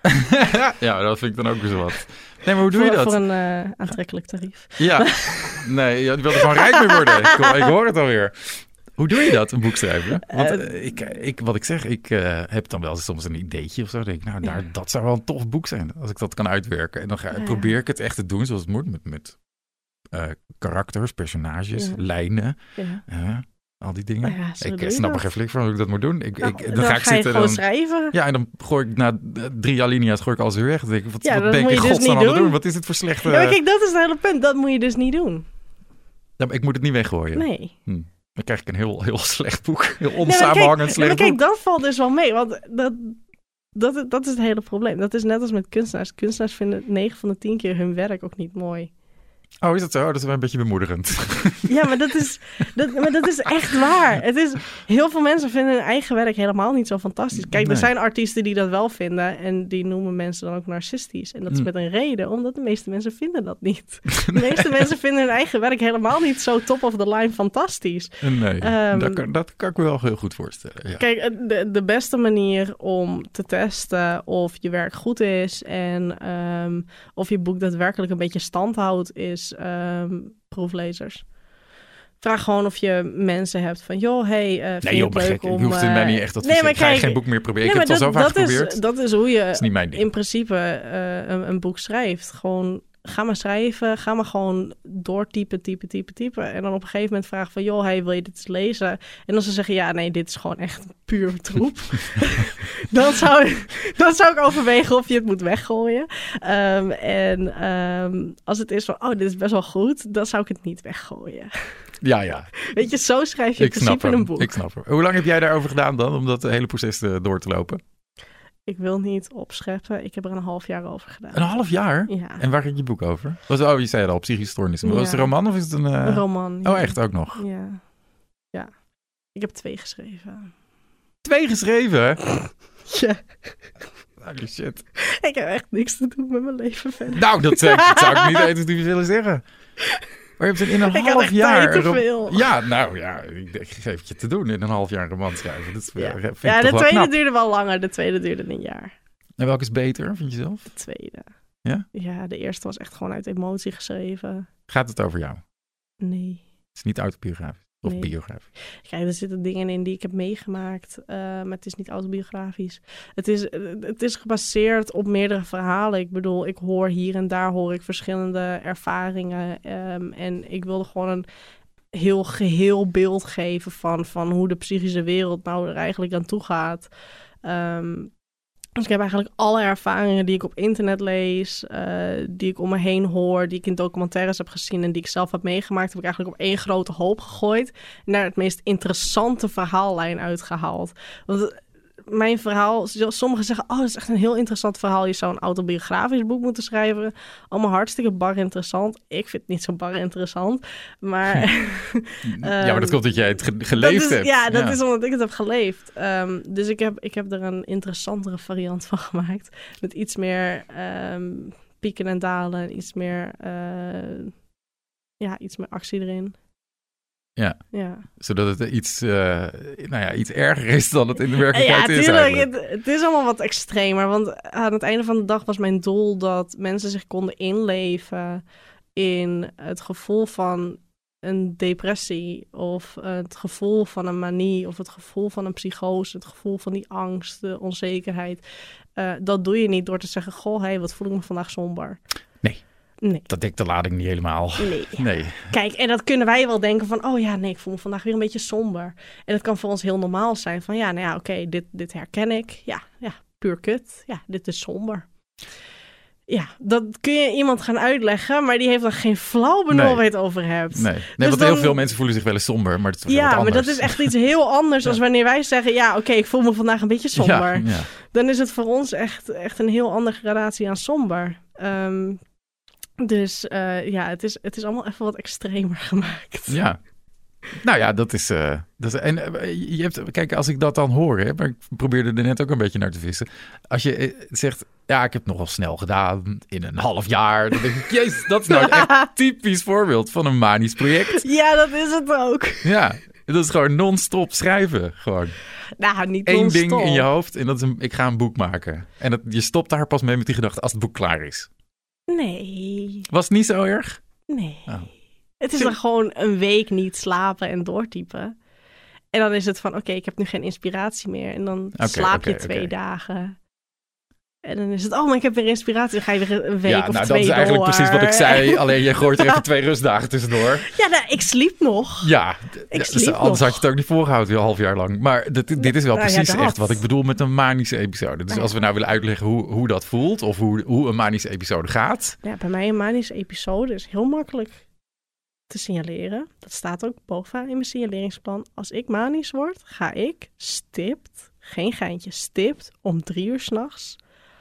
ja, dat vind ik dan ook weer zo wat. Nee, maar hoe doe voor, je dat? Voor een uh, aantrekkelijk tarief. Ja, nee, je wil er gewoon rijk mee worden. Ik, ik hoor het alweer. Hoe doe je dat, een boek schrijven? Want uh, ik, ik, wat ik zeg, ik uh, heb dan wel soms een ideetje of zo. Dan denk ik, nou, daar, ja. dat zou wel een tof boek zijn. Als ik dat kan uitwerken. En dan ga, ja. probeer ik het echt te doen zoals het moet. Met, met uh, karakters, personages, ja. lijnen. Ja. Uh, al die dingen. Ja, ik snap er geen flik van hoe ik dat moet doen. Ik, nou, ik, dan, dan ga ik ga je zitten. gewoon Dan, schrijven. Ja, en dan gooi ik na drie alinea's gooi ik alles weer weg. Dan denk ik, wat, ja, wat ben ik in dus godsnaam aan het doen? Wat is dit voor slechte... Ja, maar kijk, dat is het hele punt. Dat moet je dus niet doen. Ja, maar ik moet het niet weggooien. Nee. Hm. Dan krijg ik een heel, heel slecht boek. Heel onsamenhangend nee, slecht maar kijk, boek. dat valt dus wel mee. Want dat, dat, dat is het hele probleem. Dat is net als met kunstenaars. Kunstenaars vinden negen van de tien keer hun werk ook niet mooi. Oh, is dat zo? Dat is wel een beetje bemoedigend. Ja, maar dat is, dat, maar dat is echt waar. Het is, heel veel mensen vinden hun eigen werk helemaal niet zo fantastisch. Kijk, nee. Er zijn artiesten die dat wel vinden. En die noemen mensen dan ook narcistisch. En dat is mm. met een reden, omdat de meeste mensen vinden dat niet. De meeste mensen vinden hun eigen werk helemaal niet zo top of the line fantastisch. Nee, um, dat, kan, dat kan ik me wel heel goed voorstellen. Ja. Kijk, de, de beste manier om te testen of je werk goed is en um, of je boek daadwerkelijk een beetje stand houdt, is Um, proeflezers. Vraag gewoon of je mensen hebt van, joh, hey, uh, vind nee, je joh, het leuk gek, om... Je hoeft het mij niet echt adviseren. Nee, ik ga je geen boek meer proberen. Nee, ik heb het al zo vaak geprobeerd. Is, dat is hoe je is niet mijn ding. In principe uh, een, een boek schrijft. Gewoon, ga maar schrijven. Ga maar gewoon doortypen, typen, typen, typen. En dan op een gegeven moment vragen van, joh, hey, wil je dit eens lezen? En als ze zeggen, ja, nee, dit is gewoon echt puur troep. dan, zou, dan zou ik overwegen of je het moet weggooien. Um, en um, als het is van, oh, dit is best wel goed, dan zou ik het niet weggooien. Ja, ja. Weet je, zo schrijf je in principe een boek. Ik snap hem. Hoe lang heb jij daarover gedaan dan, om dat hele proces uh, door te lopen? Ik wil niet opscheppen. Ik heb er een half jaar over gedaan. Een half jaar? Ja. En waar ging je boek over? Was, oh, je zei het al, psychische stoornissen. Ja. Was het een roman of is het een... Uh... Een roman. Ja. Oh, echt ook nog? Ja. Ja. Ik heb twee geschreven. Twee geschreven? Ja. Holy shit. Ik heb echt niks te doen met mijn leven verder. Nou, dat, uh, dat zou ik niet even willen zeggen. Maar je hebt in een ik half jaar... te veel. Ja, nou ja, ik geef het je te doen in een half jaar een roman schrijven. Dat ja, vind ja ik de toch tweede wel knap. duurde wel langer. De tweede duurde een jaar. En welke is beter, vind je zelf? De tweede. Ja? Ja, de eerste was echt gewoon uit emotie geschreven. Gaat het over jou? Nee. Het is niet autobiografisch of nee. biografisch? Kijk, er zitten dingen in die ik heb meegemaakt, uh, maar het is niet autobiografisch. Het is, het is gebaseerd op meerdere verhalen. Ik bedoel, ik hoor hier en daar hoor ik verschillende ervaringen. Um, en ik wilde gewoon een heel geheel beeld geven van, van hoe de psychische wereld nou er eigenlijk aan toe gaat. Um, Dus ik heb eigenlijk alle ervaringen die ik op internet lees, uh, die ik om me heen hoor, die ik in documentaires heb gezien en die ik zelf heb meegemaakt, heb ik eigenlijk op één grote hoop gegooid en daar het meest interessante verhaallijn uitgehaald. Want mijn verhaal, sommigen zeggen, oh, dat is echt een heel interessant verhaal. Je zou een autobiografisch boek moeten schrijven. Allemaal hartstikke bar interessant. Ik vind het niet zo bar interessant. Maar... um, ja, maar dat komt dat jij het ge- geleefd is, hebt. Ja, dat ja. is omdat ik het heb geleefd. Um, dus ik heb, ik heb er een interessantere variant van gemaakt. Met iets meer um, pieken en dalen. En iets meer, uh, ja, iets meer actie erin. Ja. ja, zodat het iets, uh, nou ja, iets erger is dan het in de werkelijkheid ja, is eigenlijk. Het, het is allemaal wat extremer, want aan het einde van de dag was mijn doel dat mensen zich konden inleven in het gevoel van een depressie of het gevoel van een manie of het gevoel van een psychose, het gevoel van die angst, de onzekerheid. Uh, dat doe je niet door te zeggen, goh, hé, hey, wat voel ik me vandaag somber. Nee. Nee. Dat dekt de lading niet helemaal. Nee. nee. Kijk, en dat kunnen wij wel denken van, oh ja, nee, ik voel me vandaag weer een beetje somber. En dat kan voor ons heel normaal zijn van, ja, nou ja, oké, okay, dit, dit herken ik. Ja, ja, puur kut. Ja, dit is somber. Ja, dat kun je iemand gaan uitleggen, maar die heeft dan geen flauw benul waar je het over hebt. Nee, nee dus want dan... heel veel mensen voelen zich wel eens somber, maar dat is ja, wat anders. maar dat is echt iets heel anders ja. als wanneer wij zeggen, ja, oké, okay, ik voel me vandaag een beetje somber. Ja, ja. Dan is het voor ons echt, echt een heel andere gradatie aan somber. Um, Dus uh, ja, het is, het is allemaal even wat extremer gemaakt. Ja. Nou ja, dat is... Uh, dat is en uh, je hebt, kijk, als ik dat dan hoor, hè, maar ik probeerde er net ook een beetje naar te vissen. Als je uh, zegt, ja, ik heb het nogal snel gedaan, in een half jaar. Dan denk ik, jezus, dat is nou echt een typisch voorbeeld van een manisch project. Ja, dat is het ook. Ja, dat is gewoon non-stop schrijven, gewoon. Nou, niet Eén non-stop. ding in je hoofd en dat is een, ik ga een boek maken. En dat, je stopt daar pas mee met die gedachte als het boek klaar is. Nee. Was het niet zo erg? Nee. Oh. Het is dan gewoon een week niet slapen en doortypen. En dan is het van, oké, okay, ik heb nu geen inspiratie meer. En dan okay, slaap okay, je twee okay. dagen. En dan is het, oh, maar ik heb weer inspiratie. Dan ga je weer een week ja, of nou, twee door. Dat is eigenlijk precies wat ik zei. Alleen je gooit er even twee rustdagen tussendoor. Ja, nou, ik sliep nog. Ja, ik dus sliep anders nog. had je het ook niet volgehouden, een half jaar lang. Maar dit, dit is wel nou, precies ja, echt wat ik bedoel met een manische episode. Dus ja. als we nou willen uitleggen hoe, hoe dat voelt of hoe, hoe een manische episode gaat. Ja, bij mij een manische episode is heel makkelijk te signaleren. Dat staat ook bovenaan in mijn signaleringsplan. Als ik manisch word, ga ik stipt, geen geintje, stipt om drie uur 's nachts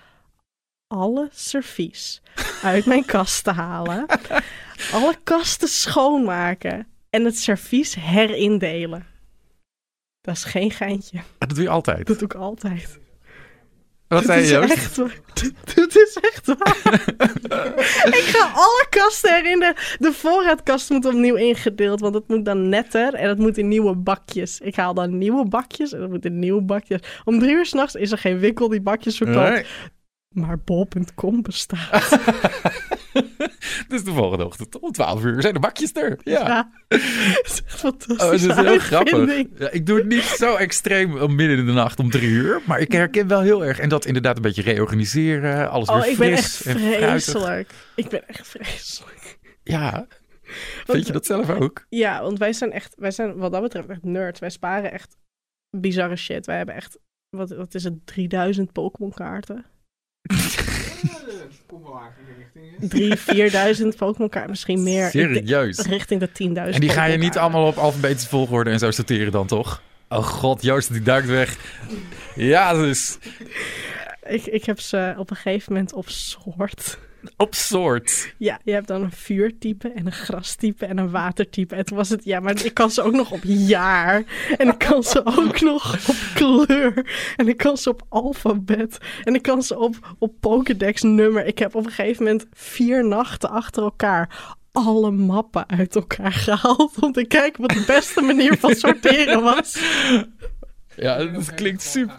alle servies uit mijn kast te halen. Alle kasten schoonmaken en het servies herindelen. Dat is geen geintje. Dat doe je altijd? Dat doe ik altijd. Wat zei je, Joost? Echt, dat is echt waar. Ik ga alle kasten herinneren. De voorraadkast moet opnieuw ingedeeld, want het moet dan netter en het moet in nieuwe bakjes. Ik haal dan nieuwe bakjes en dat moet in nieuwe bakjes. Om drie uur 's nachts is er geen winkel die bakjes verkoopt. Nee. Maar bol punt com bestaat. Dus de volgende ochtend om twaalf uur zijn de bakjes er. Ja, ja. Dat is echt fantastisch. Oh, dat is heel grappig. Ja, ik doe het niet zo extreem om midden in de nacht om drie uur. Maar ik herken wel heel erg. En dat inderdaad een beetje reorganiseren. Alles oh, weer ik fris ben echt vreselijk. Ik ben echt vreselijk. Ja, vind want, je dat zelf ook? Ja, want wij zijn echt, wij zijn wat dat betreft echt nerds. Wij sparen echt bizarre shit. Wij hebben echt, wat, wat is het, drieduizend Pokémon kaarten. Kom wel lager in de richting. Drie, vierduizend Pokémon kaarten, misschien meer. Serieus? Ik, richting de tienduizend. En die ga je niet Pokémon allemaal op alfabetische volgorde en zo sorteren dan, toch? Oh god, Joost, die duikt weg. Ja, dus... Ik, ik heb ze op een gegeven moment op soort. Op soort. Ja, je hebt dan een vuurtype en een grastype en een watertype. En toen was het, ja, maar ik kan ze ook nog op jaar. En ik kan ze ook nog op kleur. En ik kan ze op alfabet. En ik kan ze op, op Pokédex nummer. Ik heb op een gegeven moment vier nachten achter elkaar alle mappen uit elkaar gehaald. Om te kijken wat de beste manier van sorteren was. Ja, dat klinkt super...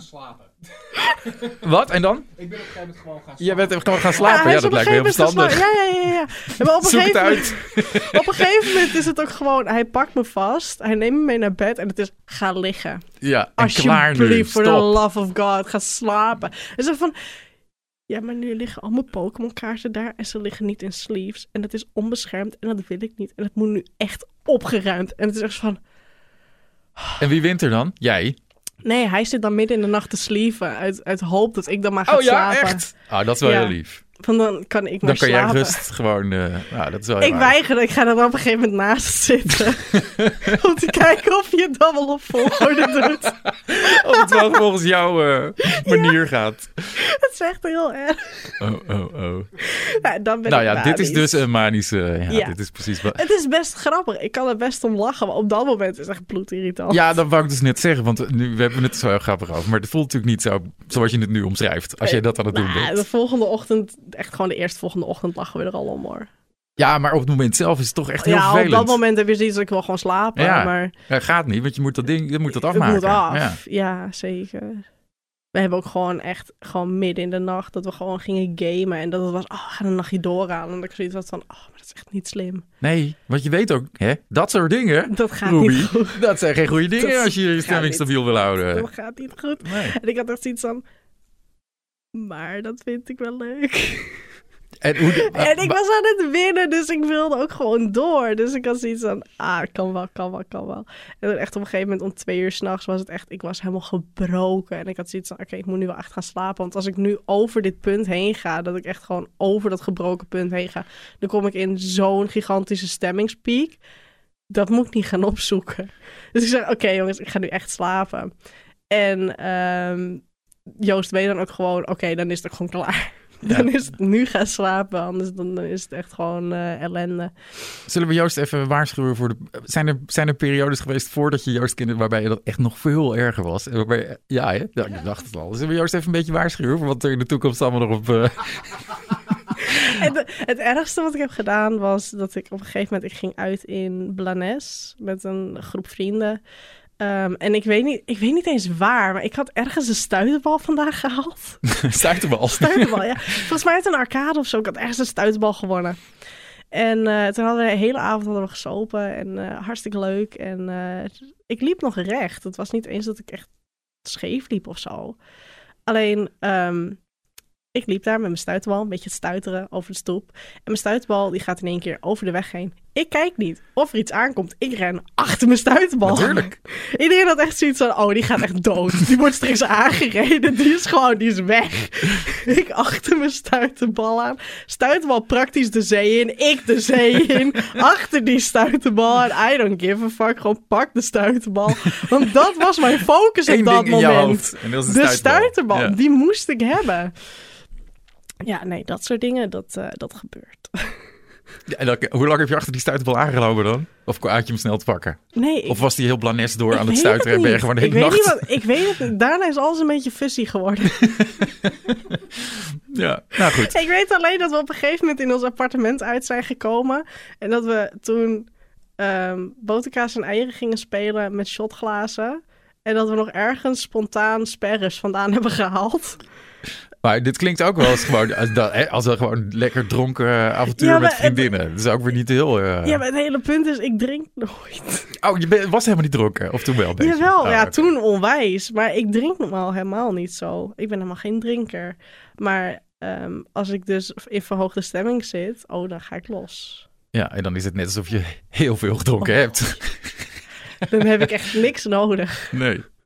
Wat? En dan? Ik ben op een gegeven moment gewoon gaan slapen. Je bent gewoon gaan slapen. Ja, Ja, dat lijkt me heel verstandig. Ja, ja, ja, ja. Maar op een Zoek het gegeven uit. moment, op een gegeven moment is het ook gewoon... Hij pakt me vast, hij neemt me mee naar bed en het is... Ga liggen. Ja, en klaar nu. Alsjeblieft, for the Stop. love of God, ga slapen. En zo van... Ja, maar nu liggen al mijn Pokémon kaarten daar en ze liggen niet in sleeves. En dat is onbeschermd en dat wil ik niet. En het moet nu echt opgeruimd. En het is echt van... En wie wint er dan? Jij? Nee, hij zit dan midden in de nacht te sleeven uit, uit hoop dat ik dan maar ga Oh ja, slapen. echt? Oh, dat is wel Ja. heel lief. Van dan kan ik maar Dan kan jij slapen. rust gewoon... Uh, nou, dat is wel heel Ik aardig. weiger, ik ga er dan op een gegeven moment naast zitten. Om te kijken of je het dan wel op volgorde doet. Of het wel volgens jouw uh, manier gaat. Het is echt heel erg. Oh, oh, oh. Nou, dan ben Nou ik ja, dit is manisch. dus een manische... Ja, Ja. dit is precies... wat. Het is best grappig. Ik kan er best om lachen. Maar op dat moment is het echt bloedirritant. Ja, dat wou ik dus net zeggen. Want nu we hebben het zo heel grappig over. Maar het voelt natuurlijk niet zo zoals je het nu omschrijft. Als jij dat aan het doen Nou, bent. de volgende ochtend, echt gewoon de eerste volgende ochtend lachen we er al om hoor. Ja, maar op het moment zelf is het toch echt heel Ja, vervelend. op dat moment heb je zoiets dat ik wil gewoon slapen. Ja. Maar Ja, gaat niet, want je moet dat ding je moet dat het afmaken. moet af. Ja. Ja. zeker. We hebben ook gewoon echt, gewoon midden in de nacht, dat we gewoon gingen gamen. En dat het was, oh, we gaan een nachtje doorgaan. En dat ik zoiets had van, oh, maar dat is echt niet slim. Nee, want je weet ook, hè, dat soort dingen, Dat gaat Ruby, niet goed. dat zijn geen goede dingen Dat als je je gaat stemming niet. stabiel wil houden. Dat gaat niet goed. Nee. En ik had echt zoiets van, maar dat vind ik wel leuk. En, hoe, En ik was aan het winnen, dus ik wilde ook gewoon door. Dus ik had zoiets van, ah, kan wel, kan wel, kan wel. En dan echt op een gegeven moment om twee uur s'nachts was het echt, ik was helemaal gebroken. En ik had zoiets van, oké, ik moet nu wel echt gaan slapen. Want als ik nu over dit punt heen ga, dat ik echt gewoon over dat gebroken punt heen ga, dan kom ik in zo'n gigantische stemmingspiek. Dat moet ik niet gaan opzoeken. Dus ik zei, oké jongens, ik ga nu echt slapen. En um, Joost weet dan ook gewoon, oké, okay, dan is het ook gewoon klaar. Dan is het nu gaan slapen, anders dan, dan is het echt gewoon uh, ellende. Zullen we Joost even waarschuwen voor de... Zijn er, zijn er periodes geweest voordat je Joost kende waarbij je dat echt nog veel erger was? En waarbij je, ja, hè? Ja, ik dacht het al. Zullen we Joost even een beetje waarschuwen voor wat er in de toekomst allemaal nog op... Uh... het, het ergste wat ik heb gedaan was dat ik op een gegeven moment... Ik ging uit in Blanes met een groep vrienden. Um, en ik weet, niet, ik weet niet eens waar, maar ik had ergens een stuiterbal vandaag gehaald. Stuiterbal? Stuiterbal, ja. Volgens mij uit een arcade of zo. Ik had ergens een stuiterbal gewonnen. En uh, toen hadden we de hele avond hadden we gesopen en uh, hartstikke leuk. En uh, ik liep nog recht. Het was niet eens dat ik echt scheef liep of zo. Alleen, um, ik liep daar met mijn stuiterbal, een beetje te stuiteren over de stoep. En mijn stuiterbal die gaat in één keer over de weg heen. Ik kijk niet of er iets aankomt. Ik ren achter mijn stuiterbal. Natuurlijk. Iedereen had echt zoiets van, oh, die gaat echt dood. Die wordt straks aangereden. Die is gewoon, die is weg. Ik achter mijn stuiterbal aan. Stuiterbal praktisch de zee in. Ik de zee in. Achter die stuiterbal. En I don't give a fuck. Gewoon pak de stuiterbal. Want dat was mijn focus op Eén dat ding in moment. je hoofd. En dat is de, de stuiterbal. stuiterbal. Ja. Die moest ik hebben. Ja, nee, dat soort dingen, dat, uh, dat gebeurt. Ja, en dan, hoe lang heb je achter die stuiterbal aangelopen dan? Of had je hem snel te pakken? Nee, ik, of was die heel blanes door aan het weet stuiteren het en ben je niet. gewoon de hele ik weet nacht... Niet wat, ik weet het niet. Daarna is alles een beetje fuzzy geworden. Ja, nou goed. Ik weet alleen dat we op een gegeven moment in ons appartement uit zijn gekomen. En dat we toen um, boterkaas en eieren gingen spelen met shotglazen. En dat we nog ergens spontaan sperres vandaan hebben gehaald. Maar dit klinkt ook wel eens gewoon als, dat, als een gewoon lekker dronken avontuur ja, met vriendinnen. Het, dat is ook weer niet heel... Uh... Ja, maar het hele punt is, ik drink nooit. Oh, je ben, was helemaal niet dronken? Of toen wel een beetje? Jawel, oh, ja, okay. toen onwijs. Maar ik drink normaal helemaal niet zo. Ik ben helemaal geen drinker. Maar um, als ik dus in verhoogde stemming zit, oh, dan ga ik los. Ja, en dan is het net alsof je heel veel gedronken oh. hebt. Dan heb ik echt niks nodig. Nee.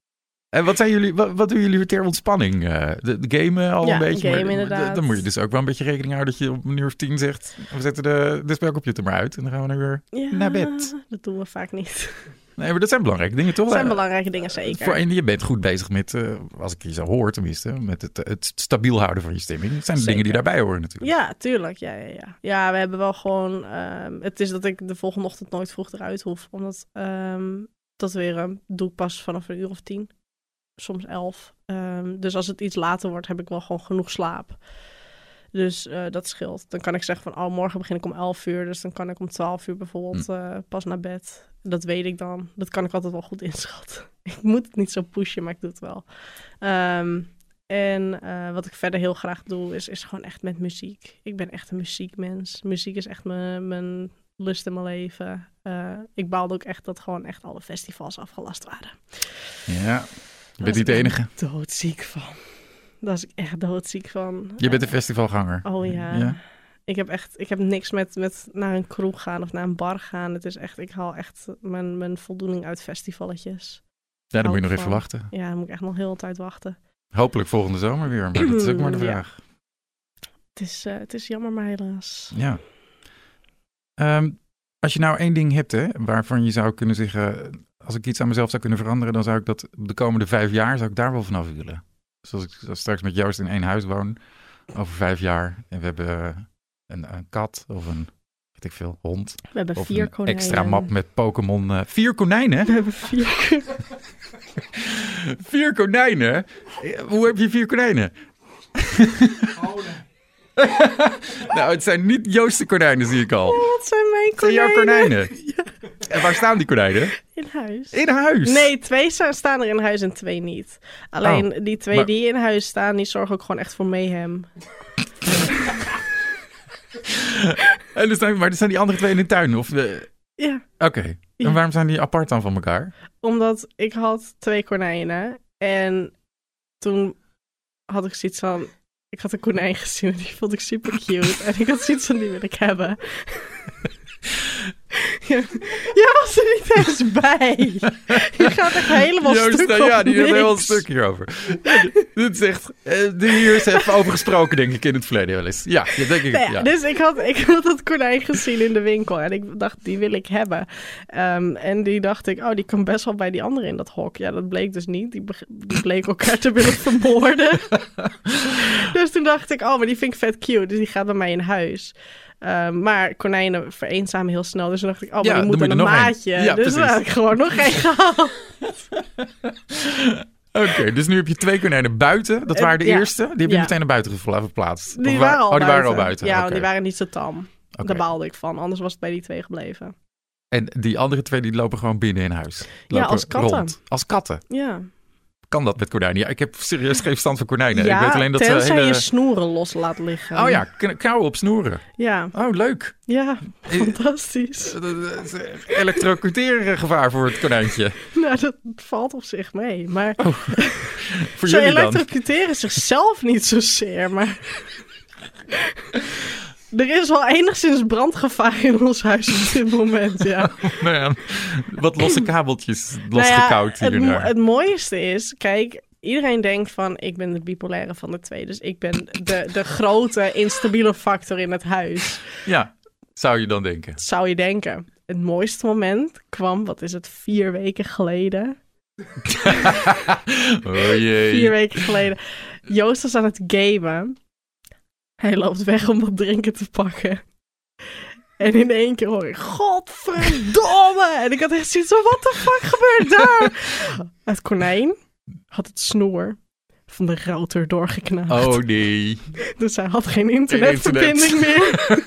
En wat zijn jullie, wat, wat doen jullie ter ontspanning? Uh, de, de gamen al ja, een beetje? Game, maar, inderdaad. D- dan moet je dus ook wel een beetje rekening houden dat je op een uur of tien zegt, we zetten de, de spelcomputer maar uit en dan gaan we dan weer ja, naar bed. Dat doen we vaak niet. Nee, maar dat zijn belangrijke dingen, toch? Dat zijn belangrijke dingen, zeker. Voor, en je bent goed bezig met, uh, als ik je zo hoor tenminste, met het, het stabiel houden van je stemming. Dat zijn de dingen die daarbij horen natuurlijk. Ja, tuurlijk. Ja, ja, ja. ja we hebben wel gewoon... Um, het is dat ik de volgende ochtend nooit vroeg eruit hoef. Omdat um, dat weer um, doe ik pas vanaf een uur of tien. Soms elf. Um, dus als het iets later wordt, heb ik wel gewoon genoeg slaap. Dus uh, dat scheelt. Dan kan ik zeggen van, oh, morgen begin ik om elf uur. Dus dan kan ik om twaalf uur bijvoorbeeld uh, pas naar bed. Dat weet ik dan. Dat kan ik altijd wel goed inschatten. Ik moet het niet zo pushen, maar ik doe het wel. Um, en uh, wat ik verder heel graag doe, is, is gewoon echt met muziek. Ik ben echt een muziekmens. Muziek is echt mijn, mijn lust in mijn leven. Uh, ik baalde ook echt dat gewoon echt alle festivals afgelast waren. Ja, je bent niet de enige. Ik ben doodziek van. Daar was ik echt doodziek van. Je bent een festivalganger. Oh ja. ja. Ik heb echt, ik heb niks met, met naar een kroeg gaan of naar een bar gaan. Het is echt, ik haal echt mijn, mijn voldoening uit festivalletjes. Ja, dan moet je nog van. even wachten. Ja, dan moet ik echt nog heel de tijd wachten. Hopelijk volgende zomer weer, maar dat is ook maar de vraag. Ja. Het is, uh, het is jammer, maar helaas. Ja. Um, als je nou één ding hebt, hè, waarvan je zou kunnen zeggen, als ik iets aan mezelf zou kunnen veranderen, dan zou ik dat de komende vijf jaar, zou ik daar wel vanaf willen. Zoals ik straks met Joost in één huis woon, over vijf jaar. En we hebben een, een kat of een, weet ik veel, hond. We hebben of vier een konijnen. extra map met Pokémon. Uh, vier konijnen? We hebben vier Vier konijnen? Hoe heb je vier konijnen? Oh, nee. Nou, het zijn niet Joost's konijnen, zie ik al. Ja, wat zijn mijn Het zijn konijnen? jouw konijnen? Ja. En waar staan die konijnen? In huis. In huis? Nee, twee staan er in huis en twee niet. Alleen oh, die twee maar... die in huis staan, die zorgen ook gewoon echt voor mayhem. en er zijn, maar er zijn die andere twee in de tuin? Of de... Ja. Oké. Okay. Ja. En waarom zijn die apart dan van elkaar? Omdat ik had twee konijnen. En toen had ik zoiets van... Ik had een konijn gezien en die vond ik super cute. En ik had zoiets van, die wil ik hebben. Ja, jij was er niet eens bij. Je gaat echt helemaal Joost, stuk nou, op ja, die niks. heeft helemaal een stuk hierover. Ja, dit is echt... Uh, hier is even over gesproken, denk ik, in het verleden wel eens. Ja, dat denk ik. Nou ja, ja. Dus ik had, ik had dat konijn gezien in de winkel. En ik dacht, die wil ik hebben. Um, en die dacht ik, oh, die kan best wel bij die andere in dat hok. Ja, dat bleek dus niet. Die, be- die bleek elkaar te willen vermoorden. Dus toen dacht ik, oh, maar die vind ik vet cute. Dus die gaat bij mij in huis. Uh, maar konijnen vereenzamen heel snel. Dus toen dacht ik, oh, maar ja, die moet een maatje. Ja, dus toen had ik gewoon nog één gehaald. Oké, okay, dus nu heb je twee konijnen buiten. Dat waren de uh, ja. eerste. Die heb je ja. meteen naar buiten verplaatst. Die of waren al oh, die buiten. waren al buiten. Ja, okay. die waren niet zo tam. Okay. Daar baalde ik van. Anders was het bij die twee gebleven. En die andere twee die lopen gewoon binnen in huis? Lopen ja, als katten. Rond. Als katten? Ja. Kan dat met konijnen? Ja, ik heb serieus geen verstand van konijnen. Ja, ik weet alleen dat tenzij ze hele... je snoeren los laat liggen. Oh ja, kauwen op snoeren. Ja. Oh, leuk. Ja, fantastisch. Elektrocuteren gevaar voor het konijntje. Nou, dat valt op zich mee. Maar oh, voor ze jullie dan? elektrocuteren zichzelf niet zozeer, maar... Er is wel enigszins brandgevaar in ons huis op dit moment, ja. Nou ja, wat losse kabeltjes losgekauwd nou ja, hier het, het mooiste is, kijk, iedereen denkt van, ik ben de bipolaire van de twee. Dus ik ben de, de grote instabiele factor in het huis. Ja, zou je dan denken. Zou je denken. Het mooiste moment kwam, wat is het, vier weken geleden? oh jee. Vier weken geleden. Joost was aan het gamen. Hij loopt weg om wat drinken te pakken. En in één keer hoor ik, godverdomme! En ik had echt zoiets van, what the fuck gebeurt daar? Het konijn had het snoer van de router doorgeknaagd. Oh nee. Dus hij had geen internetverbinding Internet. meer.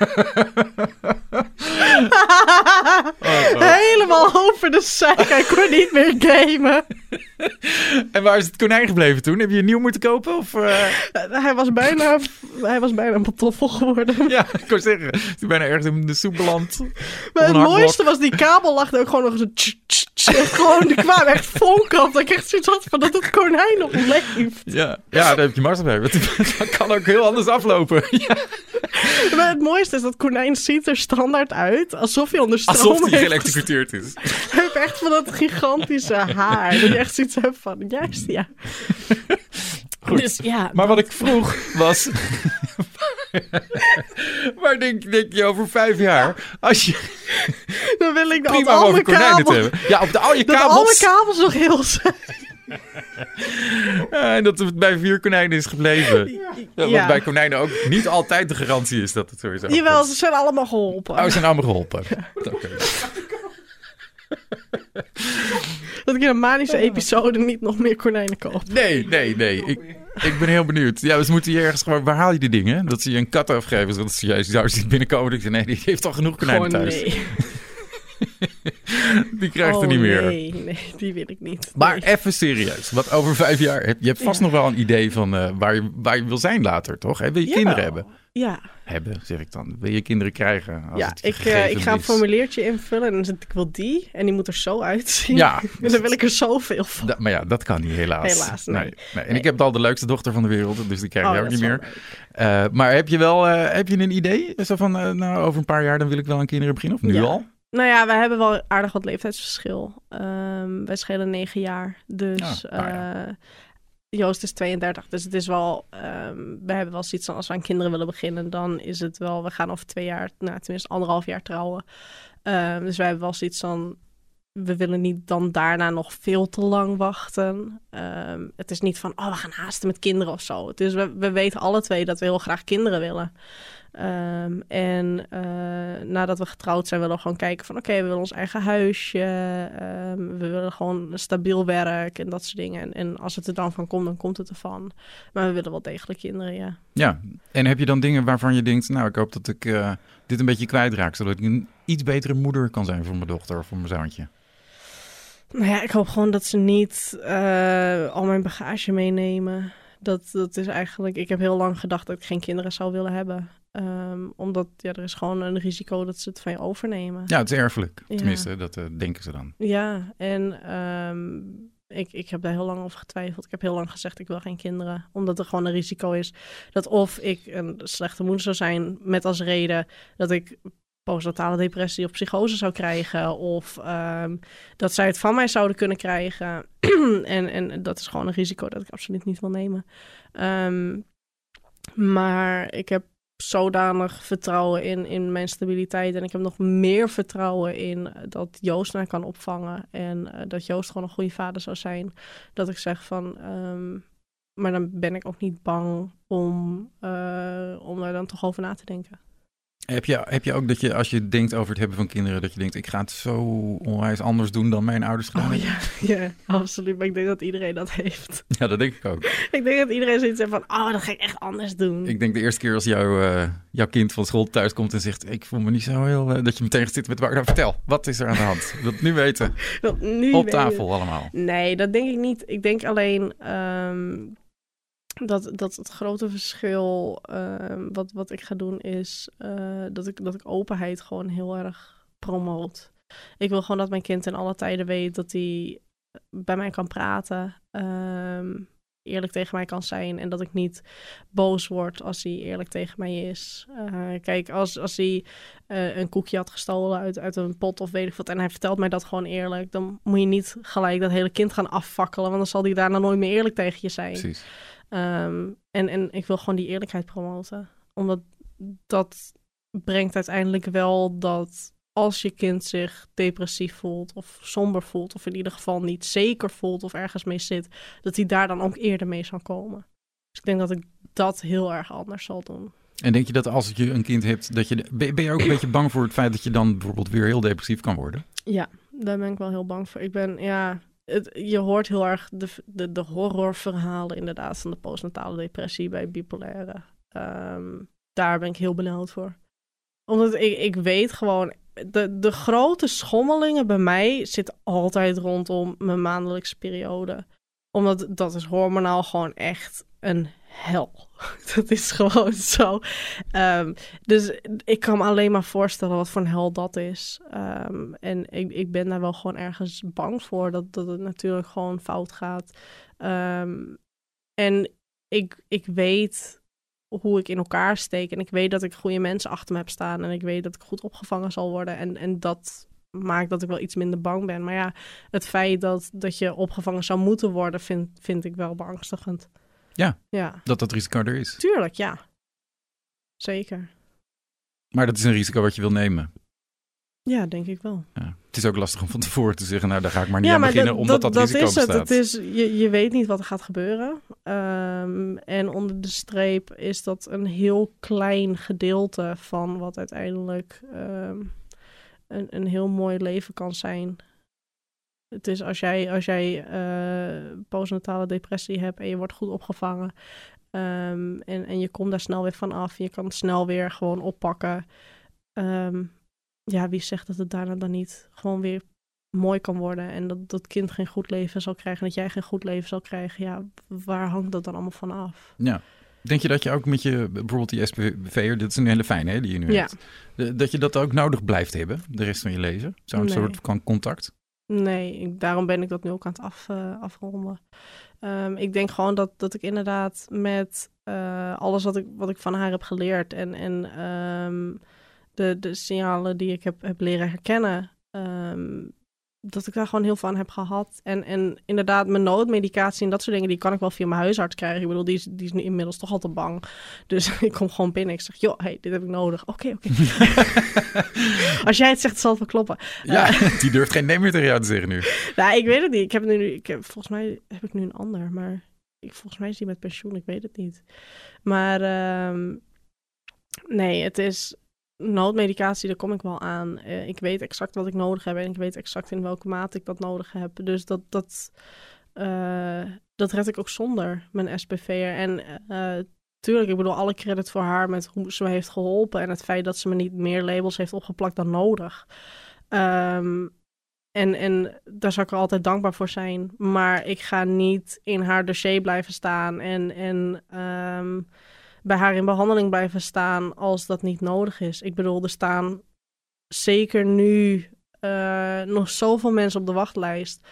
oh, oh. Helemaal over de zeik. Hij kon niet meer gamen. En waar is het konijn gebleven toen? Heb je een nieuw moeten kopen? Of, uh... hij, was bijna, hij was bijna een pantoffel geworden. Ja, ik kan zeggen. Is hij bijna ergens in de soep beland. Maar het mooiste was, die kabel lag er ook gewoon nog zo... Tsch, tsch, Gewoon, die kwamen echt vonken op. Dat ik echt zoiets had van dat het konijn nog leeft. Ja, ja, daar heb je Mars bij. Dat kan ook heel anders aflopen. Ja. Maar het mooiste is dat konijn ziet er standaard uit alsof hij onder stroom Alsof hij heeft. geëlektrocuteerd is. Hij heeft echt van dat gigantische haar. Dat je echt zoiets hebt van, juist, ja. Goed. Dus, ja, Maar dat... wat ik vroeg was... Waar denk, denk je over vijf jaar? Als je... Dan wil ik dat Prima al over mijn konijnen te kabels... hebben. Ja, op de al je Dat kabels... al mijn kabels nog heel zijn. Ja, en dat het bij vier konijnen is gebleven. Ja, wat Ja. bij konijnen ook niet altijd de garantie is dat het sowieso... Jawel, ze zijn allemaal geholpen. Oh, ze zijn allemaal geholpen. Oké. Dat ik in een manische episode niet nog meer konijnen koop. Nee, nee, nee. Ik, ik ben heel benieuwd. Ja, dus moeten je ergens gewoon... Waar haal je die dingen? Dat ze je een kat afgeven, zodat ze juist zou zien binnenkomen. Ik zeg, nee, die heeft al genoeg konijnen Gewoon thuis. nee. Die krijgt oh, er niet meer. Nee, nee, die wil ik niet. Maar Nee. even serieus. Wat over vijf jaar... Heb, je hebt vast Ja. nog wel een idee van uh, waar, je, waar je wil zijn later, toch? Hè? Wil je Jawel. kinderen hebben? Ja, Hebben, zeg ik dan. Wil je kinderen krijgen? Als ja het ik, gegeven uh, ik ga een is? formuliertje invullen en dan zet ik wil die. En die moet er zo uitzien. Ja. En dan wil ik er zoveel van. Da, maar ja, dat kan niet, helaas. Helaas, nee. nee. nee. En Nee. ik heb al de leukste dochter van de wereld, dus die krijg je Oh, ook dat niet is meer. wel leuk. Uh, maar heb je wel uh, heb je een idee? Zo van, uh, nou, over een paar jaar dan wil ik wel aan kinderen beginnen? Of nu Ja. al? Nou ja, wij hebben wel aardig wat leeftijdsverschil. Um, wij schelen negen jaar. Dus Ah, ah, ja. uh, Joost is tweeëndertig. Dus het is wel... Um, we hebben wel zoiets van als we aan kinderen willen beginnen... dan is het wel... We gaan over twee jaar... Nou, tenminste anderhalf jaar trouwen. Um, dus wij hebben wel zoiets van... We willen niet dan daarna nog veel te lang wachten. Um, het is niet van... Oh, we gaan haasten met kinderen of zo. Het is, we, we weten alle twee dat we heel graag kinderen willen. Um, en uh, nadat we getrouwd zijn, willen we gewoon kijken van... oké, okay, we willen ons eigen huisje. Um, we willen gewoon een stabiel werk en dat soort dingen. En, en als het er dan van komt, dan komt het ervan. Maar we willen wel degelijk kinderen, ja. Ja, en heb je dan dingen waarvan je denkt... nou, ik hoop dat ik uh, dit een beetje kwijtraak... zodat ik een iets betere moeder kan zijn voor mijn dochter of voor mijn zoontje? Nou ja, ik hoop gewoon dat ze niet uh, al mijn bagage meenemen. Dat, dat is eigenlijk... Ik heb heel lang gedacht dat ik geen kinderen zou willen hebben... Um, omdat ja, er is gewoon een risico dat ze het van je overnemen. Ja, het is erfelijk. Ja. Tenminste, dat uh, denken ze dan. Ja, en um, ik, ik heb daar heel lang over getwijfeld. Ik heb heel lang gezegd, ik wil geen kinderen. Omdat er gewoon een risico is dat of ik een slechte moeder zou zijn... met als reden dat ik postnatale depressie of psychose zou krijgen... of um, dat zij het van mij zouden kunnen krijgen. en, en dat is gewoon een risico dat ik absoluut niet wil nemen. Um, maar ik heb zodanig vertrouwen in, in mijn stabiliteit. En ik heb nog meer vertrouwen in dat Joost mij kan opvangen. En uh, dat Joost gewoon een goede vader zou zijn. Dat ik zeg van... Um, maar dan ben ik ook niet bang om, uh, om daar dan toch over na te denken. Heb je, heb je ook dat je, als je denkt over het hebben van kinderen... dat je denkt, ik ga het zo onwijs anders doen dan mijn ouders gedaan hebben? Oh ja, ja, absoluut. Maar ik denk dat iedereen dat heeft. Ja, dat denk ik ook. Ik denk dat iedereen zoiets heeft van... oh, dat ga ik echt anders doen. Ik denk de eerste keer als jou, uh, jouw kind van school thuis komt en zegt... ik voel me niet zo heel... Uh, dat je meteen gaat zitten met... Nou, vertel, wat is er aan de hand? Ik wil het nu weten. Dat nu Op weten. tafel allemaal. Nee, dat denk ik niet. Ik denk alleen... Um, Dat, dat het grote verschil uh, wat, wat ik ga doen is uh, dat, ik, dat ik openheid gewoon heel erg promoot. Ik wil gewoon dat mijn kind in alle tijden weet dat hij bij mij kan praten, um, eerlijk tegen mij kan zijn en dat ik niet boos word als hij eerlijk tegen mij is. Uh, kijk, als, als hij uh, een koekje had gestolen uit, uit een pot of weet ik wat en hij vertelt mij dat gewoon eerlijk, dan moet je niet gelijk dat hele kind gaan afvakkelen, want dan zal hij daarna nooit meer eerlijk tegen je zijn. Precies. Um, en, en ik wil gewoon die eerlijkheid promoten. Omdat dat brengt uiteindelijk wel dat als je kind zich depressief voelt of somber voelt... of in ieder geval niet zeker voelt of ergens mee zit... dat hij daar dan ook eerder mee zal komen. Dus ik denk dat ik dat heel erg anders zal doen. En denk je dat als je een kind hebt... dat je ben je ook een beetje bang voor het feit dat je dan bijvoorbeeld weer heel depressief kan worden? Ja, daar ben ik wel heel bang voor. Ik ben, ja... Het, je hoort heel erg de, de, de horrorverhalen inderdaad van de postnatale depressie bij bipolaire. Um, daar ben ik heel benauwd voor. Omdat ik, ik weet gewoon, de, de grote schommelingen bij mij zitten altijd rondom mijn maandelijkse periode. Omdat dat is hormonaal gewoon echt een hel. Dat is gewoon zo. Um, dus ik kan me alleen maar voorstellen wat voor een hel dat is. Um, en ik, ik ben daar wel gewoon ergens bang voor dat, dat het natuurlijk gewoon fout gaat. Um, en ik, ik weet hoe ik in elkaar steek. En ik weet dat ik goede mensen achter me heb staan. En ik weet dat ik goed opgevangen zal worden. En, en dat maakt dat ik wel iets minder bang ben. Maar ja, het feit dat, dat je opgevangen zou moeten worden, vind, vind ik wel beangstigend. Ja, ja, dat dat risico er is. Tuurlijk, ja. Zeker. Maar dat is een risico wat je wil nemen. Ja, denk ik wel. Ja. Het is ook lastig om van tevoren te zeggen, nou daar ga ik maar niet ja, aan beginnen, dat, omdat dat, dat, dat risico is het. bestaat. Het is, je, je weet niet wat er gaat gebeuren. Um, en onder de streep is dat een heel klein gedeelte van wat uiteindelijk um, een, een heel mooi leven kan zijn. Het is als jij, als jij uh, postnatale depressie hebt en je wordt goed opgevangen um, en, en je komt daar snel weer van af. Je kan het snel weer gewoon oppakken. Um, ja, wie zegt dat het daarna dan niet gewoon weer mooi kan worden en dat dat kind geen goed leven zal krijgen en dat jij geen goed leven zal krijgen. Ja, waar hangt dat dan allemaal van af? Ja. Denk je dat je ook met je, bijvoorbeeld die S P V'er, dit is een hele fijne hè, die je nu ja. hebt, dat je dat ook nodig blijft hebben, de rest van je leven? Zo'n nee. soort van contact? Nee, ik, daarom ben ik dat nu ook aan het af, uh, afronden. Um, ik denk gewoon dat, dat ik inderdaad met uh, alles wat ik, wat ik van haar heb geleerd en, en um, de, de signalen die ik heb, heb leren herkennen, um, dat ik daar gewoon heel veel aan heb gehad. En, en inderdaad, mijn noodmedicatie en dat soort dingen, die kan ik wel via mijn huisarts krijgen. Ik bedoel, die is, die is nu inmiddels toch al te bang. Dus ik kom gewoon binnen. Ik zeg, joh, hey, dit heb ik nodig. Oké, okay, oké. Okay. Als jij het zegt, zal het wel kloppen. Ja, uh, die durft geen nee meer tegen jou te zeggen nu. Nou, ik weet het niet. Ik heb nu, ik heb, volgens mij heb ik nu een ander, maar ik, volgens mij is die met pensioen. Ik weet het niet. Maar um, nee, het is noodmedicatie, daar kom ik wel aan. Uh, ik weet exact wat ik nodig heb en ik weet exact in welke mate ik dat nodig heb. Dus dat, dat, uh, dat red ik ook zonder mijn S P V'er. En uh, tuurlijk, ik bedoel, alle credit voor haar met hoe ze me heeft geholpen en het feit dat ze me niet meer labels heeft opgeplakt dan nodig. Um, en, en daar zou ik er altijd dankbaar voor zijn. Maar ik ga niet in haar dossier blijven staan en, en um, bij haar in behandeling blijven staan als dat niet nodig is. Ik bedoel, er staan zeker nu uh, nog zoveel mensen op de wachtlijst.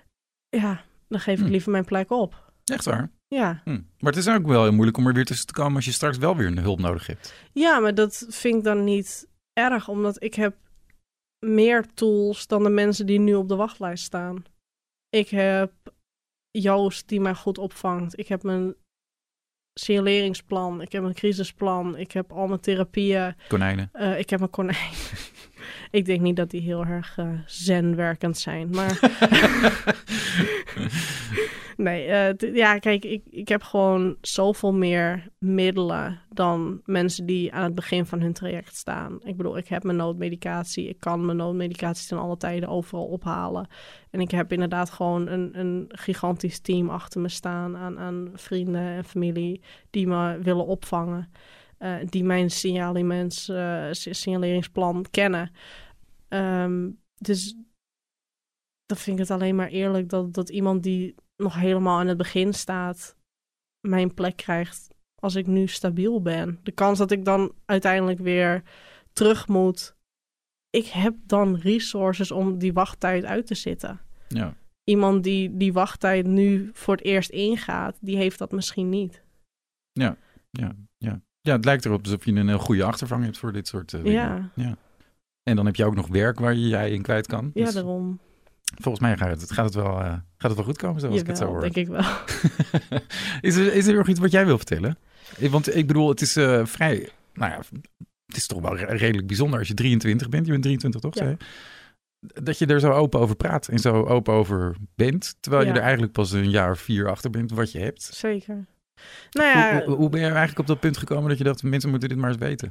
Ja, dan geef ik hm. liever mijn plek op. Echt waar? Ja. Hm. Maar het is ook wel heel moeilijk om er weer tussen te komen als je straks wel weer een hulp nodig hebt. Ja, maar dat vind ik dan niet erg, omdat ik heb meer tools dan de mensen die nu op de wachtlijst staan. Ik heb Joost die mij goed opvangt. Ik heb mijn signaleringsplan. Ik heb een crisisplan. Ik heb al mijn therapieën. Konijnen. Uh, ik heb een konijn. Ik denk niet dat die heel erg uh, zenwerkend zijn. Maar nee, uh, t- ja, kijk, ik, ik heb gewoon zoveel meer middelen dan mensen die aan het begin van hun traject staan. Ik bedoel, ik heb mijn noodmedicatie. Ik kan mijn noodmedicatie ten alle tijden overal ophalen. En ik heb inderdaad gewoon een, een gigantisch team achter me staan aan, aan vrienden en familie die me willen opvangen. Uh, die mijn signalements, uh, signaleringsplan kennen. Um, dus dan vind ik het alleen maar eerlijk dat, dat iemand die nog helemaal aan het begin staat mijn plek krijgt als ik nu stabiel ben. De kans dat ik dan uiteindelijk weer terug moet. Ik heb dan resources om die wachttijd uit te zitten. Ja. Iemand die die wachttijd nu voor het eerst ingaat, die heeft dat misschien niet. Ja, ja, ja. Ja, het lijkt erop alsof je een heel goede achtervang hebt voor dit soort uh, dingen. Ja. ja. En dan heb je ook nog werk waar je jij in kwijt kan. Ja, dus daarom. Volgens mij gaat het, gaat het, wel, uh, gaat het wel goed komen, zoals Jawel, ik het zo hoor. denk ik wel. is, er, is er nog iets wat jij wil vertellen? Want ik bedoel, het is uh, vrij... Nou ja, het is toch wel redelijk bijzonder als je drieëntwintig bent. Je bent drieëntwintig, toch? Ja. Dat je er zo open over praat en zo open over bent. Terwijl ja. je er eigenlijk pas een jaar of vier achter bent wat je hebt. Zeker. Nou ja, hoe, hoe ben je eigenlijk op dat punt gekomen dat je dacht, mensen moeten dit maar eens weten?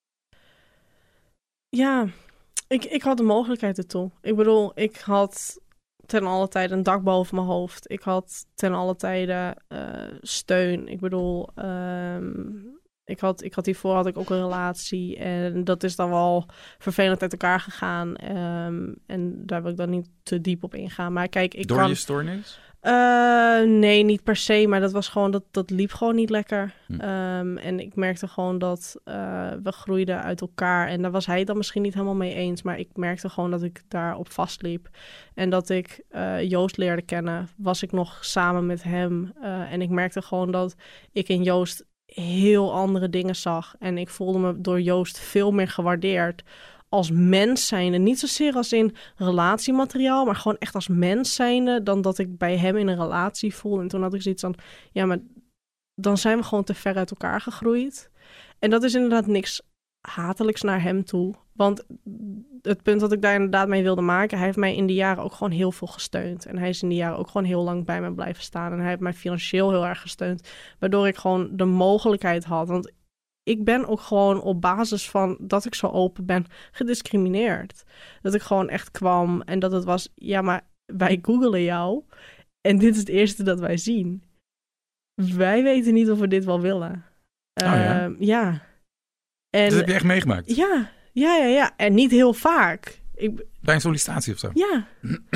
Ja, ik, ik had de mogelijkheid ertoe. Ik bedoel, ik had ten alle tijde een dak boven mijn hoofd. Ik had ten alle tijde uh, steun. Ik bedoel, um, ik, had, ik had hiervoor had ik ook een relatie. En dat is dan wel vervelend uit elkaar gegaan. Um, en daar wil ik dan niet te diep op ingaan. Maar kijk, ik Door kan... je stoornis? Uh, nee, niet per se, maar dat was gewoon, dat, dat liep gewoon niet lekker. Hm. Um, en ik merkte gewoon dat uh, we groeiden uit elkaar. En daar was hij het dan misschien niet helemaal mee eens, maar ik merkte gewoon dat ik daarop vastliep. En dat ik uh, Joost leerde kennen, was ik nog samen met hem. Uh, en ik merkte gewoon dat ik in Joost heel andere dingen zag. En ik voelde me door Joost veel meer gewaardeerd als mens zijnde. Niet zozeer als in relatiemateriaal, maar gewoon echt als mens zijnde, dan dat ik bij hem in een relatie voelde. En toen had ik zoiets van, ja, maar dan zijn we gewoon te ver uit elkaar gegroeid. En dat is inderdaad niks hatelijks naar hem toe. Want het punt dat ik daar inderdaad mee wilde maken, hij heeft mij in die jaren ook gewoon heel veel gesteund. En hij is in die jaren ook gewoon heel lang bij me blijven staan. En hij heeft mij financieel heel erg gesteund, waardoor ik gewoon de mogelijkheid had. Want ik ben ook gewoon op basis van dat ik zo open ben gediscrimineerd. Dat ik gewoon echt kwam en dat het was, ja, maar wij googelen jou en dit is het eerste dat wij zien. Wij weten niet of we dit wel willen. Oh, ja? Uh, ja. En, dat heb je echt meegemaakt? Ja, ja, ja, ja. En niet heel vaak. Ik, Bij een sollicitatie of zo? Ja.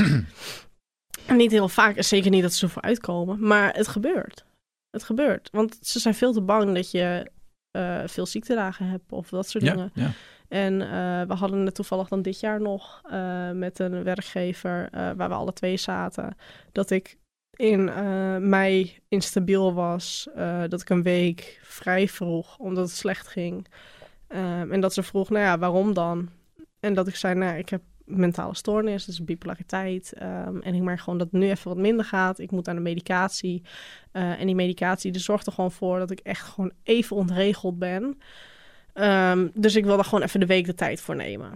En niet heel vaak. Zeker niet dat ze ervoor uitkomen. Maar het gebeurt. Het gebeurt. Want ze zijn veel te bang dat je uh, veel ziektedagen hebt of dat soort ja, dingen. Ja. En uh, we hadden het toevallig dan dit jaar nog uh, met een werkgever uh, waar we alle twee zaten. Dat ik in uh, mei instabiel was. Uh, dat ik een week vrij vroeg omdat het slecht ging. Um, en dat ze vroeg, nou ja, waarom dan? En dat ik zei, nou, ik heb mentale stoornis, dus bipolariteit. Um, en ik merk gewoon dat het nu even wat minder gaat. Ik moet aan de medicatie. Uh, en die medicatie die zorgt er gewoon voor dat ik echt gewoon even ontregeld ben. Um, dus ik wil daar gewoon even de week de tijd voor nemen.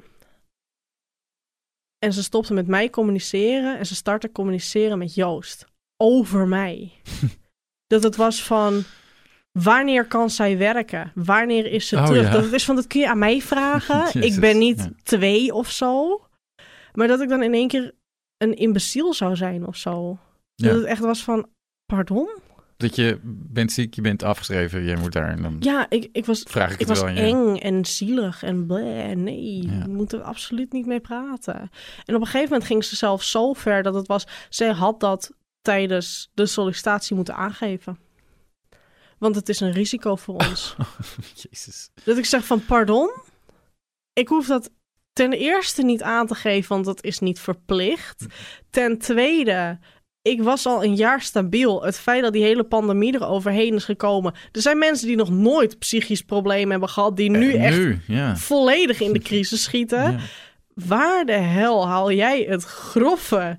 En ze stopte met mij communiceren en ze startte communiceren met Joost. Over mij. Dat het was van, wanneer kan zij werken? Wanneer is ze oh, terug? Ja. Dat het is van, dat kun je aan mij vragen. Ik ben niet ja. twee of zo. Maar dat ik dan in één keer een imbeciel zou zijn of zo. Ja. Dat het echt was van, pardon? Dat je bent ziek, je bent afgeschreven, je moet daar en dan... Ja, ik, ik was, Vraag ik ik het was wel, eng ja. en zielig en bleh, nee, Ja. je moet er absoluut niet mee praten. En op een gegeven moment ging ze zelf zo ver dat het was, zij had dat tijdens de sollicitatie moeten aangeven. Want het is een risico voor ons. Oh, Jezus. Dat ik zeg van, pardon? Ik hoef dat ten eerste niet aan te geven, want dat is niet verplicht. Ten tweede, ik was al een jaar stabiel. Het feit dat die hele pandemie er overheen is gekomen. Er zijn mensen die nog nooit psychisch probleem hebben gehad, die nu eh, echt nu, ja. volledig in de crisis schieten. Ja. Waar de hel haal jij het grove,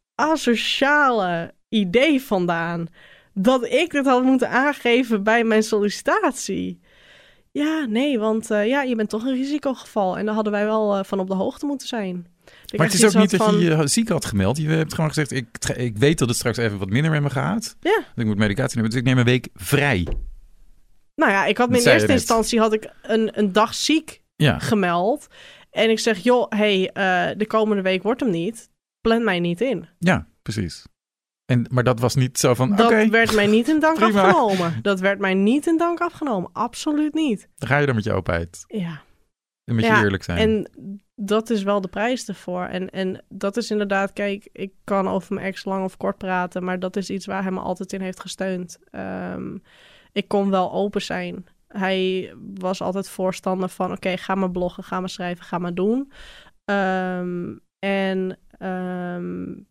asociale idee vandaan dat ik dit had moeten aangeven bij mijn sollicitatie? Ja, nee, want uh, ja, je bent toch een risicogeval. En daar hadden wij wel uh, van op de hoogte moeten zijn. Ik maar het is ook niet dat van... je je ziek had gemeld. Je hebt gewoon gezegd, ik, ik weet dat het straks even wat minder met me gaat. Ja. Dat ik moet medicatie nemen, dus ik neem een week vrij. Nou ja, ik had me in eerste instantie had ik een, een dag ziek ja. gemeld. En ik zeg, joh, hey, uh, de komende week wordt hem niet. Plan mij niet in. Ja, precies. En, maar dat was niet zo van, Dat okay, werd mij niet in dank prima. afgenomen. Dat werd mij niet in dank afgenomen. Absoluut niet. Dan ga je dan met je openheid. Ja. En met ja, je eerlijk zijn. En dat is wel de prijs ervoor. En, en dat is inderdaad, kijk, ik kan over mijn ex lang of kort praten, maar dat is iets waar hij me altijd in heeft gesteund. Um, ik kon wel open zijn. Hij was altijd voorstander van, oké, okay, ga maar bloggen, ga maar schrijven, ga maar doen. Um, en um,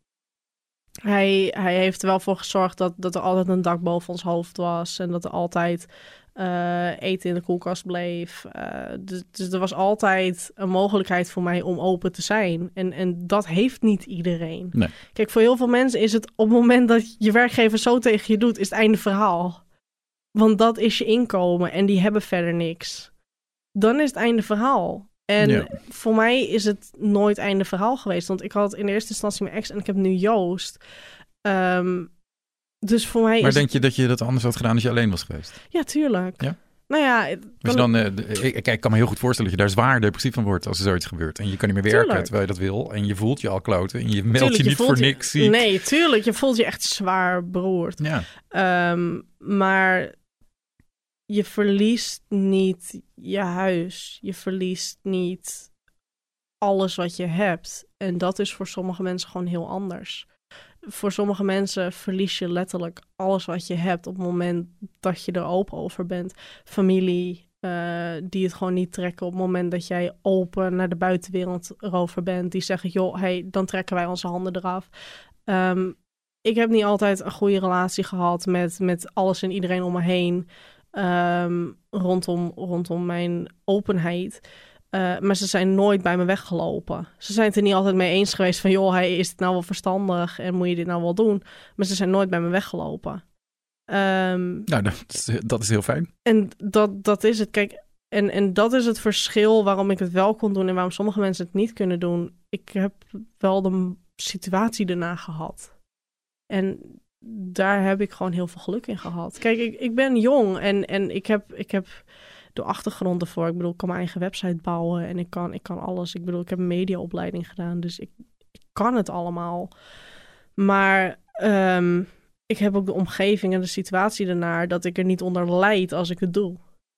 hij, hij heeft er wel voor gezorgd dat, dat er altijd een dak boven ons hoofd was en dat er altijd uh, eten in de koelkast bleef. Uh, dus, dus er was altijd een mogelijkheid voor mij om open te zijn. En, en dat heeft niet iedereen. Nee. Kijk, voor heel veel mensen is het op het moment dat je werkgever zo tegen je doet, is het einde verhaal. Want dat is je inkomen en die hebben verder niks. Dan is het einde verhaal. En ja. voor mij is het nooit einde verhaal geweest. Want ik had in eerste instantie mijn ex en ik heb nu Joost. Um, dus voor mij maar is denk het... je dat je dat anders had gedaan als je alleen was geweest? Ja, tuurlijk. Ja? Nou ja... Het kan... dan, uh, ik, ik kan me heel goed voorstellen dat je daar zwaar depressief van wordt als er zoiets gebeurt. En je kan niet meer werken tuurlijk. Terwijl je dat wil. En je voelt je al kloten. En je meldt tuurlijk, je niet je voor je... niks ziek. Nee, tuurlijk. Je voelt je echt zwaar beroerd. Ja. Um, maar... Je verliest niet je huis. Je verliest niet alles wat je hebt. En dat is voor sommige mensen gewoon heel anders. voor sommige mensen verlies je letterlijk alles wat je hebt op het moment dat je er open over bent. Familie, uh, die het gewoon niet trekken op het moment dat jij open naar de buitenwereld erover bent. Die zeggen, joh, hey, dan trekken wij onze handen eraf. Um, ik heb niet altijd een goede relatie gehad met, met alles en iedereen om me heen. Um, rondom, rondom mijn openheid. Uh, maar ze zijn nooit bij me weggelopen. Ze zijn het er niet altijd mee eens geweest van... joh, hey, is dit nou wel verstandig en moet je dit nou wel doen? Maar ze zijn nooit bij me weggelopen. Um, nou, dat is, dat is heel fijn. En dat, dat is het. Kijk, en, en dat is het verschil waarom ik het wel kon doen... en waarom sommige mensen het niet kunnen doen. Ik heb wel de situatie erna gehad. En daar heb ik gewoon heel veel geluk in gehad. Kijk, ik, ik ben jong en, en ik heb... Ik heb de achtergrond ervoor. Ik bedoel, ik kan mijn eigen website bouwen en ik kan, ik kan alles. Ik bedoel, ik heb een mediaopleiding gedaan, dus ik, ik kan het allemaal. Maar um, ik heb ook de omgeving en de situatie ernaar dat ik er niet onder lijd als ik het doe.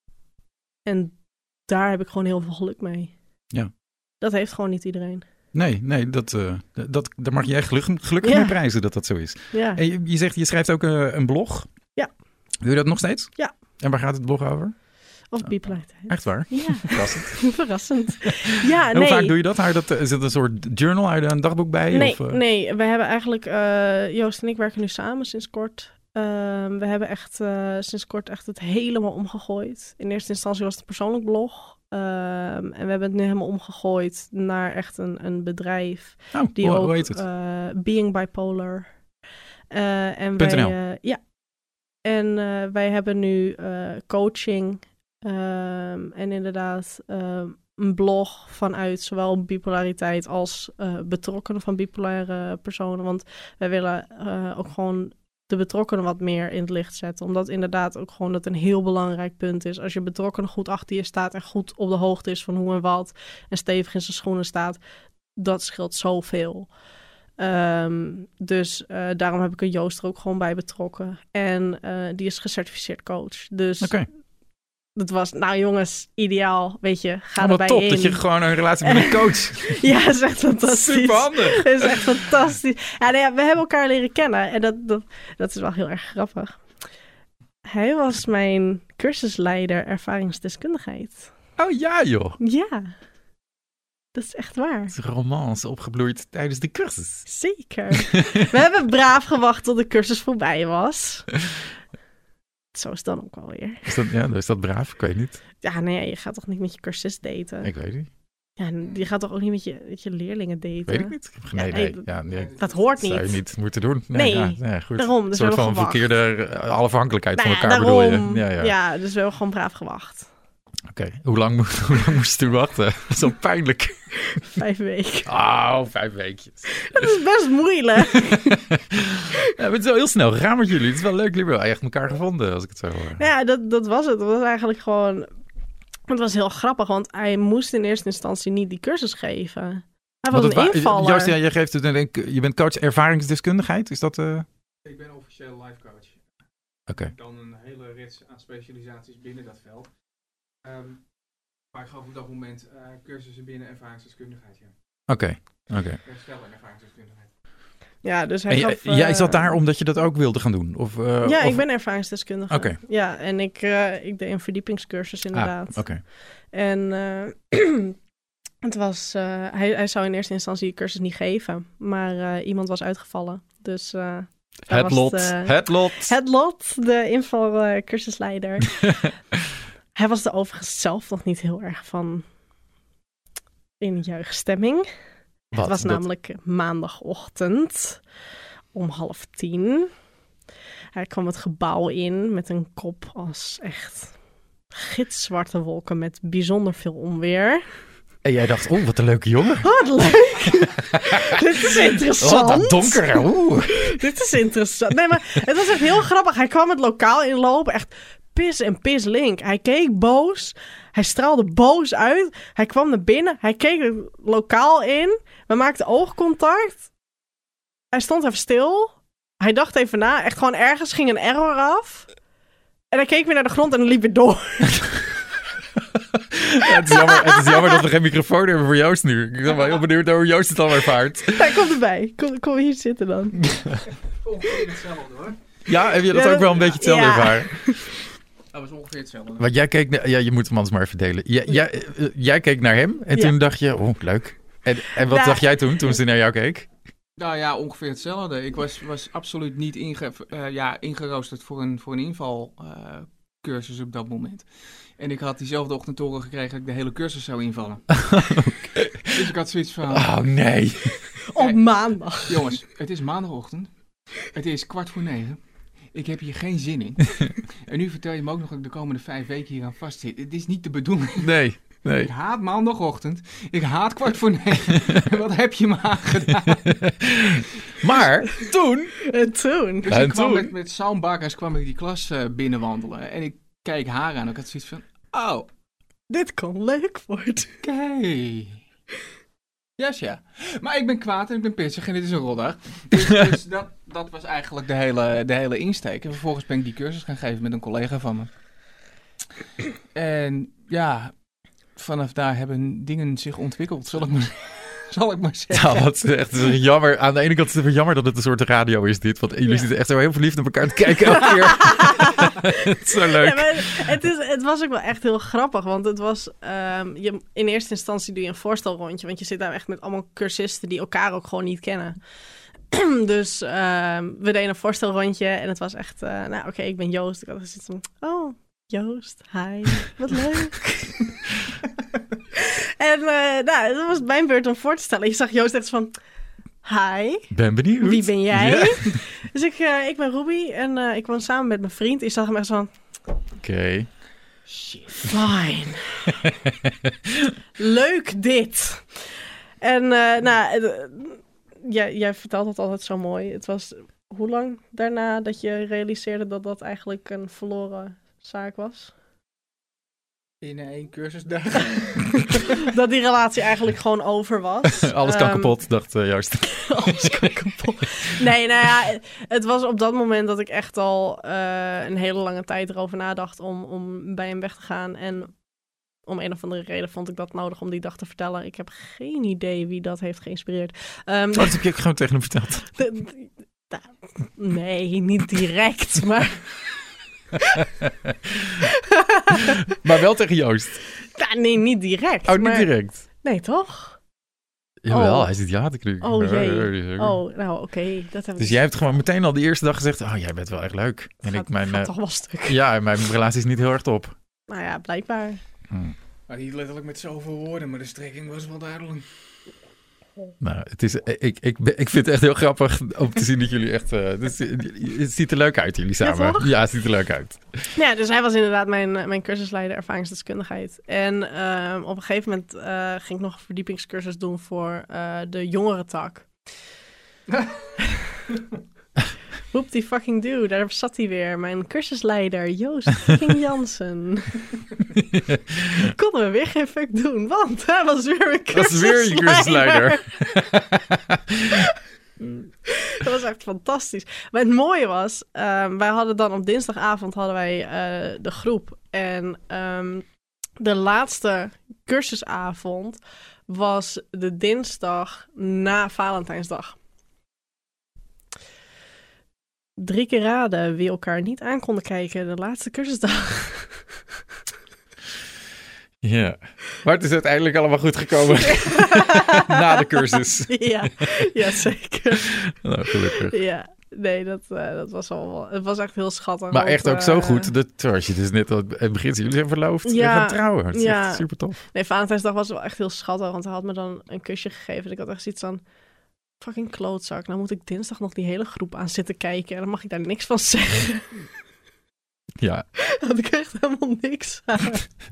En daar heb ik gewoon heel veel geluk mee. Ja. Dat heeft gewoon niet iedereen. Nee, nee, dat, uh, dat, daar mag jij geluk, gelukkig ja. mee prijzen dat dat zo is. Ja. En je, je zegt, je schrijft ook uh, een blog. Ja. Doe je dat nog steeds? Ja. En waar gaat het blog over? Of bipolariteit. Echt waar? Ja. Verrassend. Verrassend. Ja, en nee. hoe vaak doe je dat? Hou je dat? Is het een soort journal? Hou je er een dagboek bij? Nee, of, uh... nee. We hebben eigenlijk... Uh, Joost en ik werken nu samen sinds kort. Uh, we hebben echt uh, sinds kort echt het helemaal omgegooid. In eerste instantie was het een persoonlijk blog. Um, en we hebben het nu helemaal omgegooid naar echt een, een bedrijf. Oh, die hoe, ook, hoe heet het? Uh, Being Bipolar. Uh, en wij, uh, ja. En uh, wij hebben nu uh, coaching... Um, en inderdaad um, een blog vanuit zowel bipolariteit als uh, betrokkenen van bipolaire personen. Want wij willen uh, ook gewoon de betrokkenen wat meer in het licht zetten. Omdat inderdaad ook gewoon dat een heel belangrijk punt is. Als je betrokkenen goed achter je staat en goed op de hoogte is van hoe en wat en stevig in zijn schoenen staat, dat scheelt zoveel. Um, dus uh, daarom heb ik een Joost er ook gewoon bij betrokken. En uh, die is gecertificeerd coach. Dus... Okay. Dat was, nou jongens, ideaal, weet je, ga oh, erbij top, in. Dat je gewoon een relatie met een coach... Ja, dat is echt fantastisch. Superhandig. Dat is echt fantastisch. Ja, nou ja, we hebben elkaar leren kennen en dat, dat, dat is wel heel erg grappig. Hij was mijn cursusleider ervaringsdeskundigheid. Oh ja, joh. Ja, dat is echt waar. Het is romance opgebloeid tijdens de cursus. Zeker. We hebben braaf gewacht tot de cursus voorbij was. Zo is het dan ook wel weer. Is dat, ja, is dat braaf? Ik weet niet. Ja, nee, je gaat toch niet met je cursus daten? Ik weet niet. Ja, je gaat toch ook niet met je, met je leerlingen daten? Weet ik niet. Nee, ja, nee. nee, Ja, nee. Dat hoort niet. Dat zou je niet moeten doen. Nee, nee ja, ja, goed. daarom. Dus een soort van gewacht. verkeerde afhankelijkheid nou van elkaar ja, daarom, bedoel je? Ja, ja. ja, dus we hebben gewoon braaf gewacht. Oké, okay. hoe, lang mo- hoe lang moest je toen wachten? Zo pijnlijk. Vijf weken. Oh, vijf weekjes. Dat is best moeilijk. Ja, het is wel heel snel gegaan met jullie. Het is wel leuk. Jullie hebben echt elkaar gevonden, als ik het zo hoor. Nou ja, dat, dat was het. Het was eigenlijk gewoon... Het was heel grappig, want hij moest in eerste instantie niet die cursus geven. Hij was een wa- invaller. Joost, ja, jij geeft het, denk, je bent coach ervaringsdeskundigheid. Is dat... Uh... Ik ben officieel life coach. Oké. Okay. Ik kan een hele rits aan specialisaties binnen dat veld. Um, maar ik gaf op dat moment uh, cursussen binnen ervaringsdeskundigheid. Ja. Oké. Okay. Okay. Herstel en ervaringsdeskundigheid. Ja, dus hij en gaf... Jij uh, zat daar omdat je dat ook wilde gaan doen? Of, uh, ja, of... ik ben ervaringsdeskundige. Oké. Okay. Ja, en ik, uh, ik deed een verdiepingscursus inderdaad. Ah, oké. Okay. En uh, het was... Uh, hij, hij zou in eerste instantie de cursus niet geven. Maar uh, iemand was uitgevallen. Dus... Uh, het lot. Het, uh, het lot. Het lot, de invalcursusleider. Uh, hij was er overigens zelf nog niet heel erg van in juichstemming. Wat? Het was dat... namelijk maandagochtend om half tien. Hij kwam het gebouw in met een kop als echt gitzwarte wolken met bijzonder veel onweer. En jij dacht, oh, wat een leuke jongen. Oh, wat leuk. Dit is interessant. Oh, dat donker. Oeh. Dit is interessant. Nee, maar het was echt heel grappig. Hij kwam het lokaal inlopen, echt pis en pis link. Hij keek boos. Hij straalde boos uit. Hij kwam naar binnen. Hij keek het lokaal in. We maakten oogcontact. Hij stond even stil. Hij dacht even na. Echt gewoon ergens ging een error af. En hij keek weer naar de grond en liep weer door. Ja, het, is jammer, het is jammer dat we geen microfoon hebben voor Joost nu. Ik ben wel heel benieuwd hoe Joost het al ervaart. Ja, kom erbij. Kom, kom hier zitten dan. Ongeveer hetzelfde hoor. Ja, heb je dat Ja, ook wel een beetje hetzelfde ja. ervaren? Dat was ongeveer hetzelfde. Want jij keek... naar- Ja, je moet hem anders maar even delen. Jij, jij, eh, jij keek naar hem en Ja. toen dacht je... Oh, leuk. En, en wat Ja. dacht jij toen, toen ze naar jou keek? Nou ja, ongeveer hetzelfde. Ik was, was absoluut niet inge, uh, ja, ingeroosterd voor een, voor een invalcursus uh, op dat moment. En ik had diezelfde ochtend te horen gekregen dat ik de hele cursus zou invallen. Okay. Dus ik had zoiets van... Oh, nee. Op maandag. Jongens, het is maandagochtend. Het is kwart voor negen. Ik heb hier geen zin in. En nu vertel je me ook nog dat ik de komende vijf weken hier aan vastzit. Het is niet de bedoeling. Nee, nee. Ik haat maandagochtend. Ik haat kwart voor negen. Wat heb je me aangedaan? Maar toen... En toen? Dus En ik kwam toen? met, met Sam Bakkers kwam ik die klas uh, binnenwandelen. En ik keek haar aan en ik had zoiets van... Oh, Dit kan leuk worden. oké. Okay. Yes, ja. Maar ik ben kwaad en ik ben pissig en dit is een roddag. Dus, dus dat, dat was eigenlijk de hele, de hele insteek. En vervolgens ben ik die cursus gaan geven met een collega van me. En ja, vanaf daar hebben dingen zich ontwikkeld, zal ik maar, zal ik maar zeggen. Nou, wat is echt het is jammer. Aan de ene kant is het weer jammer dat het een soort radio is dit. Want jullie Ja. zitten echt zo heel verliefd naar elkaar te kijken elke keer. Het is zo leuk. Ja, maar het, is, het was ook wel echt heel grappig, want het was... Um, je, in eerste instantie doe je een voorstelrondje, want je zit daar echt met allemaal cursisten die elkaar ook gewoon niet kennen. Dus um, we deden een voorstelrondje en het was echt... Uh, nou, oké, okay, ik ben Joost. Ik had gezegd van... Oh, Joost, hi, wat leuk. En uh, nou, dat was mijn beurt om voor te stellen. Je zag Joost echt van... Hi. Ben benieuwd. Wie ben jij? Ja. Dus ik, uh, ik ben Ruby en uh, ik woon samen met mijn vriend. Ik zag hem echt zo van... Oké. Okay. Shit. Fine. Leuk dit. En uh, nou, uh, jij, jij vertelt het altijd zo mooi. Het was hoe lang daarna dat je realiseerde dat dat eigenlijk een verloren zaak was? In één cursusdag. Dat die relatie eigenlijk gewoon over was. Alles kan um, kapot, dacht uh, Joost. Alles kan kapot. Nee, nou ja, het was op dat moment dat ik echt al uh, een hele lange tijd erover nadacht om, om bij hem weg te gaan. En om een of andere reden vond ik dat nodig om die dag te vertellen. Ik heb geen idee wie dat heeft geïnspireerd. Um, Oh, dat heb je ook gewoon tegen hem verteld. de, de, de, nee, niet direct, maar... Maar wel tegen Joost. Ja, nee, niet direct. Oh, niet maar... direct? Nee, toch? Jawel, Oh. hij zit ja te knikken. Oh jee. Oh, nou oké. Okay. Dat heb Dus ik... jij hebt gewoon meteen al de eerste dag gezegd... Oh, jij bent wel echt leuk. En gaat, ik mijn... gaat uh, toch wel stuk. Ja, en mijn relatie is niet heel erg top. Nou ja, blijkbaar. Hmm. Maar niet letterlijk met zoveel woorden, maar de strekking was wel duidelijk. Nou, het is, ik, ik, ik vind het echt heel grappig om te zien dat jullie echt... Uh, het, is, het ziet er leuk uit, jullie samen. Ja, ja, het ziet er leuk uit. Ja, dus hij was inderdaad mijn, mijn cursusleider ervaringsdeskundigheid. En uh, op een gegeven moment uh, ging ik nog een verdiepingscursus doen voor uh, de jongerentak. Hoep die fucking do, daar zat hij weer. Mijn cursusleider, Joost fucking Jansen. Konden we weer geen fuck doen, want hij was weer mijn cursusleider. Dat is weer je cursusleider. Dat was echt fantastisch. Maar het mooie was, um, wij hadden dan op dinsdagavond hadden wij uh, de groep. En um, de laatste cursusavond was de dinsdag na Valentijnsdag. Drie keer raden wie elkaar niet aan konden kijken de laatste cursusdag. Ja, maar het is uiteindelijk allemaal goed gekomen. Na de cursus. Ja, ja zeker. Nou, gelukkig. Ja, nee, dat, uh, dat was wel... Het was echt heel schattig. Maar want, echt ook uh, zo goed. Dat, zoals je dus net al het begint. Jullie zijn verloofd. Ja, en gaan trouwen. Het is ja. echt super tof. Nee, Valentijnsdag was wel echt heel schattig. Want hij had me dan een kusje gegeven. En ik had echt zoiets van... Fucking klootzak. Nou moet ik dinsdag nog die hele groep aan zitten kijken. En dan mag ik daar niks van zeggen. Ja. Had ik echt helemaal niks aan.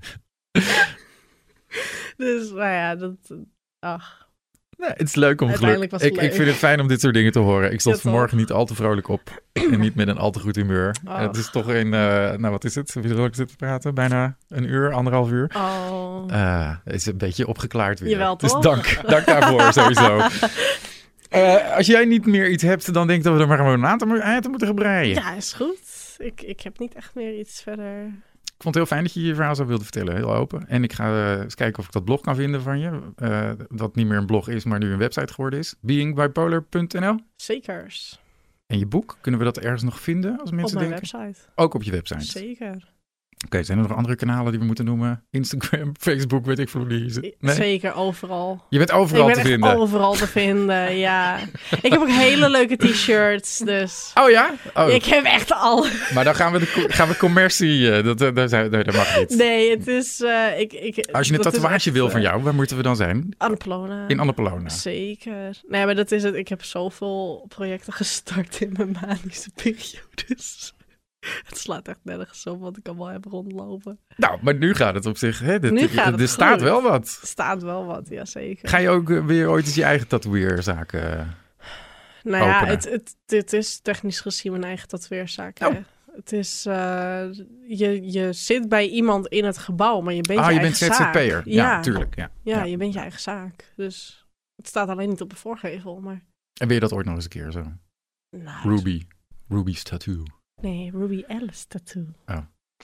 Dus, nou ja, dat... Ach. Nee, het is leuk om geluk. Uiteindelijk was het Ik, leuk. ik vind het fijn om dit soort dingen te horen. Ik stond Ja, vanmorgen toch? niet al te vrolijk op. En niet met een al te goed humeur. Oh. Het is toch een... Uh, nou, wat is het? Wie er ook zitten praten? Bijna een uur, anderhalf uur. Oh. Uh, het is een beetje opgeklaard weer. Jawel, dus toch? dank, dank daarvoor sowieso. Uh, als jij niet meer iets hebt, dan denk ik dat we er maar gewoon aan te, aan te moeten gebreien. Ja, is goed. Ik, ik heb niet echt meer iets verder... Ik vond het heel fijn dat je je verhaal zo wilde vertellen. Heel open. En ik ga uh, eens kijken of ik dat blog kan vinden van je. Uh, dat niet meer een blog is, maar nu een website geworden is. being bipolar punt n l. Zekers. En je boek, kunnen we dat ergens nog vinden als mensen op mijn denken? website. Ook op je website? Zeker. Oké, okay, zijn er nog andere kanalen die we moeten noemen? Instagram, Facebook, weet ik veel hoe die is. Nee? Zeker, overal. Je bent overal ik ben te vinden? Ik ben overal te vinden, ja. Ik heb ook hele leuke t-shirts, dus... Oh ja? Oh. Ik heb echt al. Maar dan gaan we, de, gaan we commercie... Uh, dat, dat, dat, dat mag niet. Nee, het is... Uh, ik, ik, Als je een tatoeage echt, wil van jou, waar moeten we dan zijn? Annapolona. In Annapolona. Zeker. Nee, maar dat is het. Ik heb zoveel projecten gestart in mijn manische periodes. Het slaat echt nergens op wat ik allemaal heb rondlopen. Nou, maar nu gaat het op zich. Hè? Dit, nu gaat het Er staat goed. wel wat. Er staat wel wat, ja zeker. Ga je ook weer ooit eens je eigen tatoeëerzaken uh, Nou ja, openen? het, het, het is technisch gezien mijn eigen tatoeëerzaak. Oh. Het is, uh, je, je zit bij iemand in het gebouw, maar je bent ah, je, je eigen bent Z Z P'er. zaak. Ja, Ja, natuurlijk. Ja. Ja, ja, je bent je eigen zaak. Dus het staat alleen niet op de voorgevel, maar... En wil je dat ooit nog eens een keer zo? Nou, Ruby. Ruby's tattoo. Nee, Ruby Alice tattoo. Oh.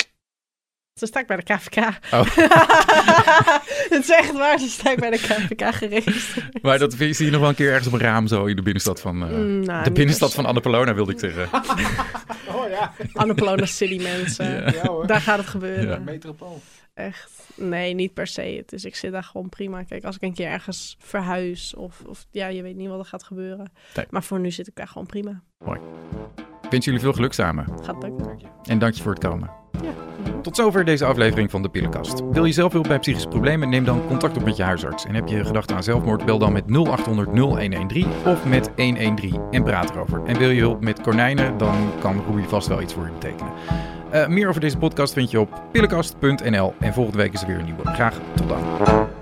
Zo sta ik bij de K V K. Oh. Het is echt waar, zo sta ik bij de K V K geregistreerd. Maar dat zie je nog wel een keer ergens op een raam zo in de binnenstad van... Uh, mm, nou, de binnenstad van Annapolona, wilde ik zeggen. Oh ja. Annapolona City, mensen. Ja. Ja, hoor. Daar gaat het gebeuren. Ja. Metropool. Echt. Nee, niet per se. Het is, ik zit daar gewoon prima. Kijk, als ik een keer ergens verhuis of, of ja, je weet niet wat er gaat gebeuren. Nee. Maar voor nu zit ik daar gewoon prima. Mooi. Ik wens jullie veel geluk samen. Gaat lukken. En dank je voor het komen. Ja. Tot zover deze aflevering van De Pillenkast. Wil je zelf hulp bij psychische problemen? Neem dan contact op met je huisarts. En heb je gedachten aan zelfmoord? Bel dan met nul acht honderd nul een een drie of met een een drie en praat erover. En wil je hulp met konijnen? Dan kan Ruby vast wel iets voor je betekenen. Uh, meer over deze podcast vind je op pillenkast punt n l. En volgende week is er weer een nieuwe. Graag tot dan.